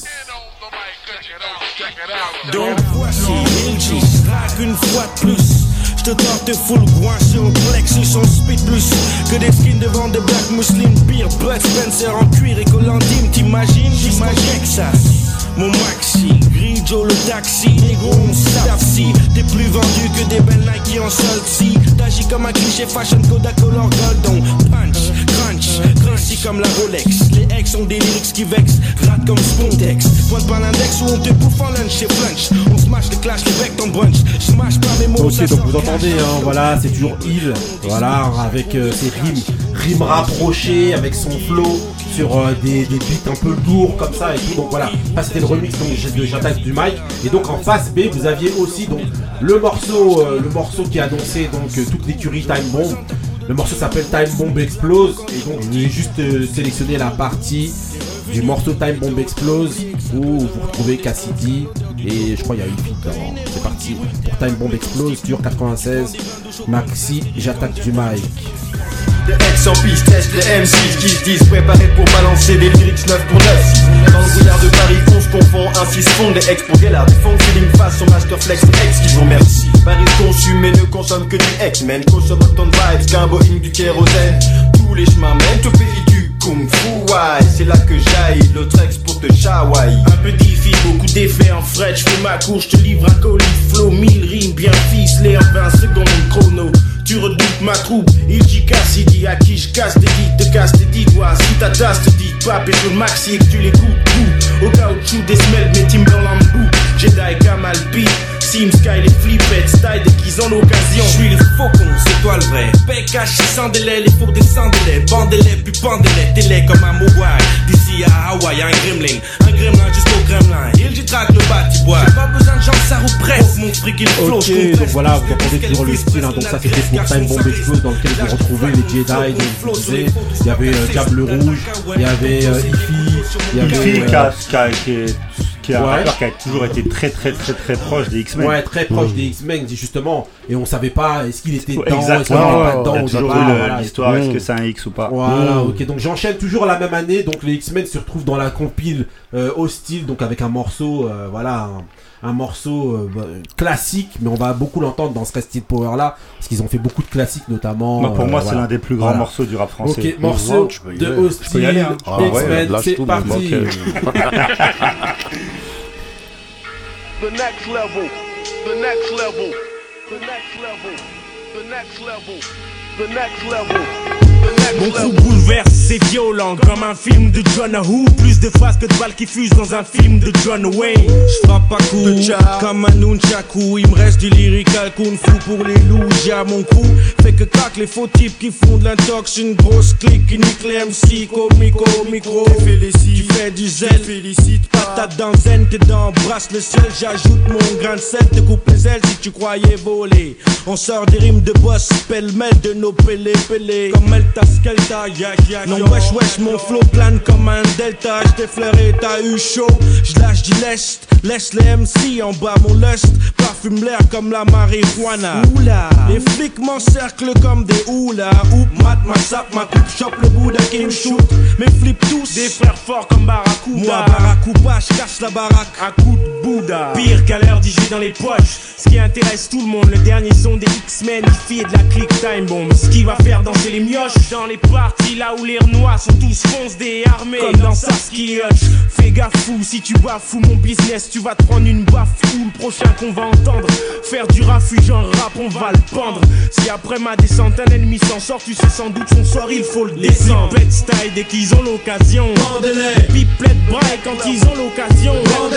Donc voici L G, rack une fois de plus. J'te torte full groin sur le plexus, son speed plus que des skins devant des black muslim beer, Bud Spencer en cuir et collandine, t'imagines, j'imagine Texas. Mon maxi, Grigio le taxi, négro on s'absi. T'es plus vendu que des belles Nike en solde si. T'agis comme un cliché fashion Kodak color gold. On punch, crunch, crazy comme la Rolex. Les ex ont des lyrics qui vexent, gratte comme Spontex. Pointe par l'index où on te bouffe en lunch chez Flunch. On smash les clash, les becs ton brunch. J'smash pas mes mots. Ok, donc vous entendez, hein, voilà, c'est toujours il, voilà, avec euh, ses rimes, rimes rapprochées, avec son flow sur euh, des, des beats un peu lourds comme ça et tout. Donc voilà, ça c'était le remix donc, de J'attaque du mic. Et donc en face B, vous aviez aussi donc le morceau, euh, le morceau qui annonçait donc euh, toute l'écurie Time Bomb. Le morceau s'appelle Time Bomb Explose. Et donc je vais juste euh, sélectionner la partie du morceau Time Bomb Explose où vous retrouvez Cassidy et je crois qu'il y a une fille dedans. C'est parti pour Time Bomb Explose sur quatre-vingt-seize maxi J'attaque du mic. Des ex en piste test les M C qui se disent préparés pour balancer des lyrics neuf pour neuf. Dans le brouillard de Paris on se confond, ainsi se font des ex pour Gellard. Des funk feeling face au Masterflex, des ex qui vous remercient. Paris consume et ne consomme que du X-Men. Consomme autant de vibes qu'un Boeing du kérosène. Tous les chemins mènent au pays du Kung Fu, ouais. C'est là que j'aille, l'autre ex pour te chawaii. Un peu diffi, beaucoup d'effets en fret. J'fais ma couche, je te livre un colis flow. Mille rimes bien ficelées en vingt secondes chrono. Tu redoutes ma troupe, il dit Cassidy, à qui je casse tes dits, te casse tes dix doigts. Si ta tasse te dit pas, et sur le maxi et que tu l'écoutes, coup. Au caoutchouc des semelles, mes Timberland bout. Jedi, Kamal, B, Sim, Sky, les flippettes, style déguisent en occasion. J'suis les faucons, c'est toi le vrai. Paix caché sans délai, les faux descendent les. Bandez-les, puis pendez-les, t'es comme un mobile. D'ici à Hawaï, un gremlin, un gremlin jusqu'au Kremlin. Il dit traque le bâti-bois. J'ai pas besoin de gens, ça roule presse. Mon fric, il flow. Ok, donc voilà, vous entendez toujours le style, hein, donc ça c'était pour Time Bomb Explose dans lequel vous retrouvez les Jedi, donc vous disiez, il y avait euh, Diable Rouge, il y avait euh, Ify, il y avait... Ify, euh, qui a, qui est, qui est un ouais. rappeur qui a toujours été très très très très proche des X-Men. Ouais, très proche mmh. des X-Men, justement, et on savait pas est-ce qu'il était dedans, exactement. est-ce qu'il était pas dedans, il y a toujours voilà, eu voilà, l'histoire, mmh. est-ce que c'est un X ou pas. Voilà, mmh. ok, donc j'enchaîne toujours la même année, donc les X-Men se retrouvent dans la compile euh, Hostile, donc avec un morceau, euh, voilà, un, un morceau euh, bah, classique, mais on va beaucoup l'entendre dans ce Rest in Power là, parce qu'ils ont fait beaucoup de classiques notamment. Moi, pour euh, moi, voilà. c'est l'un des plus grands voilà. morceaux du rap français. Ok, morceau mmh. de Hostile, aller, hein. ah, X-Men, ouais, c'est parti. The next level, the next level, the next level, the next level, the next level, the next Mon crew bouleverse, c'est violent comme un film de John Woo. Plus de phases que de balles qui fusent dans un film de John Wayne. J'frappe pas coup comme un nunchaku. Il me reste du lyrical kung fu pour les loups. J'ai à mon crew fait que craque les faux types qui font de l'intox. Une grosse clique qui nique les M C comico micro. Tu fais du zèle, félicite. Patate dans zen, t'es dans brasse le ciel. J'ajoute mon grain de sel, te coupe les ailes si tu croyais voler. On sort des rimes de boss, pêle-mêle de nos pélés pélés. Comme Elta Skelta, yak yak. Non wesh wesh, mon flow plane comme un delta. J't'effleuré, t'as eu chaud. J'lâche du lest, laisse les M C en bas mon lust. Parfume l'air comme la marijuana. Oula, les flics m'encerclent comme des houlas. Oup, mat, ma sap, ma coupe, chope le Bouddha qui me shoot. Mes flips tous, des frères forts comme Barracuda. Moi Barracuda, j'casse la baraque à coup de Bouddha. Pire qu'à l'heure d'y jouer dans les poches. Ce qui intéresse tout le monde, le dernier son des X-Men, il fait de la click time bomb. Ce qui va faire danser les mioches dans les parties là où les renois sont tous foncés et armés. Comme dans Saskia Hutch. Fais gaffe fou, si tu bafoues mon business, tu vas te prendre une baffe ou le prochain qu'on va entendre. Faire du refuge en rap, on va le pendre. Si après ma descente un ennemi s'en sort, tu sais sans doute son sort, il faut le descendre. Les style dès qu'ils ont l'occasion. Pipelette braille quand ils ont l'occasion.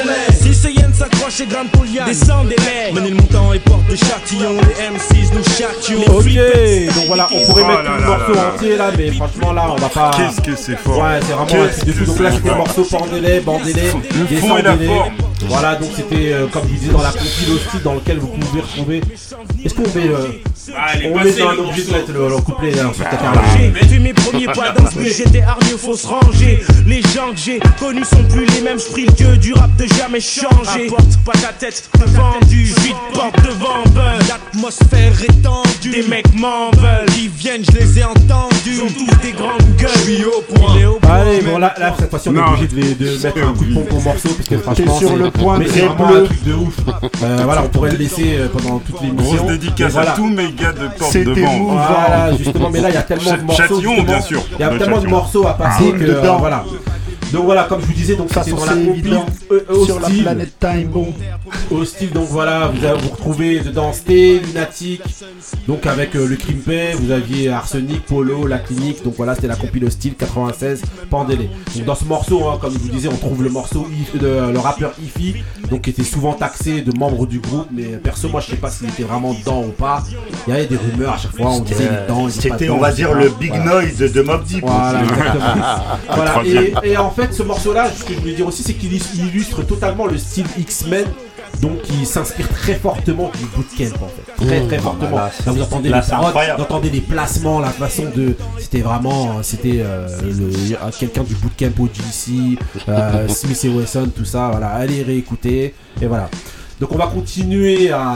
Si ce yen s'accroche et grande poliane, descendez-les. Menez le montant et porte de châtillon. Les M six nous châtillons. Ok, donc voilà, on pourrait mettre tout le morceau entier là, mais franchement là, on va pas. Qu'est-ce que c'est fort. Ouais, c'est vraiment un truc de fou. Donc là, c'était le morceau Pendez-les, Bandez-les, le fond et la forme. Voilà, donc c'était euh, comme je vous disais dans la compile aussi, dans lequel vous pouvez retrouver. Est-ce qu'on met le. Ah, on met dans un objet de mettre le, le couplet là, sur ta carte. J'ai fait mes premiers pas dans ce but, j'étais hargneux, faut se ranger. Les gens que j'ai connus sont plus les mêmes, j'prie le dieu du rap de jamais changer. Apporte pas ta tête vendue, vite porte devant buzz. L'atmosphère est tendue, des mecs m'en veulent. Ils viennent, je les ai entendus, sont tous des grandes gueules. J'suis au point. Allez, bon là, là cette fois-ci on est obligé de, les, de mettre un coup de pompe au morceau parce que franchement sur le point mais c'est vraiment un truc de ouf. Euh, voilà, on pourrait le laisser pendant toute l'émission. Grosse dédicace voilà. à tous mes gars de porte C'était devant. mou. Voilà, justement, mais là il y a tellement de morceaux. Châtillon, bien sûr. Il y a De tellement de Châtillon. morceaux à passer Ah, que dedans. euh, voilà. Donc voilà, comme je vous disais, donc Ça c'était sont dans la c'est compil évident. euh, Sur la hostile. planète Time Bomb. Hostile, donc voilà, vous, avez, vous retrouvez dedans Sté, Lunatic, donc avec euh, le Crimpé, vous aviez Arsenic, Polo, La Clinique, donc voilà, c'était la compil Hostile quatre-vingt-seize, Pendez-les. Donc dans ce morceau, hein, comme je vous disais, on trouve le morceau de euh, le rappeur Ify, donc qui était souvent taxé de membre du groupe, mais perso, moi je sais pas s'il était vraiment dedans ou pas. Il y avait des rumeurs à chaque fois, on disait il est dedans, il est pas C'était, dedans, on va je sais dire, pas. le Big Voilà. Noise de Mobb Deep. Voilà, exactement. Voilà, Troisième. et, et en fait, ce morceau-là, ce que je voulais dire aussi, c'est qu'il il illustre totalement le style X-Men. Donc il s'inspire très fortement du bootcamp en fait, très très fortement. là, Là, vous entendez là, les c'est paroles, incroyable. vous entendez les placements, la façon de, c'était vraiment, c'était euh, le- quelqu'un du bootcamp O G C, euh, Smith et Wesson, tout ça. Voilà, allez réécouter et voilà. Donc on va continuer à,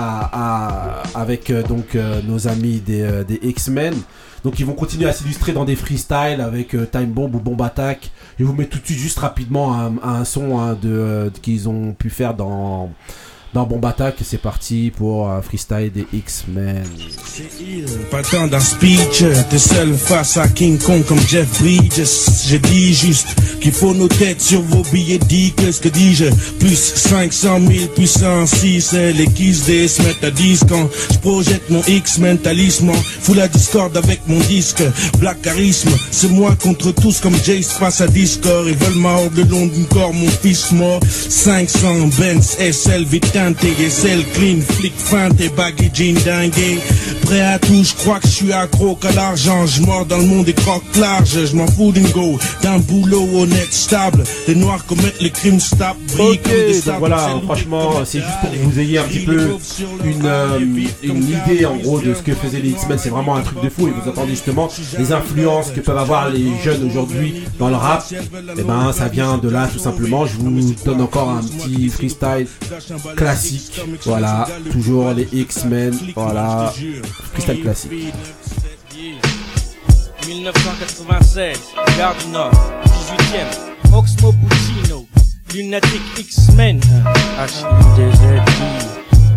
à- avec euh, donc euh, nos amis des, euh, des X-Men. Donc ils vont continuer à s'illustrer dans des freestyles avec euh, Time Bomb ou Bomb Attack. Je vous mets tout de suite juste rapidement un, un son hein, de, euh, qu'ils ont pu faire dans, dans Bomb Attack. C'est parti pour un freestyle des X-Men. Pas le temps d'un speech, t'es seul face à King Kong comme Jeff Bridges. J'ai dit juste qu'il faut nos têtes sur vos billets dix, qu'est-ce que dis-je? Plus cinq cent mille puissance six, les Kiss Day se mettent à dix quand je projette mon X-Men talisman. Fous la discorde avec mon disque, Black Charisme, c'est moi contre tous comme Jace face à Discord. Ils veulent ma horde le long d'une corps, mon fils mort. cinq cents Benz, S L, Vitin, T S L, clean, flic, fin, tes baggy jean dingue. Prêt à tout, je crois que je suis accro qu'à l'argent. Je mords dans le monde des crocs larges. Je m'en fous d'une go, d'un boulot honnête, stable. Les noirs commettent les crimes stable. Ok, donc voilà, franchement, c'est juste pour que vous ayez un petit peu une, euh, une idée en gros de ce que faisaient les X-Men. C'est vraiment un truc de fou et vous entendez justement les influences que peuvent avoir les jeunes aujourd'hui dans le rap. Et ben ça vient de là tout simplement. Je vous donne encore un petit freestyle classique. Voilà, toujours les X-Men. Voilà, freestyle classique. dix-neuf cent quatre-vingt-seize, Gare du Nord, dix-huitième, Oxmo Puccino, Lunatic X-Men, H I D Z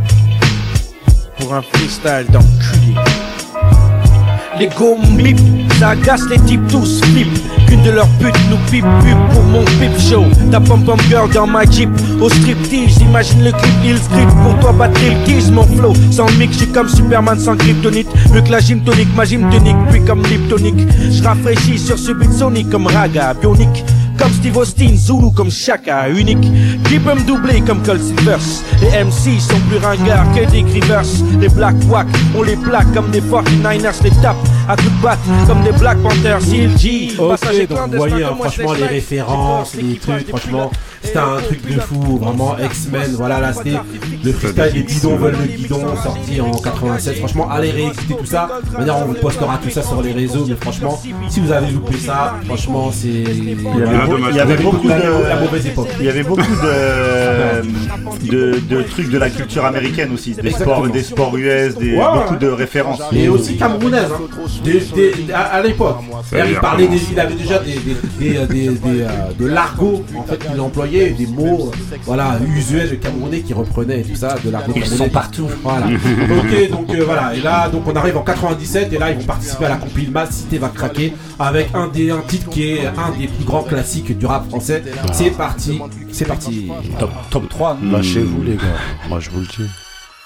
I, pour un freestyle d'enculé. Les go mip, Ça agace les types tous flippent. Qu'une de leurs putes nous pipe pub pour mon pip show. Ta pom-pom girl dans ma jeep au striptease. Imagine le clip, il script pour toi battre le tease. Mon flow sans mix, j'suis comme Superman sans kryptonite. Mieux que la gym tonique, ma gym tonique, puis comme Liptonic. J'rafraîchis sur ce beat sonique comme Raga, bionique. Comme Steve Austin, Zulu comme Chaka, unique. Qui peut me doubler comme Cold Silvers. Les M C sont plus ringards que des Rivers. Les Black Wack, on les plaque comme des forty-niners. Les tape à coups de batte comme des Black Panthers. C L G. Ok, donc vous voyez, hein, franchement, les références, les trucs, franchement, c'était un truc de fou, vraiment X-Men. Voilà, là, c'était le freestyle des bidons veulent le guidon, sorti en quatre-vingt-sept. Franchement, allez réécouter tout ça. D'ailleurs, on vous postera tout ça sur les réseaux, mais franchement, si vous avez loupé ça, franchement, c'est. Il y avait beaucoup de la mauvaise époque. Il y avait beaucoup de, de, de trucs de la culture américaine aussi, des sports, des sports U S, des, ouais, beaucoup ouais. de références. Et aussi camerounaise, hein. des, des, à, à l'époque. Il parlait des, il avait déjà des, des, des, des, des euh, de l'argot en fait qu'il employait, des mots, voilà, usuels de camerounais qui reprenaient et tout ça, de l'argot camerounais. Ils sont partout. Voilà. Ok, donc euh, voilà. Et là, donc on arrive en quatre-vingt-dix-sept et là ils vont participer à la compil Ma Cité va craquer avec un des un titre qui est un des plus grands classiques du rap français. C'est parti, c'est parti. Top, top trois, lâchez-vous les gars, moi je vous le dis.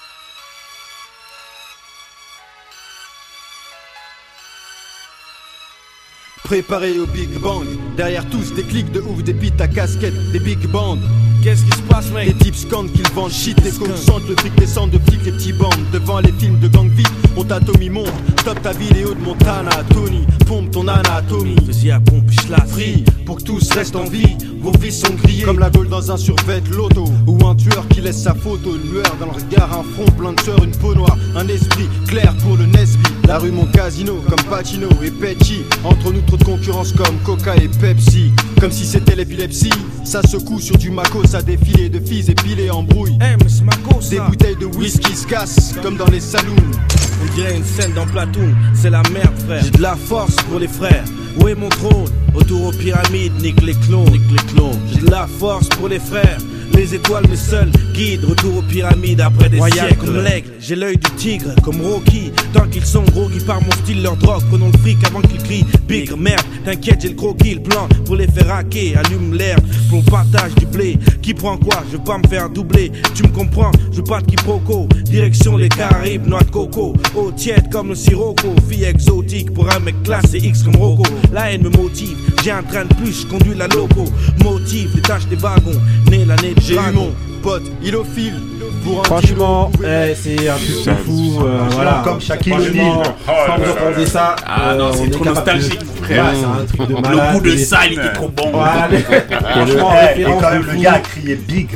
Préparé au Big Bang, derrière tous des clics de ouf, des bites à casquette, des big bands. Qu'est-ce qui se passe, mec? Les types scandent qu'ils vendent shit, les cons sentent le fric descend de flics, les petits bandes. Devant les films de gang vite, on t'atomie monte. Stop ta vidéo de Montana, Tony, pompe ton anatomie. Vas-y à pompe, je la free, pour que tous restent en vie. Vos vies sont grillées, comme la gaule dans un survêt loto. Ou un tueur qui laisse sa photo, une lueur dans le regard, un front plein de sueur, une peau noire. Un esprit clair pour le Nesby. La rue mon casino, comme Pacino et Pecci. Entre nous trop de concurrence comme Coca et Pepsi. Comme si c'était l'épilepsie, ça secoue sur du Mako. Ça défilé de filles épilées en brouille. Hey, mais c'est Mako, ça. Des bouteilles de whisky se cassent comme dans les saloons. On dirait une scène dans Platoon, c'est la merde frère. J'ai de la force pour les frères. Où est mon trône? Autour aux pyramides, nique les clones, nique les clones. J'ai de la force pour les frères. Les étoiles mes seuls guides, retour aux pyramides après des Royal siècles. Comme l'aigle, j'ai l'œil du tigre, comme Rocky. Tant qu'ils sont gros, qui par mon style leur drogue. Prenons le fric avant qu'ils crient bigre, merde. T'inquiète, j'ai le croquis, le plan pour les faire hacker. Allume l'air, pour le partage du blé. Qui prend quoi? Je veux pas me faire doubler. Tu me comprends? Je veux pas de quiproquo. Direction les Caraïbes, noix de coco. Eau tiède comme le sirocco. Fille exotique pour un mec classe et X comme Rocco. La haine me motive, j'ai un train de plus, je conduis la loco. Motive, détache des wagons. Né l'année de j'ai eu mon pote, il au fil. Franchement, eh, c'est un truc de fou. Euh, voilà, comme Shaquille O'Neal. Quand vous entendez ça, ah non, c'est trop nostalgique. C'est un truc de malade. Le goût de ça, il était trop bon. Voilà, franchement, et quand même le gars a crié bigre.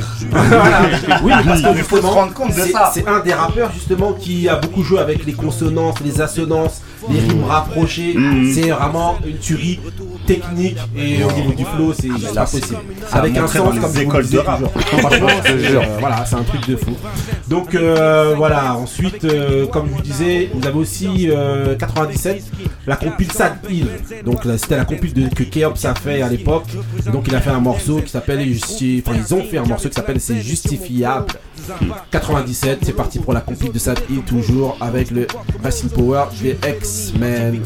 Oui, parce que il faut se rendre compte de ça. C'est un des rappeurs justement qui a beaucoup joué avec les consonances, les assonances, les rimes rapprochées. Mmh. C'est vraiment une tuerie technique et au niveau du flow, c'est pas possible. Avec un sens comme écoles de rap. Franchement, voilà, c'est un truc de fou. Donc euh, voilà, ensuite, euh, comme je vous disais, vous avez aussi euh, quatre-vingt-dix-sept, la compile Sad Hill. Donc là, c'était la compile de, que Keops a fait à l'époque. Et donc il a fait un morceau qui s'appelle, enfin ils ont fait un morceau qui s'appelle C'est Justifiable. quatre-vingt-dix-sept, c'est parti pour la compile de Sad Hill, toujours avec le Racing Power des X-Men.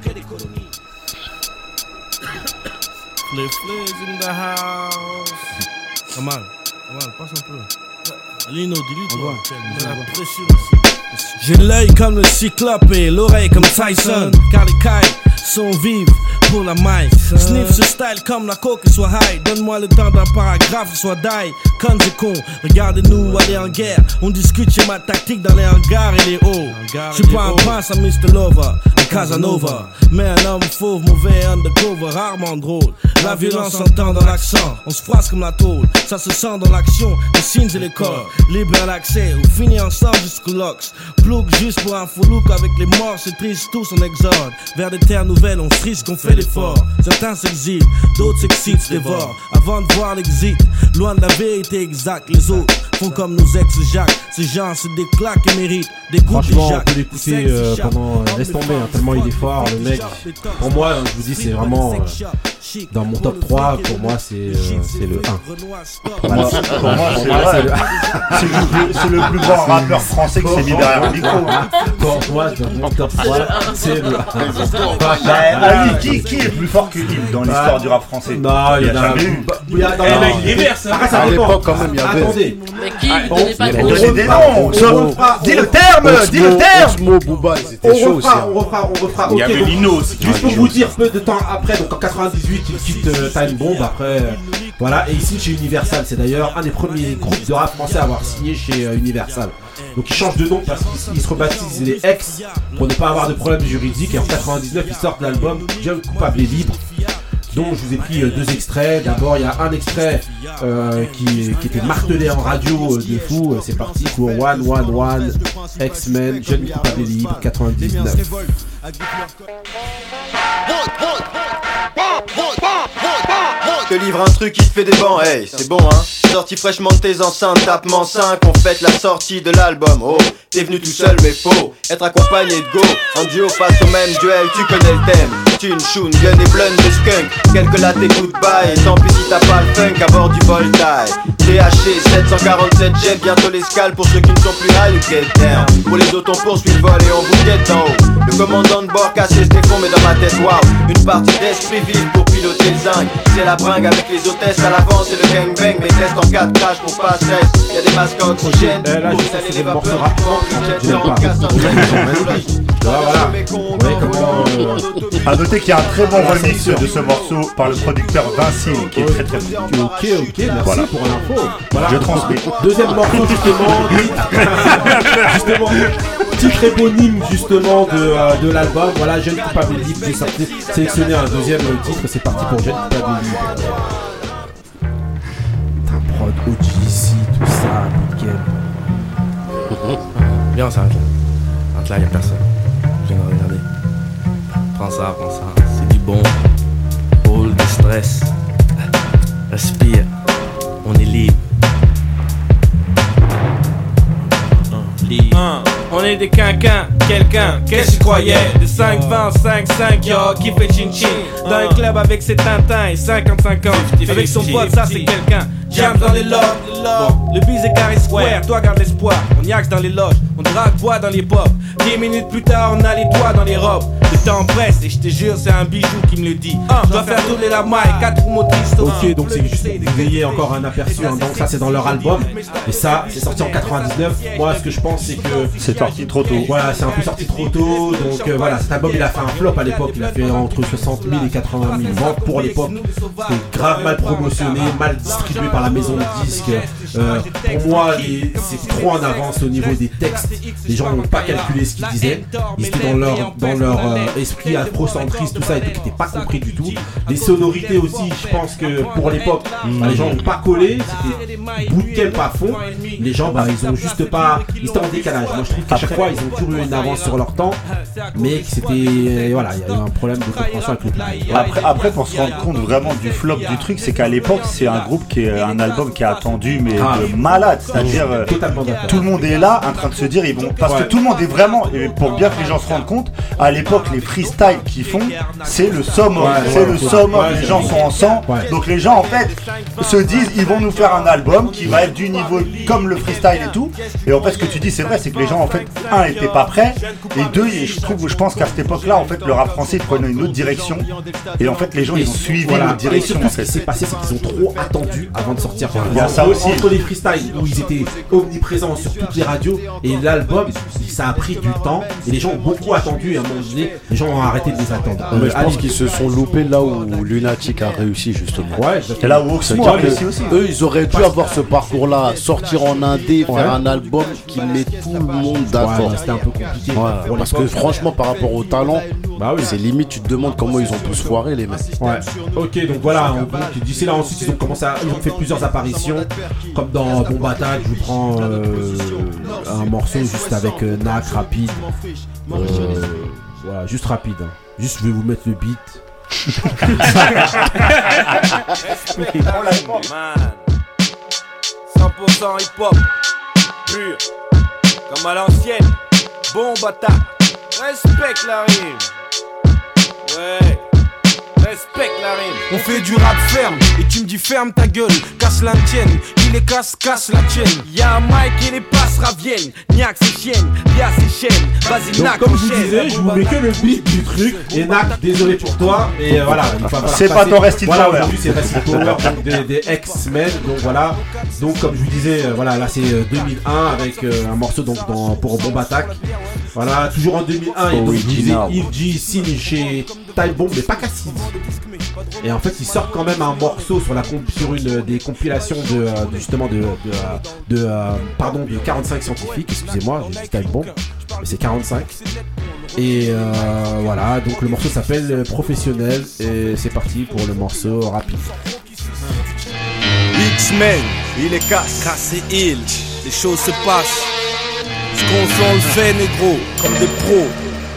Les flares in the house. Come on, come on, passe un peu. Lino, dis-lui, la pression ici. J'ai l'œil comme le cyclope et l'oreille comme Tyson. Car les cailles sont vives pour la maille. Sniff ce style comme la coke et soit high. Donne-moi le temps d'un paragraphe, soit die. Cons et cons, regardez-nous aller en guerre. On discute chez ma tactique dans les hangars et les hauts. J'suis pas un prince à mister Lover, un Casanova. Mais un homme fauve, mauvais undercover, rarement drôle. La violence s'entend dans l'accent, on se froisse comme la tôle. Ça se sent dans l'action, les signes et les corps. Libre à l'accès, on finit ensemble jusqu'au Lox. Plouc juste pour un faux look avec les morts, c'est triste tous en exode. Vers des terres nouvelles, on frise qu'on fait l'effort. Certains s'exilent, d'autres s'excitent, se dévorent. Avant de voir l'exit, loin de la vérité exacte. Les autres font comme nos ex-Jacques. Ces gens se déclaquent et méritent des coups de Franchement, on peut l'écouter euh, pendant. Euh, laisse tomber, hein, tellement il est fort, le mec. Pour moi, je vous dis, c'est vraiment. Euh, dans mon top trois, pour moi, c'est euh, c'est le un. Pour moi, pour moi, c'est vrai. c'est le- C'est le, c'est le plus grand rappeur français qui s'est mis derrière le micro. Pour moi, dans mon top trois, c'est le un. Ah oui, qui, qui est plus fort que Lille dans l'histoire du rap français? Non, il y en a jamais eu. Il y a- non, Eh, non, mec, il est vert, ça. Après, ça À dépend. l'époque, quand même, il y avait- Attendez. Mais qui On- Donnez pas il y de avait nom. Donnez des noms. on refera- Dis le terme, dis le terme. Osmo, Booba, ils étaient On chauds aussi. refera, hein. on refera, on refera. Il y Ok, avait donc, Lino aussi. juste pour vous dire, peu de temps après, donc en quatre-vingt-dix-huit, il quitte euh, Time Bomb. Après, euh, voilà, et il signe chez Universal. C'est d'ailleurs un des premiers groupes de rap français à avoir signé chez euh, Universal. Donc il change de nom parce qu'il il se rebaptise les X pour ne pas avoir de problème juridique. Et en quatre-vingt-dix-neuf, il sort l'album Jeune Coupable et Libre, dont je vous ai pris euh, deux extraits. D'abord, il y a un extrait euh, qui, qui était martelé en radio euh, de fou. Euh, C'est parti pour One One One, X-Men, Jeune Coupable et Libre, quatre-vingt-dix-neuf. Je te livre un truc qui te fait des bancs, hey, c'est bon hein. Sorti fraîchement de tes enceintes, tapement cinq, on fête la sortie de l'album. Oh, t'es venu tout seul mais faux, être accompagné de go. En duo face au même duel, tu connais le thème. Thune, choune, gun et blunts de skunk. Quelques lattes et goodbye, et tant pis si t'as pas le funk à bord du Voltaire. T H C sept cent quarante-sept jet, bientôt l'escale pour ceux qui ne sont plus high ou get down. Pour les autres on poursuit le vol et on bouquette d'en haut. Le commandant de bord cassé ses fonds mais dans ma tête waouh. Une partie d'esprit vive pour piloter le zinc. C'est la bringue avec les hôtesses à l'avant, c'est le gangbang. Mais test en quatre crash pour pas stress. Y'a des masques à oxygène. Eh, là, pour j'ai sceller sorti les le morceau vapeurs. rapidement. Je l'aime pas. Voilà, voilà. Vous voyez comment. euh, A noter qu'il y a un très bon remix de ce morceau par le producteur Vinci qui est très très bon. Ok, ok, merci Voilà. pour l'info. Voilà. Je transmets. Deuxième morceau, justement. titre- justement, titre éponyme, justement, de, euh, de l'album. Voilà, Jeune Coupable et Libre. J'ai sorti- sélectionné un deuxième euh, titre. C'est parti pour Jeune Coupable et Libre. Putain, prod, O G C, tout ça, nickel. Viens, on s'arrête là. Arrête là, y'a personne. Je viens de regarder. Prends ça, prends ça. C'est du bon. Hold the stress. Respire. On est libre. Un. On est des quinquins, quelqu'un, qu'est-ce que tu croyais? De cinq vingt, cinq cinq, yo, qui fait chin-chin. Dans un club avec ses tintins et cinquante-cinq ans. Avec son pote, ça c'est quelqu'un. Jam dans les loges, bon, le bise est carré square, toi garde l'espoir. On y axe dans les loges, on drague bois dans les pop. Dix minutes plus tard, on a les doigts dans les robes. Le temps presse et je te jure, c'est un bijou qui me le dit. Je dois faire tourner la maille, quatre roues motrices. Ok, donc c'est juste pour que vous ayez encore un aperçu. Hein. Donc ça, c'est dans leur album. Et ça, c'est sorti en quatre-vingt-dix-neuf. Moi, ce que je pense, c'est que C'est sorti trop tôt. voilà, c'est un peu sorti trop tôt. Donc euh, voilà, cet album, il a fait un flop à l'époque. Il a fait entre soixante mille et quatre-vingt mille ventes pour l'époque. C'était grave mal promotionné, mal distribué par la maison de disques. Euh, pour moi, les- c'est trop en avance au niveau des textes. Les gens n'ont pas calculé ce qu'ils disaient. Ils étaient dans leur, dans leur euh, esprit afrocentriste, tout ça, et qui n'était pas compris du tout. Les sonorités aussi, je pense que pour l'époque, bah, les gens n'ont pas collé. C'était bootcamp à fond. Les gens, bah, ils ont juste pas. Ils étaient en décalage. Moi, je trouve qu'à chaque fois, ils ont toujours eu une avance sur leur temps. Mais que c'était. Voilà, il y a eu un problème de compréhension avec le public. Après, après, pour se rendre compte vraiment du flop du truc, c'est qu'à l'époque, c'est un groupe qui est un album qui est attendu, mais Ah. de malade. C'est-à-dire, euh, Totalement d'accord. tout le monde est là en train de se dire, ils vont. Parce Ouais. que tout le monde est vraiment. Et pour bien que les gens se rendent compte, à l'époque, les freestyles qu'ils font, c'est le summum. Ouais, c'est ouais, le ouais. summum. Ouais, les c'est gens vrai. sont en sang. Ouais. Donc les gens, en fait, se disent, ils vont nous faire un album qui va être du niveau comme le freestyle et tout. Et en fait, ce que tu dis, c'est vrai, c'est que les gens, en fait, un, étaient pas prêts. Et deux, je trouve, je pense qu'à cette époque-là, en fait, le rap français prenait une autre direction. Et en fait, les gens, ils ont suivi Voilà. notre direction. Et surtout, En ce qui fait. s'est passé, c'est qu'ils ont trop attendu avant de sortir. Il y a ça En- aussi. Entre les freestyles où ils étaient omniprésents sur toutes les radios et l'album, ça a pris du temps et les gens ont beaucoup attendu. Et à un moment donné, les gens ont arrêté de les attendre. Mais Euh, je pense allez. qu'ils se sont loupés là où Lunatic a réussi justement. Ouais, C'est là où Oxmo a C'est-à-dire réussi que aussi. eux, ils auraient dû avoir ce parcours-là, sortir en indé, faire Ouais. un album qui met tout le monde Ouais, d'accord. mais c'était un peu compliqué. Voilà, pour parce que l'époque. franchement, par rapport au talent, Bah oui. c'est limite, tu te demandes comment ils ont pu se foirer, les mecs. Ouais. Ok, donc voilà. Donc, d'ici là, ensuite, ils ont commencé à, ils ont fait plusieurs apparitions, comme dans Bomb Attack. Je vous prends euh, un morceau juste avec euh, Nak rapide. Euh, voilà, juste rapide. hein. Juste, je vais vous mettre le beat. Man. cent pour cent hip-hop, pur, comme à l'ancienne, bon bâtard, respecte la rime. Ouais, Respecte la rime. On fait du rap ferme et tu me dis ferme ta gueule, casse la tienne. Il est casse, casse la tienne. Y'a un mic et les passes raviennent. Niaque ses chiennes, y'a ses chaînes. Vas-y, Donc Nac, comme je vous enchaîne. disais, je vous mets que le beat du truc. Et Nac, désolé pour toi, mais euh, voilà, il va falloir C'est pas passer- ton Rest in Voilà, Power. aujourd'hui c'est Rest in Power, donc des, des X-Men, donc voilà. Donc comme je vous disais, euh, voilà, là c'est euh, deux mille un avec euh, un morceau donc dans, pour Bomb Attack. Voilà, toujours en deux mille un, et donc je vous disais, Original. Il G signe chez Time Bomb, mais pas Cassidy. Et en fait, ils sortent quand même un morceau sur la comp- sur une des compilations de, euh, de justement de de, euh, de, euh, pardon de quarante-cinq scientifiques. Excusez-moi, j'ai dit Time Bomb, mais c'est quarante-cinq. Et euh, voilà, donc le morceau s'appelle euh, Professionnel et c'est parti pour le morceau rapide. X-Men, il est casse, casse et il. Les choses se passent. Ce qu'on fait, on le fait, négro, comme des pros.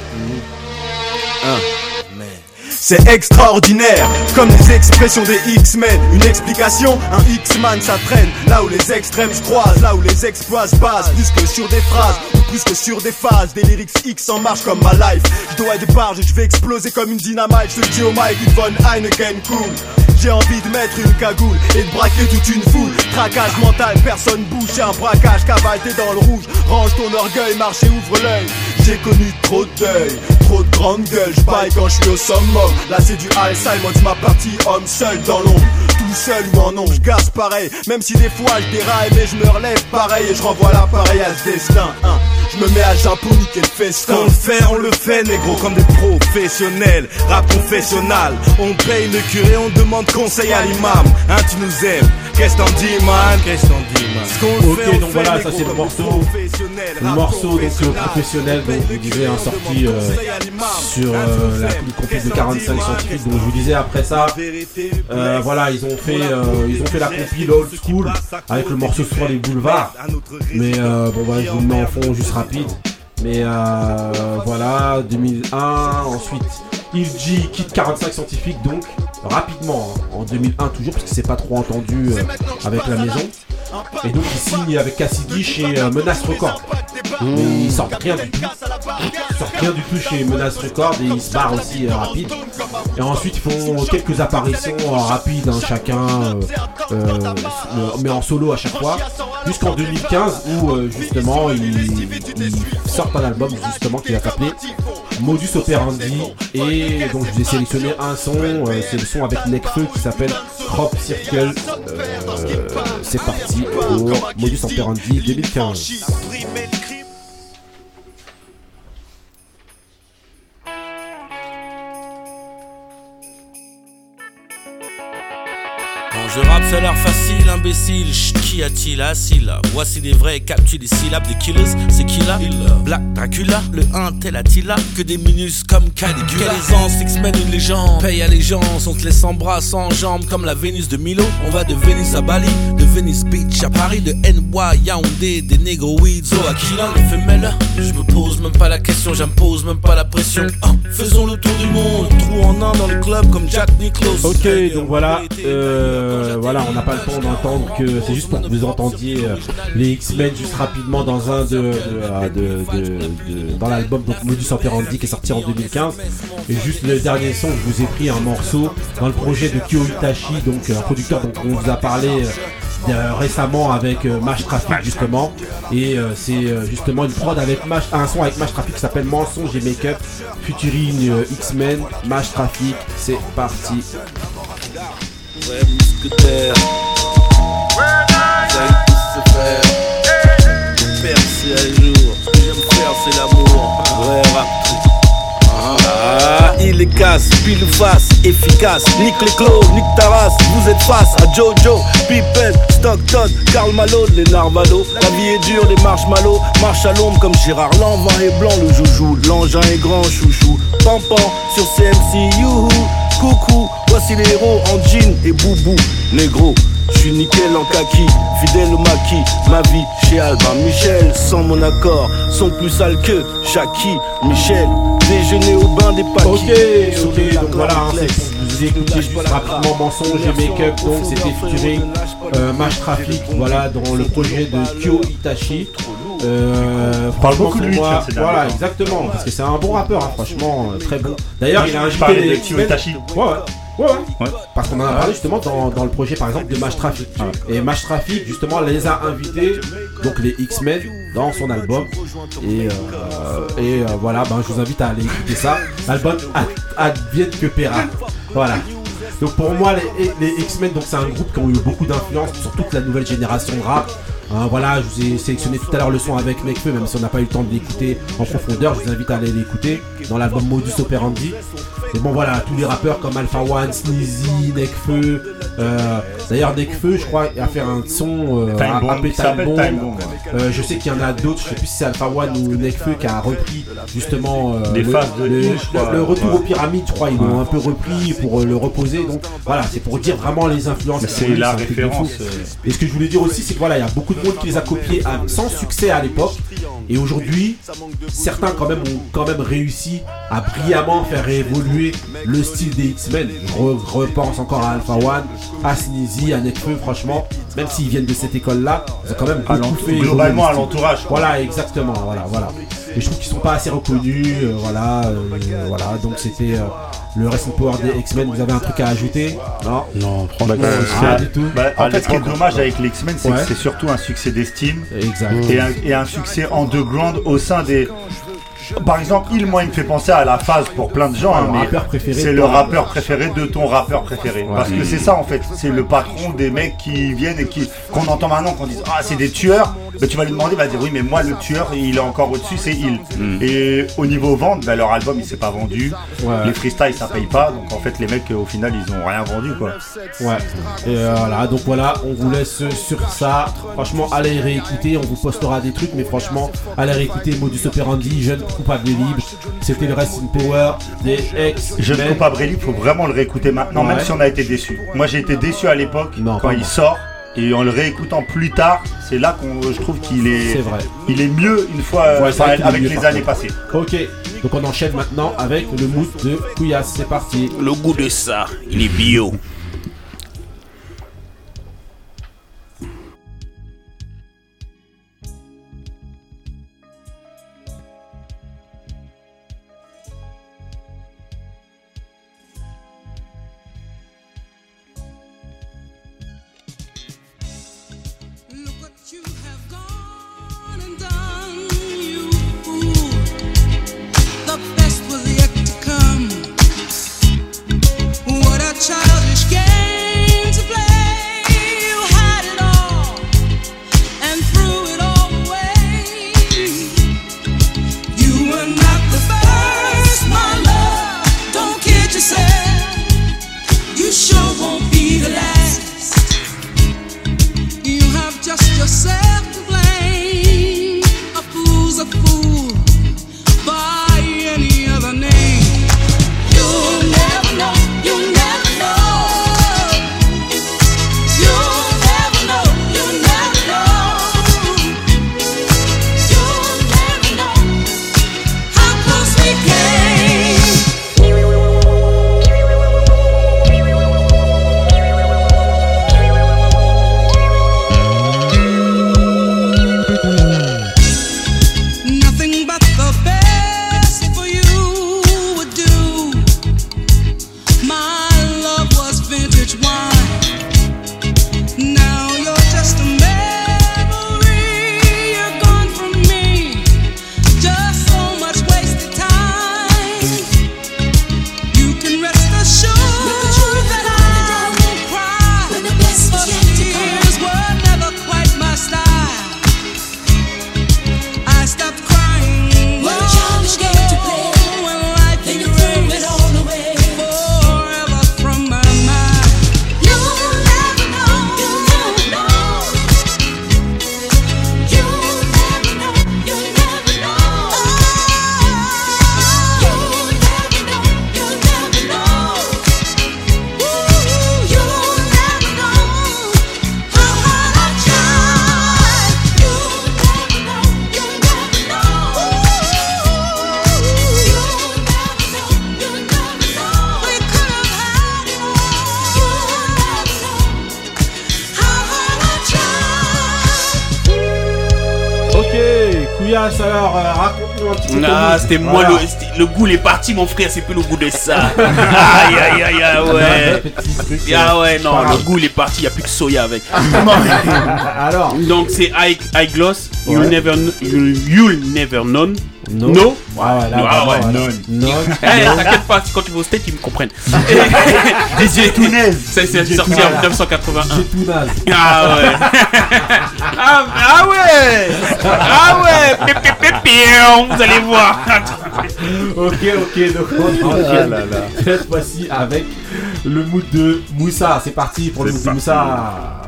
Un. C'est extraordinaire, comme les expressions des X-Men. Une explication, un X-Man ça traîne. Là où les extrêmes se croisent, là où les exploits se basent. Plus que sur des phrases, ou plus que sur des phases. Des lyrics X en marche comme ma life. Je dois des barges, je vais exploser comme une dynamite. Je te le dis au mic, une bonne Heineken cool. J'ai envie de mettre une cagoule et de braquer toute une foule. Traquage mental, personne bouge, c'est un braquage. Cavale, t'es dans le rouge, range ton orgueil, marche et ouvre l'œil. J'ai connu trop de deuil, trop de grande gueule. J'paille quand je suis au summum. Là c'est du Alzheimer, c'est ma partie homme seul dans l'ombre. Tout seul ou en ombre, j'gasse pareil. Même si des fois je déraille, mais je me relève pareil. Et je renvoie l'appareil à ce destin, hein. Je me mets à Japon, niquer le festin. On le fait, on le fait, négro, comme des professionnels. Rap confessionnal, on paye le curé, on demande conseil à l'imam. Hein, tu nous aimes, qu'est-ce t'en dis, man? Qu'est-ce t'en dis, man? Ce qu'on Ok, fait, on donc le voilà, fait, ça négro, c'est le comme morceau. des professionnels. Le Rap morceau donc le confessionnal. professionnel, donc je vous disais, hein, sorti euh, sur euh, la compil de quarante-cinq scientifiques. Donc je vous disais après ça, euh, voilà, ils ont fait, euh, ils ont fait la compil old school avec le morceau sur les boulevards. Mais euh, bon voilà, je vous le mets en fond juste rapide. Mais euh, voilà, deux mille un, ensuite Il G quitte quarante-cinq scientifiques donc rapidement hein, en deux mille un toujours parce que c'est pas trop entendu euh, avec la maison. Et donc il signe avec Cassidy chez euh, Menace Records. Mmh. Mais ils sortent rien du tout. Ils sortent rien du tout chez Menace Records et ils se barrent aussi euh, rapide. Et ensuite ils font quelques apparitions euh, rapides hein, chacun, euh, euh, mais en solo à chaque fois. Jusqu'en deux mille quinze où euh, justement ils, ils sortent un album justement qui va s'appeler Modus Operandi. Et donc je vous ai sélectionné un son, euh, c'est le son avec Nekfeu qui s'appelle Crop Circle. Euh, c'est parti pour Modus Operandi deux mille quinze. Quand je rappe, ça a l'air facile, imbécile. Chut, qui a-t-il assis là? Voici les vrais captus des syllabes des killers. C'est qui là? Black Dracula, le un tel Attila. Que des minus comme Caligula. Quelle aisance, X-Men une légende. Paye allégeance, on te laisse en bras, sans jambes. Comme la Vénus de Milo. On va de Venise à Bali, de Venice Beach à Paris, de N Y Yaoundé, des négro weeds au Aquila. Les femelles, je me pose même pas la question, j'impose même pas la pression. Oh, faisons le tour du monde, trou en un dans le club comme Jack Nicklaus. Ok, donc voilà, euh, voilà, on n'a pas le temps d'entendre que c'est juste pour que vous entendiez euh, les X-Men juste rapidement dans un de, de, de, de, de dans l'album donc Modus Operandi qui est sorti en deux mille quinze. Et juste le dernier son, je vous ai pris un morceau dans le projet de Kyo Itachi, donc un producteur dont on vous a parlé euh, de, récemment avec euh, Mash Traffic justement. Et euh, c'est euh, justement une prod avec Mash, un son avec Mash Traffic qui s'appelle Mensonge et Make-up, featuring euh, X-Men, Mash Traffic. C'est parti. Ouais, mousquetaire. Ça y tous se faire. Percer à jour. Ce que j'aime faire, c'est l'amour. Vrai rap. Ah, il est casse, pile ou face, efficace. Nique les clos, nique ta race. Vous êtes face à Jojo, Pippen, Stockton, Karl Malone, les Narvalo. La vie est dure, les marshmallows. Marche à l'ombre comme Gérard Lanvin est blanc, le joujou. L'engin est grand, chouchou. Pampan sur C M C, youhou. Coucou, voici les héros en jean et boubou. Négro, je suis nickel en kaki, fidèle au maquis. Ma vie chez Albin Michel, sans mon accord, sont plus sales que Jackie, Michel. Déjeuner au bain des paquets. Ok, ok, donc voilà, hein, c'est pour vous écouter juste rapidement Mensonge et Make-up. Donc c'était featuring euh, Mash Traffic, voilà, dans le projet de Kyo Itachi. Euh, parle beaucoup de lui, tiens, c'est voilà, dingue. exactement, parce que c'est un bon rappeur, hein, franchement, euh, très bon. D'ailleurs, il a Je invité parlais les de Kyo Itachi. Ouais, ouais. Ouais, ouais. Parce qu'on en a parlé justement dans, dans le projet par exemple de Match Traffic. Ah. Et Match Traffic justement les a invités, donc les X-Men, dans son album. Et, euh, et euh, voilà, ben, je vous invite à aller écouter ça. L'album advienne que paiera. Voilà. Donc pour moi les, les X-Men, donc c'est un groupe qui ont eu beaucoup d'influence sur toute la nouvelle génération de rap. Hein, voilà, je vous ai sélectionné tout à l'heure le son avec Nekfeu, même si on n'a pas eu le temps de l'écouter en profondeur, je vous invite à aller l'écouter dans l'album Modus Operandi. Et bon voilà, tous les rappeurs comme Alpha One, Sneezy, Nekfeu, euh, d'ailleurs Nekfeu je crois a fait un son euh, Time Bomb, appelé Time Bomb. Time Bomb. Euh, je sais qu'il y en a d'autres, je sais plus si c'est Alpha One ou Nekfeu qui a repris justement euh, les le, phases de le, le, le, le retour ouais. aux pyramides, je crois, ils l'ont ouais. un peu repris pour euh, le reposer. Donc voilà, c'est pour dire vraiment les influences. C'est lui, la référence. Euh... Et ce que je voulais dire aussi, c'est que voilà, il y a beaucoup de monde qui les a copiés à, sans succès à l'époque. Et aujourd'hui, certains quand même ont quand même réussi à brillamment faire évoluer le style des X-Men. Je re- repense encore à Alpha One, à Sneezy, à Nekfeu, franchement, même s'ils viennent de cette école-là, ils ont quand même beaucoup fait globalement à l'entourage. Voilà, exactement, voilà, voilà. Et je trouve qu'ils sont pas assez reconnus, euh, voilà, euh, voilà. Donc c'était euh, le Wrestling Power des X-Men. Vous avez un truc à ajouter? Non, non, franchement, ah, du tout. Bah, en fait, ce qui est dommage avec les X-Men, c'est ouais. que c'est surtout un succès d'estime, exact. Et un, et un succès underground au sein des. Par exemple, il, moi, il me fait penser à la phase pour plein de gens. Ah, hein, mais c'est le rappeur préféré de ton rappeur préféré. Ouais. Parce que c'est ça, en fait. C'est le patron des mecs qui viennent et qui qu'on entend maintenant, qu'on dit ah c'est des tueurs. Ben, tu vas lui demander, il va dire oui, mais moi le tueur, il est encore au-dessus, c'est il. Mm. Et au niveau vente, ben, leur album, il s'est pas vendu. Ouais. Les freestyles, ça paye pas. Donc en fait, les mecs, au final, ils ont rien vendu, quoi. Ouais. Et euh, voilà. Donc voilà, on vous laisse sur ça. Franchement, allez réécouter. On vous postera des trucs, mais franchement, allez réécouter Modus Operandi, Jeune Coupable et Libre. C'était le Wrestling Power des X. Jeune Coupable et Libre, faut vraiment le réécouter maintenant, ouais. Même si on a été déçus. Moi, j'ai été déçu à l'époque non, quand il moi. sort. Et en le réécoutant plus tard, c'est là qu'on je trouve qu'il est, c'est vrai. Il est mieux une fois ouais, euh, avec les années passées. Ok, donc on enchaîne maintenant avec le mood de Couillasse. C'est parti. Le goût de ça, il est bio. Childish game to play. You had it all and threw it all away. You were not the first, my love. Don't kid yourself. You sure won't be the last. You have just yourself to blame. A fool's a fool by any other name. You'll never know. You'll never. Alors, euh, raconte-nous un petit peu. Ah, c'était moi, voilà. le, c'était, le goût est parti, mon frère, c'est plus le goût de ça. Aïe, aïe, aïe, aïe, ouais. Ah ouais, non, le goût il est parti, il n'y a plus que soya avec. Alors. Donc c'est high, high gloss, Ouais. you'll never, kn- you'll, you'll never know. No. No. Ah ouais, là, No, ah vraiment, ouais, voilà. non. Non. Eh, Non. t'inquiète pas, quand tu vas au steak, ils me comprennent. D J Ça, c'est sorti en mille neuf cent quatre-vingt-un. J'ai tout naze. Ah ouais. ah, ah ouais. Ah ouais. Pi, pi, pi, pi, vous allez voir. Ok, ok, donc on Ah enchaîne là là. cette fois-ci avec le mood de Moussa. C'est parti pour le C'est mood de Moussa.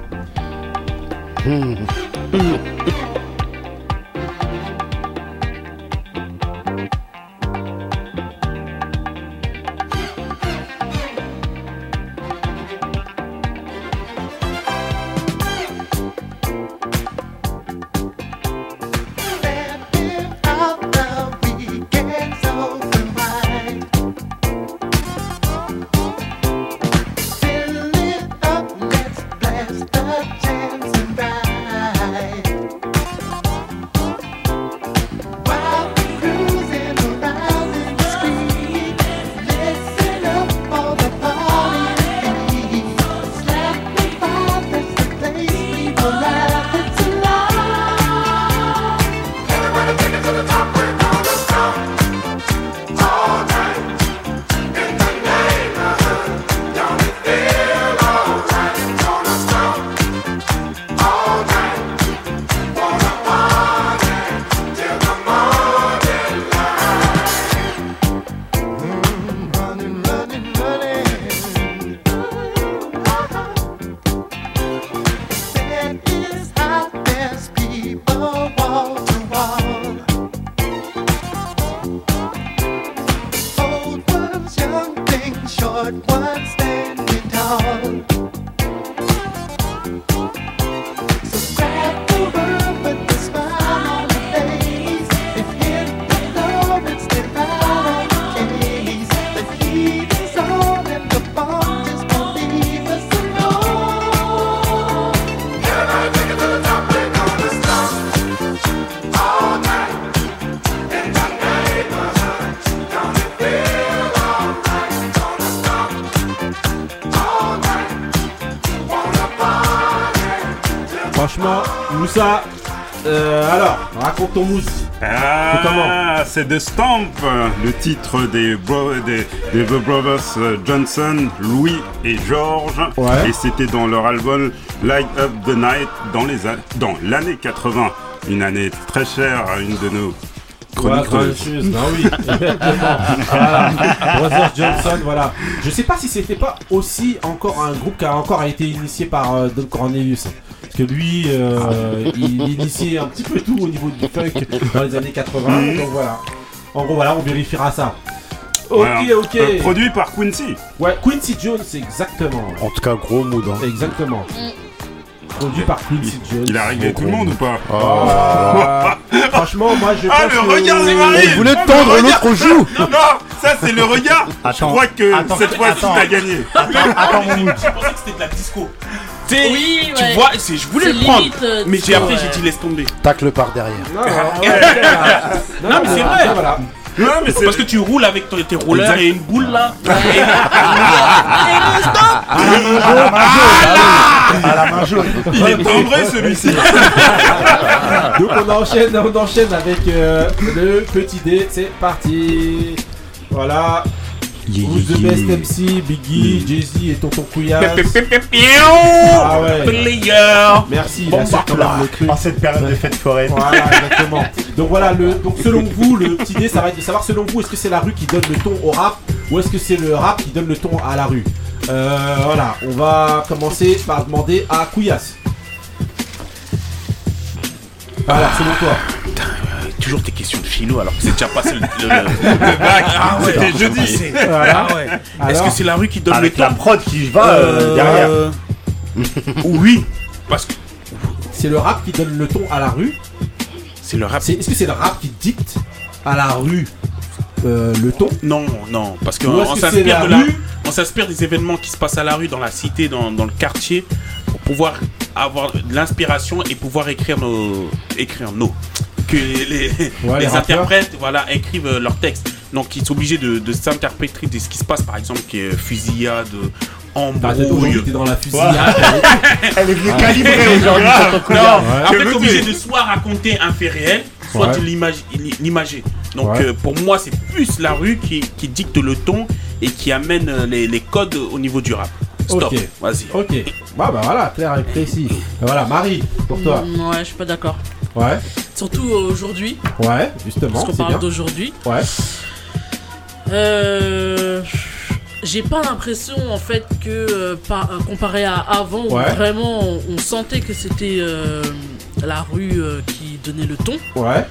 Franchement, Moussa, euh, alors, raconte ton mousse. Ah, C'est comment c'est The Stamp, le titre des, bro- des, des The Brothers euh, Johnson, Louis et George. Ouais. Et c'était dans leur album Light Up the Night dans, les a- dans l'année quatre-vingts. Une année très chère à une de nos chroniqueuses. Ouais, non, oui, exactement. Voilà. Brothers Johnson, voilà. Je sais pas si c'était pas aussi encore un groupe qui a encore été initié par euh, Don Cornelius. Parce que lui, euh, il initiait un petit peu tout au niveau du funk dans les années quatre-vingts. Donc voilà. En gros, voilà, on vérifiera ça. Ok, Voilà. ok. Euh, produit par Quincy. Ouais, Quincy Jones, exactement. En tout cas, gros mood. Hein. Exactement. Produit par Quincy Jones. Il a réglé tout le monde ou pas Oh. Franchement, moi je Ah, pense le que... regard des maris. Il voulait Oh, tendre le regard. l'autre joue. Non, ça c'est le regard. Je Attends, crois que attends, cette fois-ci attends. t'as gagné. Attends mon mood. Je pensais que c'était de la disco. Tu sais, Oui, tu ouais. vois, c'est- je voulais C'est le prendre, limite, euh, mais j'ai disco, après ouais. j'ai dit laisse tomber. Tacle par derrière. Non, ouais, ouais, non, Non, mais c'est vrai. Voilà. Non, mais c'est Parce que tu roules avec ton- tes rollers Exact. et une boule là. À la main jaune. il est timbré celui-ci. Donc on enchaîne, on enchaîne avec euh, le petit dé, c'est parti. Voilà. Who's the best M C, Biggie, Jay-Z et Tonton Couillasse. Ah ouais. Player. Merci, Bon, il a su quand même le truc. En cette période de fête foraine. Voilà, exactement. Donc voilà, le, donc selon vous, le petit dé, ça va être de savoir selon vous, est-ce que c'est la rue qui donne le ton au rap ou est-ce que c'est le rap qui donne le ton à la rue. Euh, voilà, on va commencer par demander à Couillasse. Alors, selon toi. Toujours tes questions de philo alors que c'est déjà passé le, le, le- le bac. Ah ouais, c'était jeudi. Voilà. Ah ouais. Est-ce Alors que c'est la rue qui donne Avec le la ton prod qui va euh, Euh, derrière. Oui, parce que C'est le rap qui donne le ton à la rue. c'est le rap. C'est- Est-ce que c'est le rap qui dicte à la rue euh, le ton? Non, non, parce Ou qu'on est-ce on que c'est s'inspire la de la, rue on s'inspire des événements qui se passent à la rue, dans la cité, dans, dans le quartier, pour pouvoir avoir de l'inspiration et pouvoir écrire nos, écrire nos, que les, Ouais, les les interprètes voilà, écrivent euh, leurs textes. Donc ils sont obligés de, de s'interpréter de ce qui se passe, par exemple, qui est fusillade, embrouille. Aujourd'hui, t'es dans la fusillade. Elle est venue calibrer aujourd'hui. Non, en fait, t'es obligé de soit raconter un fait réel, soit Ouais. de l'image- l'imager. Donc Ouais. euh, pour moi, c'est plus la rue qui, qui dicte le ton et qui amène euh, les, les codes au niveau du rap. Stop, Ok. vas-y. Ok. Bah, bah voilà, clair et précis. Bah, voilà, Marie, pour toi. Mm, Ouais, je suis pas d'accord. Ouais. Surtout euh, aujourd'hui. Ouais, justement. Parce qu'on c'est parle bien. d'aujourd'hui. Ouais. Euh, j'ai pas l'impression en fait que euh, par, euh, comparé à avant où Ouais. vraiment on, on sentait que c'était euh, la rue euh, qui donnait le ton. Ouais.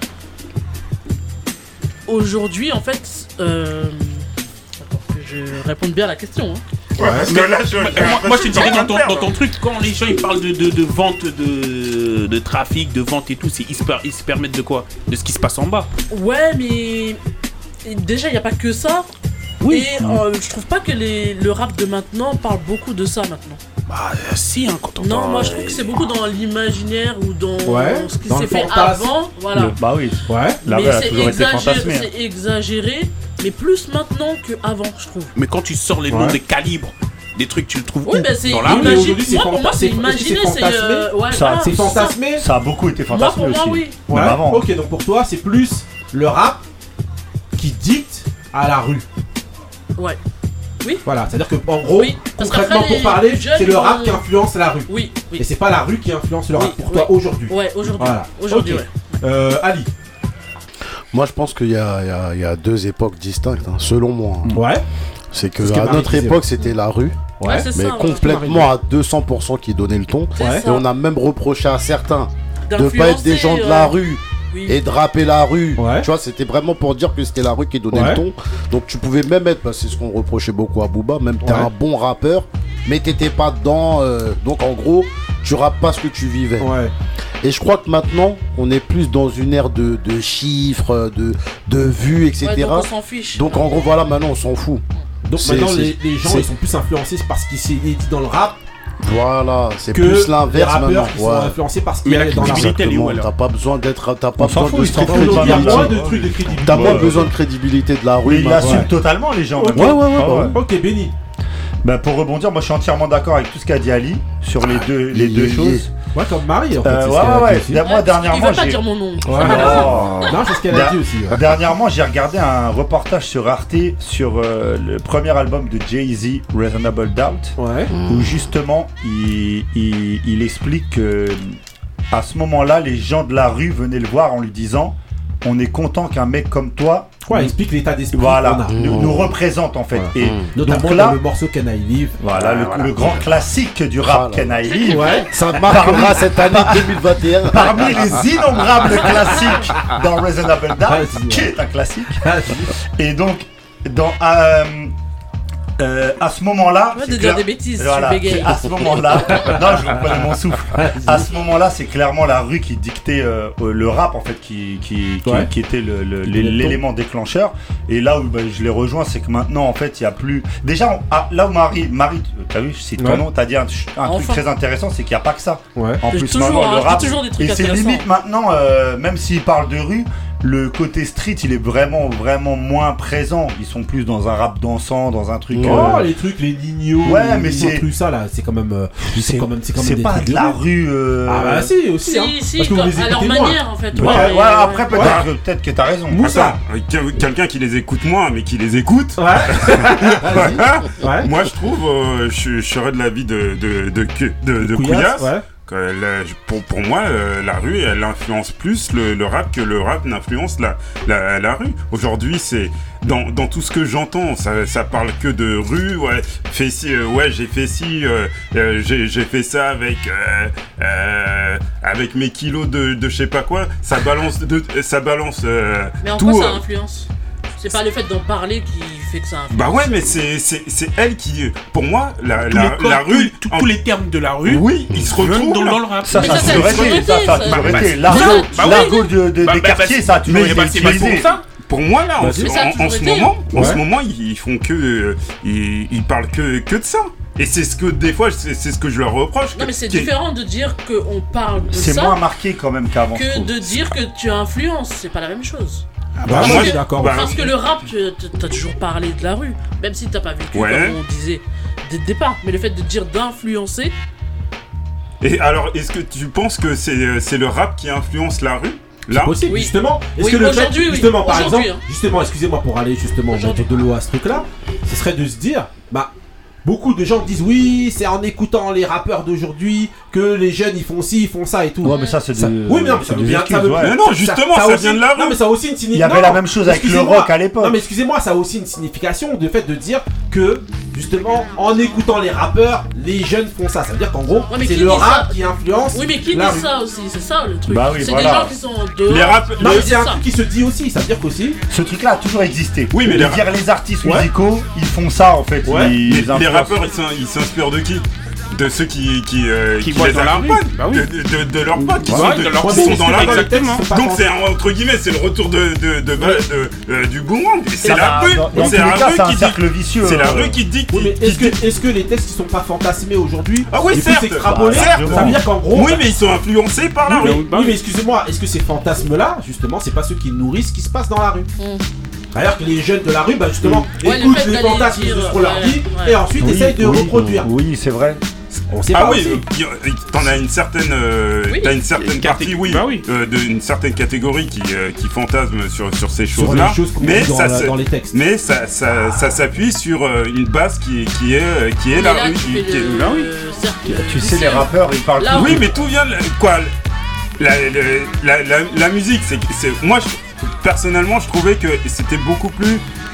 Aujourd'hui en fait, euh, attends que je réponde bien à la question. Hein. Ouais, parce que là, je, Moi, moi, moi, je te dirais dans ton, dans ton truc, quand les gens ils parlent de, de, de vente, de, de trafic, de vente et tout, c'est, ils, se, per- ils se permettent de quoi? De ce qui se passe en bas. Ouais, mais et déjà il n'y a pas que ça. Oui. Et euh, je trouve pas que les, le rap de maintenant parle beaucoup de ça maintenant. Bah euh, si, hein, quand on Non, entend, moi je euh, trouve que c'est beaucoup dans l'imaginaire ou dans Ouais, ce qui dans s'est le fait fantasme. avant. Voilà. Le- Bah oui. Ouais. La mais rue a c'est toujours été exagéré, fantasmée. c'est exagéré, mais plus maintenant qu'avant, je trouve. Mais quand tu sors les noms Ouais. des calibres, des trucs, tu le trouves Oui, où bah c'est dans la rue. mais imagi- aujourd'hui, c'est Moi, pour moi, fanta- c'est c'est- imaginé, c'est c'est. euh, ouais, Ça, voilà, C'est ça. fantasmé. Ça a beaucoup été fantasmé Moi, pour moi, aussi. oui. Même Ouais. avant. Ok, donc pour toi, c'est plus le rap qui dicte à la rue. Ouais. Voilà, c'est-à-dire que en gros, Oui, parce concrètement qu'après, pour les parler, plus jeunes, c'est le ils rap vont- qui influence la rue. Oui, oui. Et c'est pas la rue qui influence le rap Oui, pour oui. toi aujourd'hui. Ouais, aujourd'hui. Voilà. Aujourd'hui, Ok. ouais. Euh, Ali. Moi, je pense qu'il y a, il y a- il y a deux époques distinctes, hein, selon moi. hein. Ouais. C'est que C'est ce que à Marie notre disait, époque, ouais. c'était la rue, Ouais, c'est mais ça, ouais. complètement à deux cents pour cent qui donnait le ton. C'est Ouais. Et ça. on a même reproché à certains de pas être D'influencer, des gens de la euh, rue oui. et de rapper la rue. Ouais. Tu vois, c'était vraiment pour dire que c'était la rue qui donnait Ouais. le ton. Donc tu pouvais même être, bah, c'est ce qu'on reprochait beaucoup à Booba, même t'es Ouais. un bon rappeur, mais t'étais pas dedans. euh, donc en gros, tu rappes pas ce que tu vivais. Ouais. Et je crois que maintenant, on est plus dans une ère de, de chiffres, de, de vues, et cetera. Ouais, donc on s'en fiche. Donc en gros, voilà, maintenant on s'en fout. Donc C'est- maintenant, c'est- les, les gens c'est- ils sont plus influencés par ce qui s'est dit dans le rap Voilà, c'est que plus les l'inverse rappeurs maintenant. qui sont Ouais. influencés par ce qui Mais la est dans la rap. crédibilité, elle est où, Exactement, alors T'as pas besoin d'être, t'as pas On s'en besoin fout, de ils s'en street foutent, Aujourd'hui, il y a Ouais. moins de trucs de crédibilité. T'as moins Ouais. besoin de crédibilité de la Mais rue. il maintenant. assume totalement les gens. Ok. maintenant. Ouais, ouais, ouais, Ah bah ouais. Ok, Benny. Bah, pour rebondir, moi je suis entièrement d'accord avec tout ce qu'a dit Ali sur les deux, les il- deux il- choses. Ouais, comme Marie en fait. Euh, c'est ce ouais, qu'elle a ouais, dit ouais. aussi. Da- Moi Il dernièrement, veut pas j'ai. dire mon nom. Ouais. Oh. Non, c'est ce qu'elle a Da- dit aussi. ouais. Dernièrement, j'ai regardé un reportage sur Arte sur euh, le premier album de Jay-Z, Reasonable Doubt, Ouais. où justement il, il, il explique que à ce moment-là, les gens de la rue venaient le voir en lui disant on est content qu'un mec comme toi Ouais, nous- explique l'état d'esprit voilà, qu'on a. nous, nous représente en fait. Ouais. Et Notamment donc là, dans le morceau Can I Live. voilà, le, voilà. le grand classique du rap Ah là Can I Live. Ouais. Ça marquera cette année deux mille vingt et un. Parmi les innombrables classiques dans Reasonable Doubt, Vas-y, qui ouais. est un classique. Vas-y. Et donc, dans, euh, euh, à ce moment-là, Ouais, c'est de dire des bêtises, voilà, tu bégayes. à ce moment-là, non, je reprenais mon souffle. À ce moment-là, c'est clairement la rue qui dictait euh, euh, le rap en fait, qui, qui, qui, Ouais. qui était le- le- Qui l'é- donnait le ton. l'élément déclencheur. Et là où bah, je les rejoins, c'est que maintenant, en fait, il y a plus. Déjà, on- ah, là où Marie, Marie, t'as vu, je cite ton Ouais. nom, t'as dit un, un truc Enfin. très intéressant, c'est qu'il n'y a pas que ça. Ouais. En Mais plus, toujours, maintenant, hein, le je dis rap. toujours des trucs Et c'est intéressants. limite maintenant, euh, même s'ils parlent de rue, le côté street, il est vraiment, vraiment moins présent. Ils sont plus dans un rap dansant, dans un truc. Oh, euh, les trucs, les lignos, Ouais, les mais lignos, c'est- trucs, ça là, c'est quand même. euh, c'est quand même, c'est quand même c'est des pas trucs de la rue. rue. euh, Ah bah si, aussi. Si, hein. si, Parce que vous comme- les à leur écoutez moins. manière en fait. Ouais, ouais, ouais, mais, après ouais. peut-être que, peut-être que t'as raison. Moussa. Attends, euh, quel- quelqu'un qui les écoute moins, mais qui les écoute. Ouais. Vas-y. Ouais. Moi, je trouve, euh, je, je serais de l'avis de de de de, de, de Couillasse, Couillasse, ouais. que la- pour pour moi, euh, la rue, elle influence plus le, le rap que le rap n'influence la, la la rue. Aujourd'hui, c'est dans dans tout ce que j'entends, ça ça parle que de rue. Ouais, fait ci, euh, ouais, j'ai fait ci, euh, euh, j'ai j'ai fait ça avec euh, euh, avec mes kilos de de je sais pas quoi. Ça balance de ça balance euh, Mais en tout. quoi ça euh, influence? C'est pas le fait d'en parler qui fait que ça influence. Bah ouais, mais c'est c'est c'est elle qui, pour moi, la Tous la, les codes, la rue, tous, tous- tous les termes de la rue, oui, ils se retrouvent retrouvent dans, là. dans le rap. Ça, Mais ça a ça, ça toujours a été, toujours ça, été, ça a ça. toujours Bah, été. bah, L'argot, bah oui. l'argot de, de- Bah, des bah, quartiers, bah, ça a toujours mais été bah, c'est pas utilisé. pour ça. Pour moi là, en, Vas-y. ce- Mais ça a en- en toujours ce été. moment, en Ouais. ce moment, ils, ils font que, euh, ils, ils parlent que que de ça. Et c'est ce que des fois, c'est, c'est ce que je leur reproche. Non, que, mais c'est qui- différent de dire qu'on parle de C'est ça moins marqué quand même qu'avant. je que trouve. de dire que tu influences. C'est pas la même chose. bah, parce moi, que, je suis d'accord. bah, parce que le rap, tu as toujours parlé de la rue, même si t'as pas vécu Ouais. comme on disait dès le départ. Mais le fait de dire d'influencer, Et alors, est-ce que tu penses que c'est, c'est le rap qui influence la rue là? C'est possible, Oui. justement. Est-ce Oui, que le fait, aujourd'hui, oui. justement, par Aujourd'hui, exemple, hein. justement, excusez-moi pour aller justement mettre Aujourd'hui. de l'eau à ce truc-là, ce serait de se dire, bah, beaucoup de gens disent oui, c'est en écoutant les rappeurs d'aujourd'hui que les jeunes ils font ci, ils font ça et tout. Ouais, mais ça, c'est Ça- de- oui, mais non, mais ça c'est veut des bien. excuses, ça veut- ouais. Mais non, justement, ça aussi- vient de la rue. Non, mais ça a aussi une signification. Il y avait la même chose avec le rock à l'époque. Non, mais excusez-moi, ça a aussi une signification de fait de dire que justement, en écoutant les rappeurs, les jeunes font ça. Ça veut dire qu'en gros, Ouais, mais c'est qui le dit rap ça qui influence. oui, mais qui la dit rue. ça aussi? C'est ça le truc. Bah oui, c'est voilà. des gens qui sont dehors. Les rap- Non, qui mais c'est un disent ça. truc qui se dit aussi. Ça veut dire qu'aussi. Ce truc-là a toujours existé. Oui, mais De les dire les artistes Ouais. musicaux, ils font ça en fait. Ouais. Ils Mais les influencent. rappeurs, ils, s'in- ils s'inspirent de qui? De ceux qui, qui, euh, Qui qui voient les dans la rue. accompagnent, Bah oui. de, de, de leurs potes qui Ouais, sont, de de, leurs qui potes. sont Mais dans c'est la pas rue. dans les textes, ils sont pas Donc dans- c'est un- entre guillemets, c'est le retour de, de, de, de- euh, du boomerang. C'est Ça, la dans- rue, dans tous c'est les la cas, rue c'est un qui dit. cercle vicieux. C'est la euh, rue qui dit. Oui, mais qui est-ce dit- que, est-ce que les textes qui sont pas fantasmés aujourd'hui, Ah oui, ils certes. peuvent s'extrapoler Bah, Ça largement. veut dire qu'en gros. Oui, mais ils sont influencés par la Oui, rue. mais, oui, mais excusez-moi, est-ce que ces fantasmes-là, justement, c'est pas ceux qui nourrissent ce qui se passe dans la rue D'ailleurs que les jeunes de la rue, bah justement, Ouais, le écoutent fait les d'aller fantasmes dire, de ce qu'on leur ouais, dit ouais. et ensuite Oui, essayent de oui, reproduire. Oui, c'est vrai. On sait Ah pas oui, aussi. euh, y- t'en as une certaine, euh, Oui. t'as une certaine Caté- partie, oui, bah oui. euh, d'une certaine catégorie qui, euh, qui fantasme sur, sur ces Sur choses-là, les choses qu'on mais dit dans, ça, la- se- dans les textes. mais ça, ça, ça s'appuie sur euh, une base qui, qui est, euh, qui est Et la là, rue. tu qui- fais qui est- le bah oui. cercle Tu sais, les vicieux. rappeurs, ils parlent Là, toujours- Oui, mais tout vient de la- quoi la, la, la, la- la musique, c'est, c'est moi je- personnellement, je trouvais que c'était beaucoup plus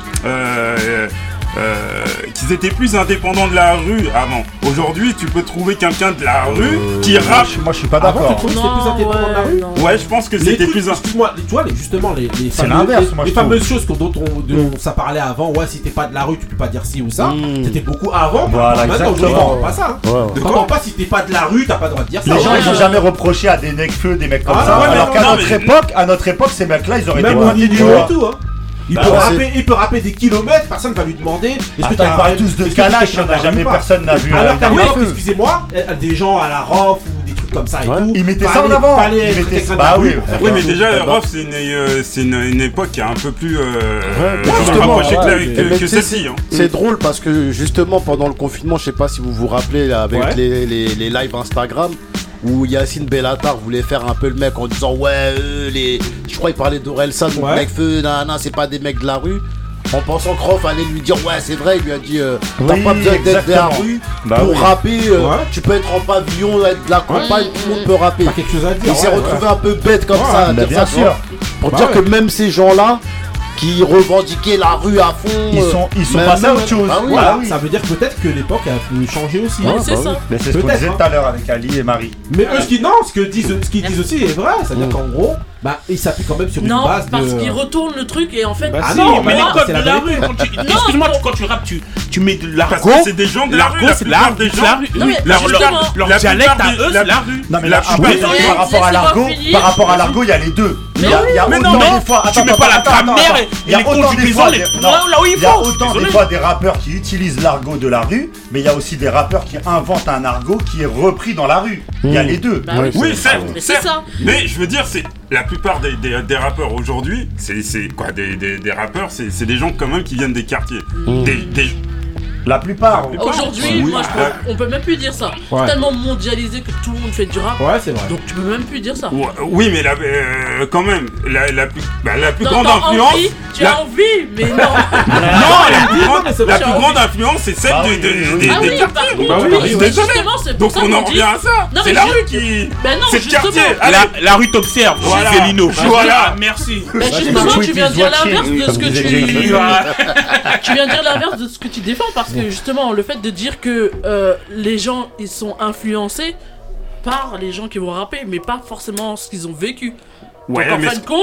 euh, euh, qu'ils étaient plus indépendants de la rue avant. Aujourd'hui, tu peux trouver quelqu'un de la rue qui rappe. Moi, je suis pas Avant, tu d'accord. trouves que c'était plus indépendant de la rue Ouais, je pense que Les c'était trucs, plus. un- excuse-moi, les- tu vois, les- justement, les, les C'est fameux- l'inverse, les- moi, les je trouve. fameuses choses qu'on- dont on, dont ça parlait avant, ouais, si t'es pas de la rue, tu peux pas dire ci ou ça. Mm. C'était beaucoup avant, Voilà, maintenant, exactement. aujourd'hui, on entend pas ça. hein. Ouais, ouais. On entend pas si t'es pas de la rue, t'as pas le droit de dire ça. Les gens, Ouais. ils ont jamais reproché à des necfeux, des mecs comme Ah, ça. ouais, mais alors non, qu'à non, notre mais- époque, à notre époque, ces mecs-là, ils auraient Même été au pointés du niveau doigt. et tout, hein. Il, Bah peut ouais, rapper, il peut rapper des kilomètres, personne va lui demander. Est-ce que Attends, t'as ils parlent tous de est-ce que Kalash, t'es quelqu'un on n'a de la jamais rue ou pas personne n'a vu. Alors un- qu'à Oui. l'époque, excusez-moi, euh, des gens à la Rof ou des trucs comme ça et Ouais. tout. Ils mettaient ça fallait- en avant. fallait Ils être mettaient- quelqu'un de bah la oui. rue. Oui, mais déjà, Bah, Rof, c'est une, euh, c'est une, une époque qui est un peu plus euh, bah, plus justement, rapprochée que, ouais. la- Et que- mais que tu sais, celle-ci. Hein. C'est drôle parce que justement pendant le confinement, je sais pas si vous vous rappelez là, avec Ouais. les, les, les lives Instagram où Yacine Bellatar voulait faire un peu le mec en disant ouais eux, les je crois il parlait d'Orelsan ou Ouais. de Nekfeu, nanana, c'est pas des mecs de la rue. En pensant que Rof allait lui dire ouais c'est vrai, il lui a dit euh, t'as Oui, pas besoin d'être de la exactement. rue Bah pour oui. rapper, euh, Ouais. tu peux être en pavillon, être de la campagne, tout le monde peut rapper. Pas quelque chose à dire. Il s'est ouais, retrouvé ouais. un peu bête comme Ouais, ça, à bah, dire bien ça, tu sûr. vois. Pour Bah dire ouais. que même ces gens-là qui revendiquaient la rue à fond, Ils euh, sont, ils sont même- passés à même- autre chose. Ah oui, Voilà, Ah oui. ça veut dire peut-être que l'époque a pu changer aussi. Ouais, hein. c'est ça. Mais c'est ce qu'on Peut-être, disait hein. tout à l'heure avec Ali et Marie. Mais eux, ce qu'ils non, ce que disent, ce qu'ils disent aussi est vrai. C'est-à-dire qu'en gros, bah, ils s'appuient quand même sur une Non, base parce de. qu'ils retournent le truc et en fait. Bah Ah si, non, mais moi, les codes c'est de la la vérité. rue, quand tu... Non, excuse-moi, non. quand tu rappes, tu, tu mets de Parce l'argot. que c'est des gens de la rue. L'argot, La c'est la plupart rue. des c'est la gens. rue. Non, mais Leur, leur, justement, leur la dialecte plupart à des- eux, la- c'est la rue. Non mais La là, plupart oui, des gens, ils- par rapport à laissez-moi l'argot, finir. par rapport à l'argot, il y a les deux. Il y a, il y a Mais autant non, non, des fois, tu attends, mets attends, pas la attends, grammaire attends, et- il y a et les autant des conjugaisons, fois, les des- points non, là où il il y a faut. autant des Désolé. fois des rappeurs qui utilisent l'argot de la rue, mais il y a aussi des rappeurs qui inventent un argot qui est repris dans la rue. Il y a les deux. Bah oui. Oui, certes, Mais c'est certes. ça. Mais je veux dire, c'est la plupart des, des, des rappeurs aujourd'hui, c'est c'est quoi des, des, des rappeurs, c'est c'est des gens quand même qui viennent des quartiers. Des, des, La plupart. Aujourd'hui, Oui. moi, je trouve, on peut même plus dire ça. Ouais. C'est tellement mondialisé que tout le monde fait du rap. Ouais, c'est vrai. Donc tu peux même plus dire ça. Ouais, oui, mais la, euh, quand même, la, la plus, bah, la plus Non, grande t'as influence. envie, tu la- as envie, mais non. Non, la plus grande, mais c'est la vrai. plus grande influence, c'est celle Bah de- oui, de- oui, des, Ah des oui, quartiers. par contre, Bah oui, oui, je suis oui, désolé. justement, c'est pour Donc ça on qu'on en dit- revient à ça. Non, C'est mais la ju- rue qui. Ben non, c'est le justement. quartier. La, Allez. la rue t'observe, Voilà. chez Felino. Voilà. Merci. Ben justement, tu viens de dire l'inverse de ce que tu. Voilà. Tu viens de dire l'inverse de ce que tu défends parce que justement, le fait de dire que euh, les gens ils sont influencés par les gens qui vont rapper, mais pas forcément ce qu'ils ont vécu. Ouais, Donc en mais fin de compte,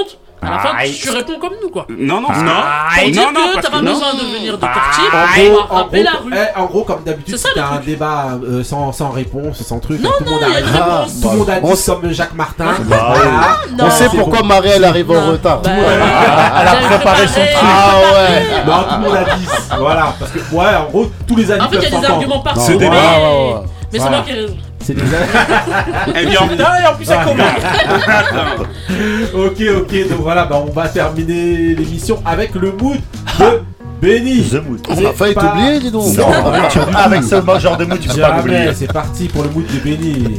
À la fin, Aïe. tu réponds comme nous, quoi. Non, non, Pour non. dire Non, non, que parce t'as pas que non. besoin de venir de quartier En pour gros, en, rattraper gros, la rue. eh, en gros, comme d'habitude, C'est ça, c'était le un truc. débat euh, sans, sans réponse, sans truc. Non, tout le non, monde a il y a une raison. réponse. Tout le monde a On dit sait- comme Jacques Martin. Bah, Voilà. on sait C'est pourquoi bon. Marielle arrive en Non. retard. Bah, Elle a préparé son truc. Ah ouais. Non, tout le monde a dit. Voilà, parce que, ouais, en gros, tous les avis En fait, il y a peuvent des s'entendre. arguments partout. C'est Mais, débat. Ouais, ouais, ouais. mais c'est Voilà. moi qui ai raison. C'est des Elle vient en retard et en plus elle commence. Ok, ok, donc voilà, bah, on va terminer l'émission avec le mood de Benny. The Mood. On a failli t'oublier, dis donc. Non, avec, avec ce genre de mood, tu peux pas m'oublier. Jamais, c'est parti pour le mood de Benny.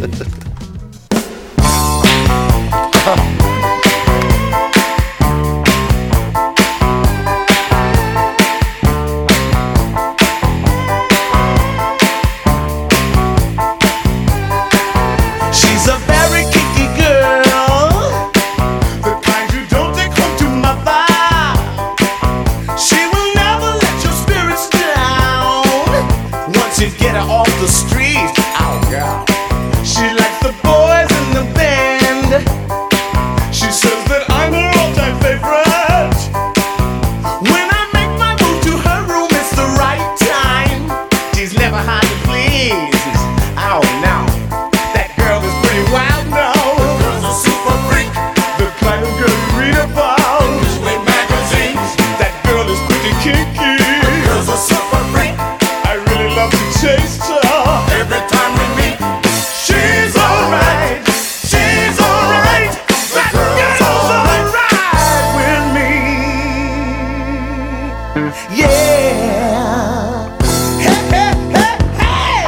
She's a very kinky girl, the kind you don't take home to mother. She will never let your spirits down once you get her off the street. Oh, girl. She likes the boys in the band. She says that I'm her all-time favorite. When I make my move to her room, it's the right time. She's never hard to please. Oh, no. That girl is pretty wild now. The girl's a super freak. The kind of girl you read about. In magazines. That girl is pretty kinky. The girl's a super freak. I really love to chase her. Every time we meet, she's alright. She's alright. That girl's alright with me. Yeah. Hey, hey, hey, hey.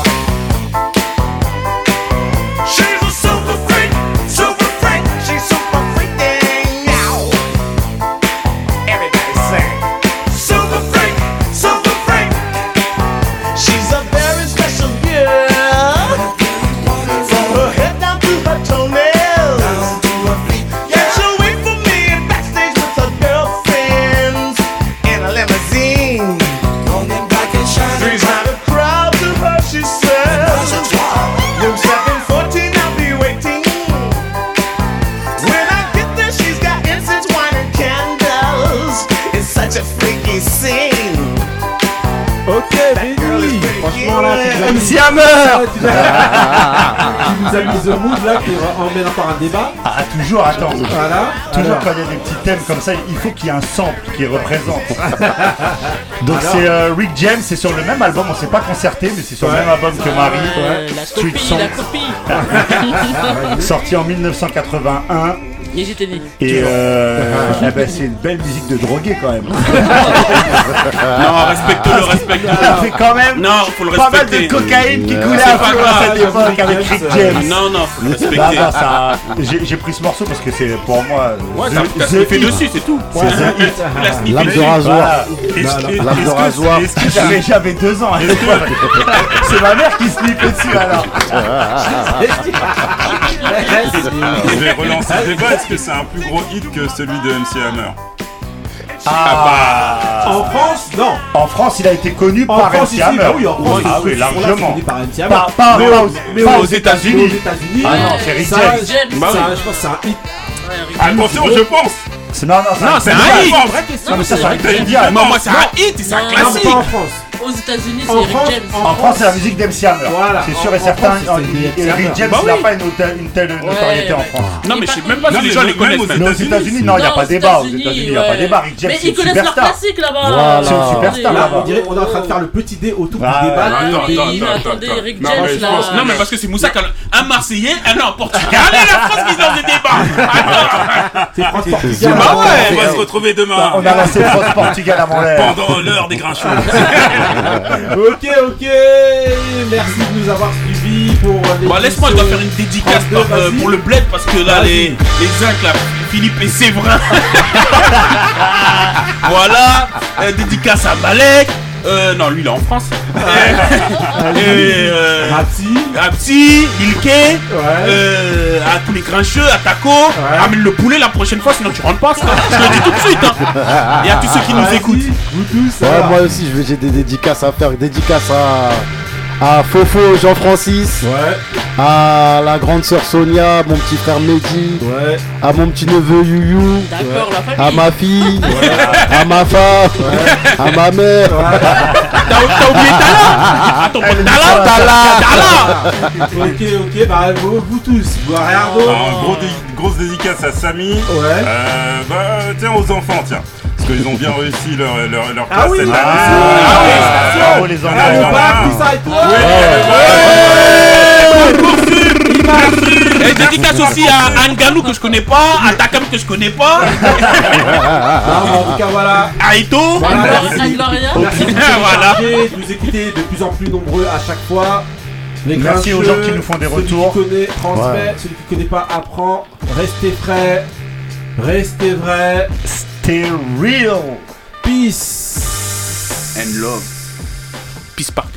She's a super freak, super freak. She's super freaking out. Everybody sing. Super freak, super freak. She's a very special girl. From her head down to her toenails. Yeah, she'll wait for me in backstage with her girlfriends in a limousine. Three's not a crowd to her, she says. Room seven fourteen, I'll be waiting. When I get there, she's got incense, wine, and candles. It's such a freaky scene. Ok, Benny. Franchement, là, tu nous as M mis- C Hammer. tu nous as- tu nous as mis The Mood là qui emmène encore un débat. Ah, toujours, attends. Voilà. Toujours Alors. quand il y a des petits thèmes comme ça, il faut qu'il y ait un sample qui représente. Donc Alors. c'est euh, Rick James, c'est sur le même album, on s'est pas concerté, mais c'est sur le Ouais. même album que Marie. Euh, la Street copie, Song. la copie. Sorti en mille neuf cent quatre-vingt-un. Et j'étais né. Et euh, eh ben, c'est une belle musique de drogué quand même. Non, respecte-le, respecte-le. Il a fait quand même Non, faut le pas mal respecter. de cocaïne qui coulait C'est à pas flot à grave. cette époque avec Rick James. Non, non, faut le Bah, respecter. bah, ça- J'ai j'ai pris ce morceau parce que c'est pour moi. Ouais, the- t'as t'as the sniffé hit. dessus, c'est tout. C'est the hit. La sniffé Lame de dessus. rasoir. Voilà. Lame Est-ce- de est-ce que- rasoir. est-ce que J'avais j'avais deux ans à l'époque. C'est ma mère qui sniffait dessus alors. Je vais relancer le débat. Est-ce que c'est un plus gros hit que celui de M C Hammer? Ah, En France, non. En France, il a été connu En par France, M C ici, Hammer. bah oui, en France, ah ce oui, son-là, c'est largement. connu par M C Hammer. Pas, pas, Mais pas aux- aux, mais pas aux aux États-Unis. Aux États-Unis, Ah non, c'est Rick ça, James. James. Bah ça, oui. je pense que c'est un hit. Attention, je pense. C'est- Non, non, Non, c'est un hit. C'est une vraie question. Non, mais ça, c'est ça Rick veut James. dire. Moi, moi, c'est un hit et c'est un Non, Non, mais classique. pas en France. Aux États-Unis, En c'est Rick France, James. En France, c'est la musique d'M C Hammer. Voilà. C'est En- sûr en et certain. France, c'est Et- M C et Rick Hammer. James, Bah il n'a oui. pas une, auta- une telle notoriété en ouais. France. Non, mais je sais même pas Non, si les mais gens les même connaissent. aux même. Mais aux États-Unis, non, il n'y a Non, pas aux débat. Aux États-Unis, États-Unis, il n'y a pas ouais. débat. Rick James, Mais c'est ils une connaissent leur superstar. classique là-bas. Voilà. C'est une superstar Là, là-bas. on dirait qu'on est en train de faire le petit dé autour Ah, du débat. ouais. de Attends, Benny. attends, Mais attends, attendez, attends. Rick Non, James mais je là. pense- Non, mais parce que c'est Moussa qui a un Marseillais, un non, Portugal et la France qui est dans des débats. Attends. C'est France C'est Portugal. Bah ouais. On va se retrouver demain. On a lancé France Portugal avant l'air. Pendant l'heure des grincheux. Ok, ok. Merci de nous avoir suivis pour. euh, Bah laisse-moi, je dois faire une dédicace France deux, par- euh, vas-y. pour le bled parce que là Vas-y. les, les zincs là, Philippe et Séverin. Voilà, euh, dédicace à Malek. Euh, non, lui il est en France. Et, euh, Rapsi. Rapsi, Ilke, Ouais. euh, à tous les grincheux, à Taco, amène le poulet la prochaine fois sinon tu rentres pas. Ça. Je le dis tout de suite. Hein. Et à tous ceux qui nous Vas-y, écoutent. Vous tous. Ouais, alors. moi aussi, je vais- j'ai des dédicaces à faire. Dédicaces à, à Fofo Jean-Francis, ouais. à la grande sœur Sonia, mon petit frère Mehdi, ouais. à mon petit neveu Youyou, D'accord, la famille. à ma fille, ouais. à ma femme, ouais. à ma mère. Ouais. T'as oublié Tala. Attends, Tala, Tala, Tala. Ok, ok, bah vous, vous tous, vous Arnaud. Un gros dé- grosse dédicace à Samy. Ouais. Euh, bah tiens aux enfants, tiens. Parce qu'ils ont bien réussi leur, leur, leur Ah classe oui, cette ah, année. ah oui, Ah, bravo, les enfants. Ah, le bac, tout ça et tout. Et dédicace aussi à Nganou que je connais pas, à Takam que je connais pas. Ah, en tout cas, voilà. À Ito. Voilà, À merci. Gloria. Merci de nous Voilà. télécharger, de nous écouter de plus en plus nombreux à chaque fois. Les Merci aux grincheux, gens qui nous font des celui retours. Qui connaît, transmet. Ouais. Celui qui connaît pas, apprend. Restez frais. Restez vrais. Stay real. Peace. And love. Peace par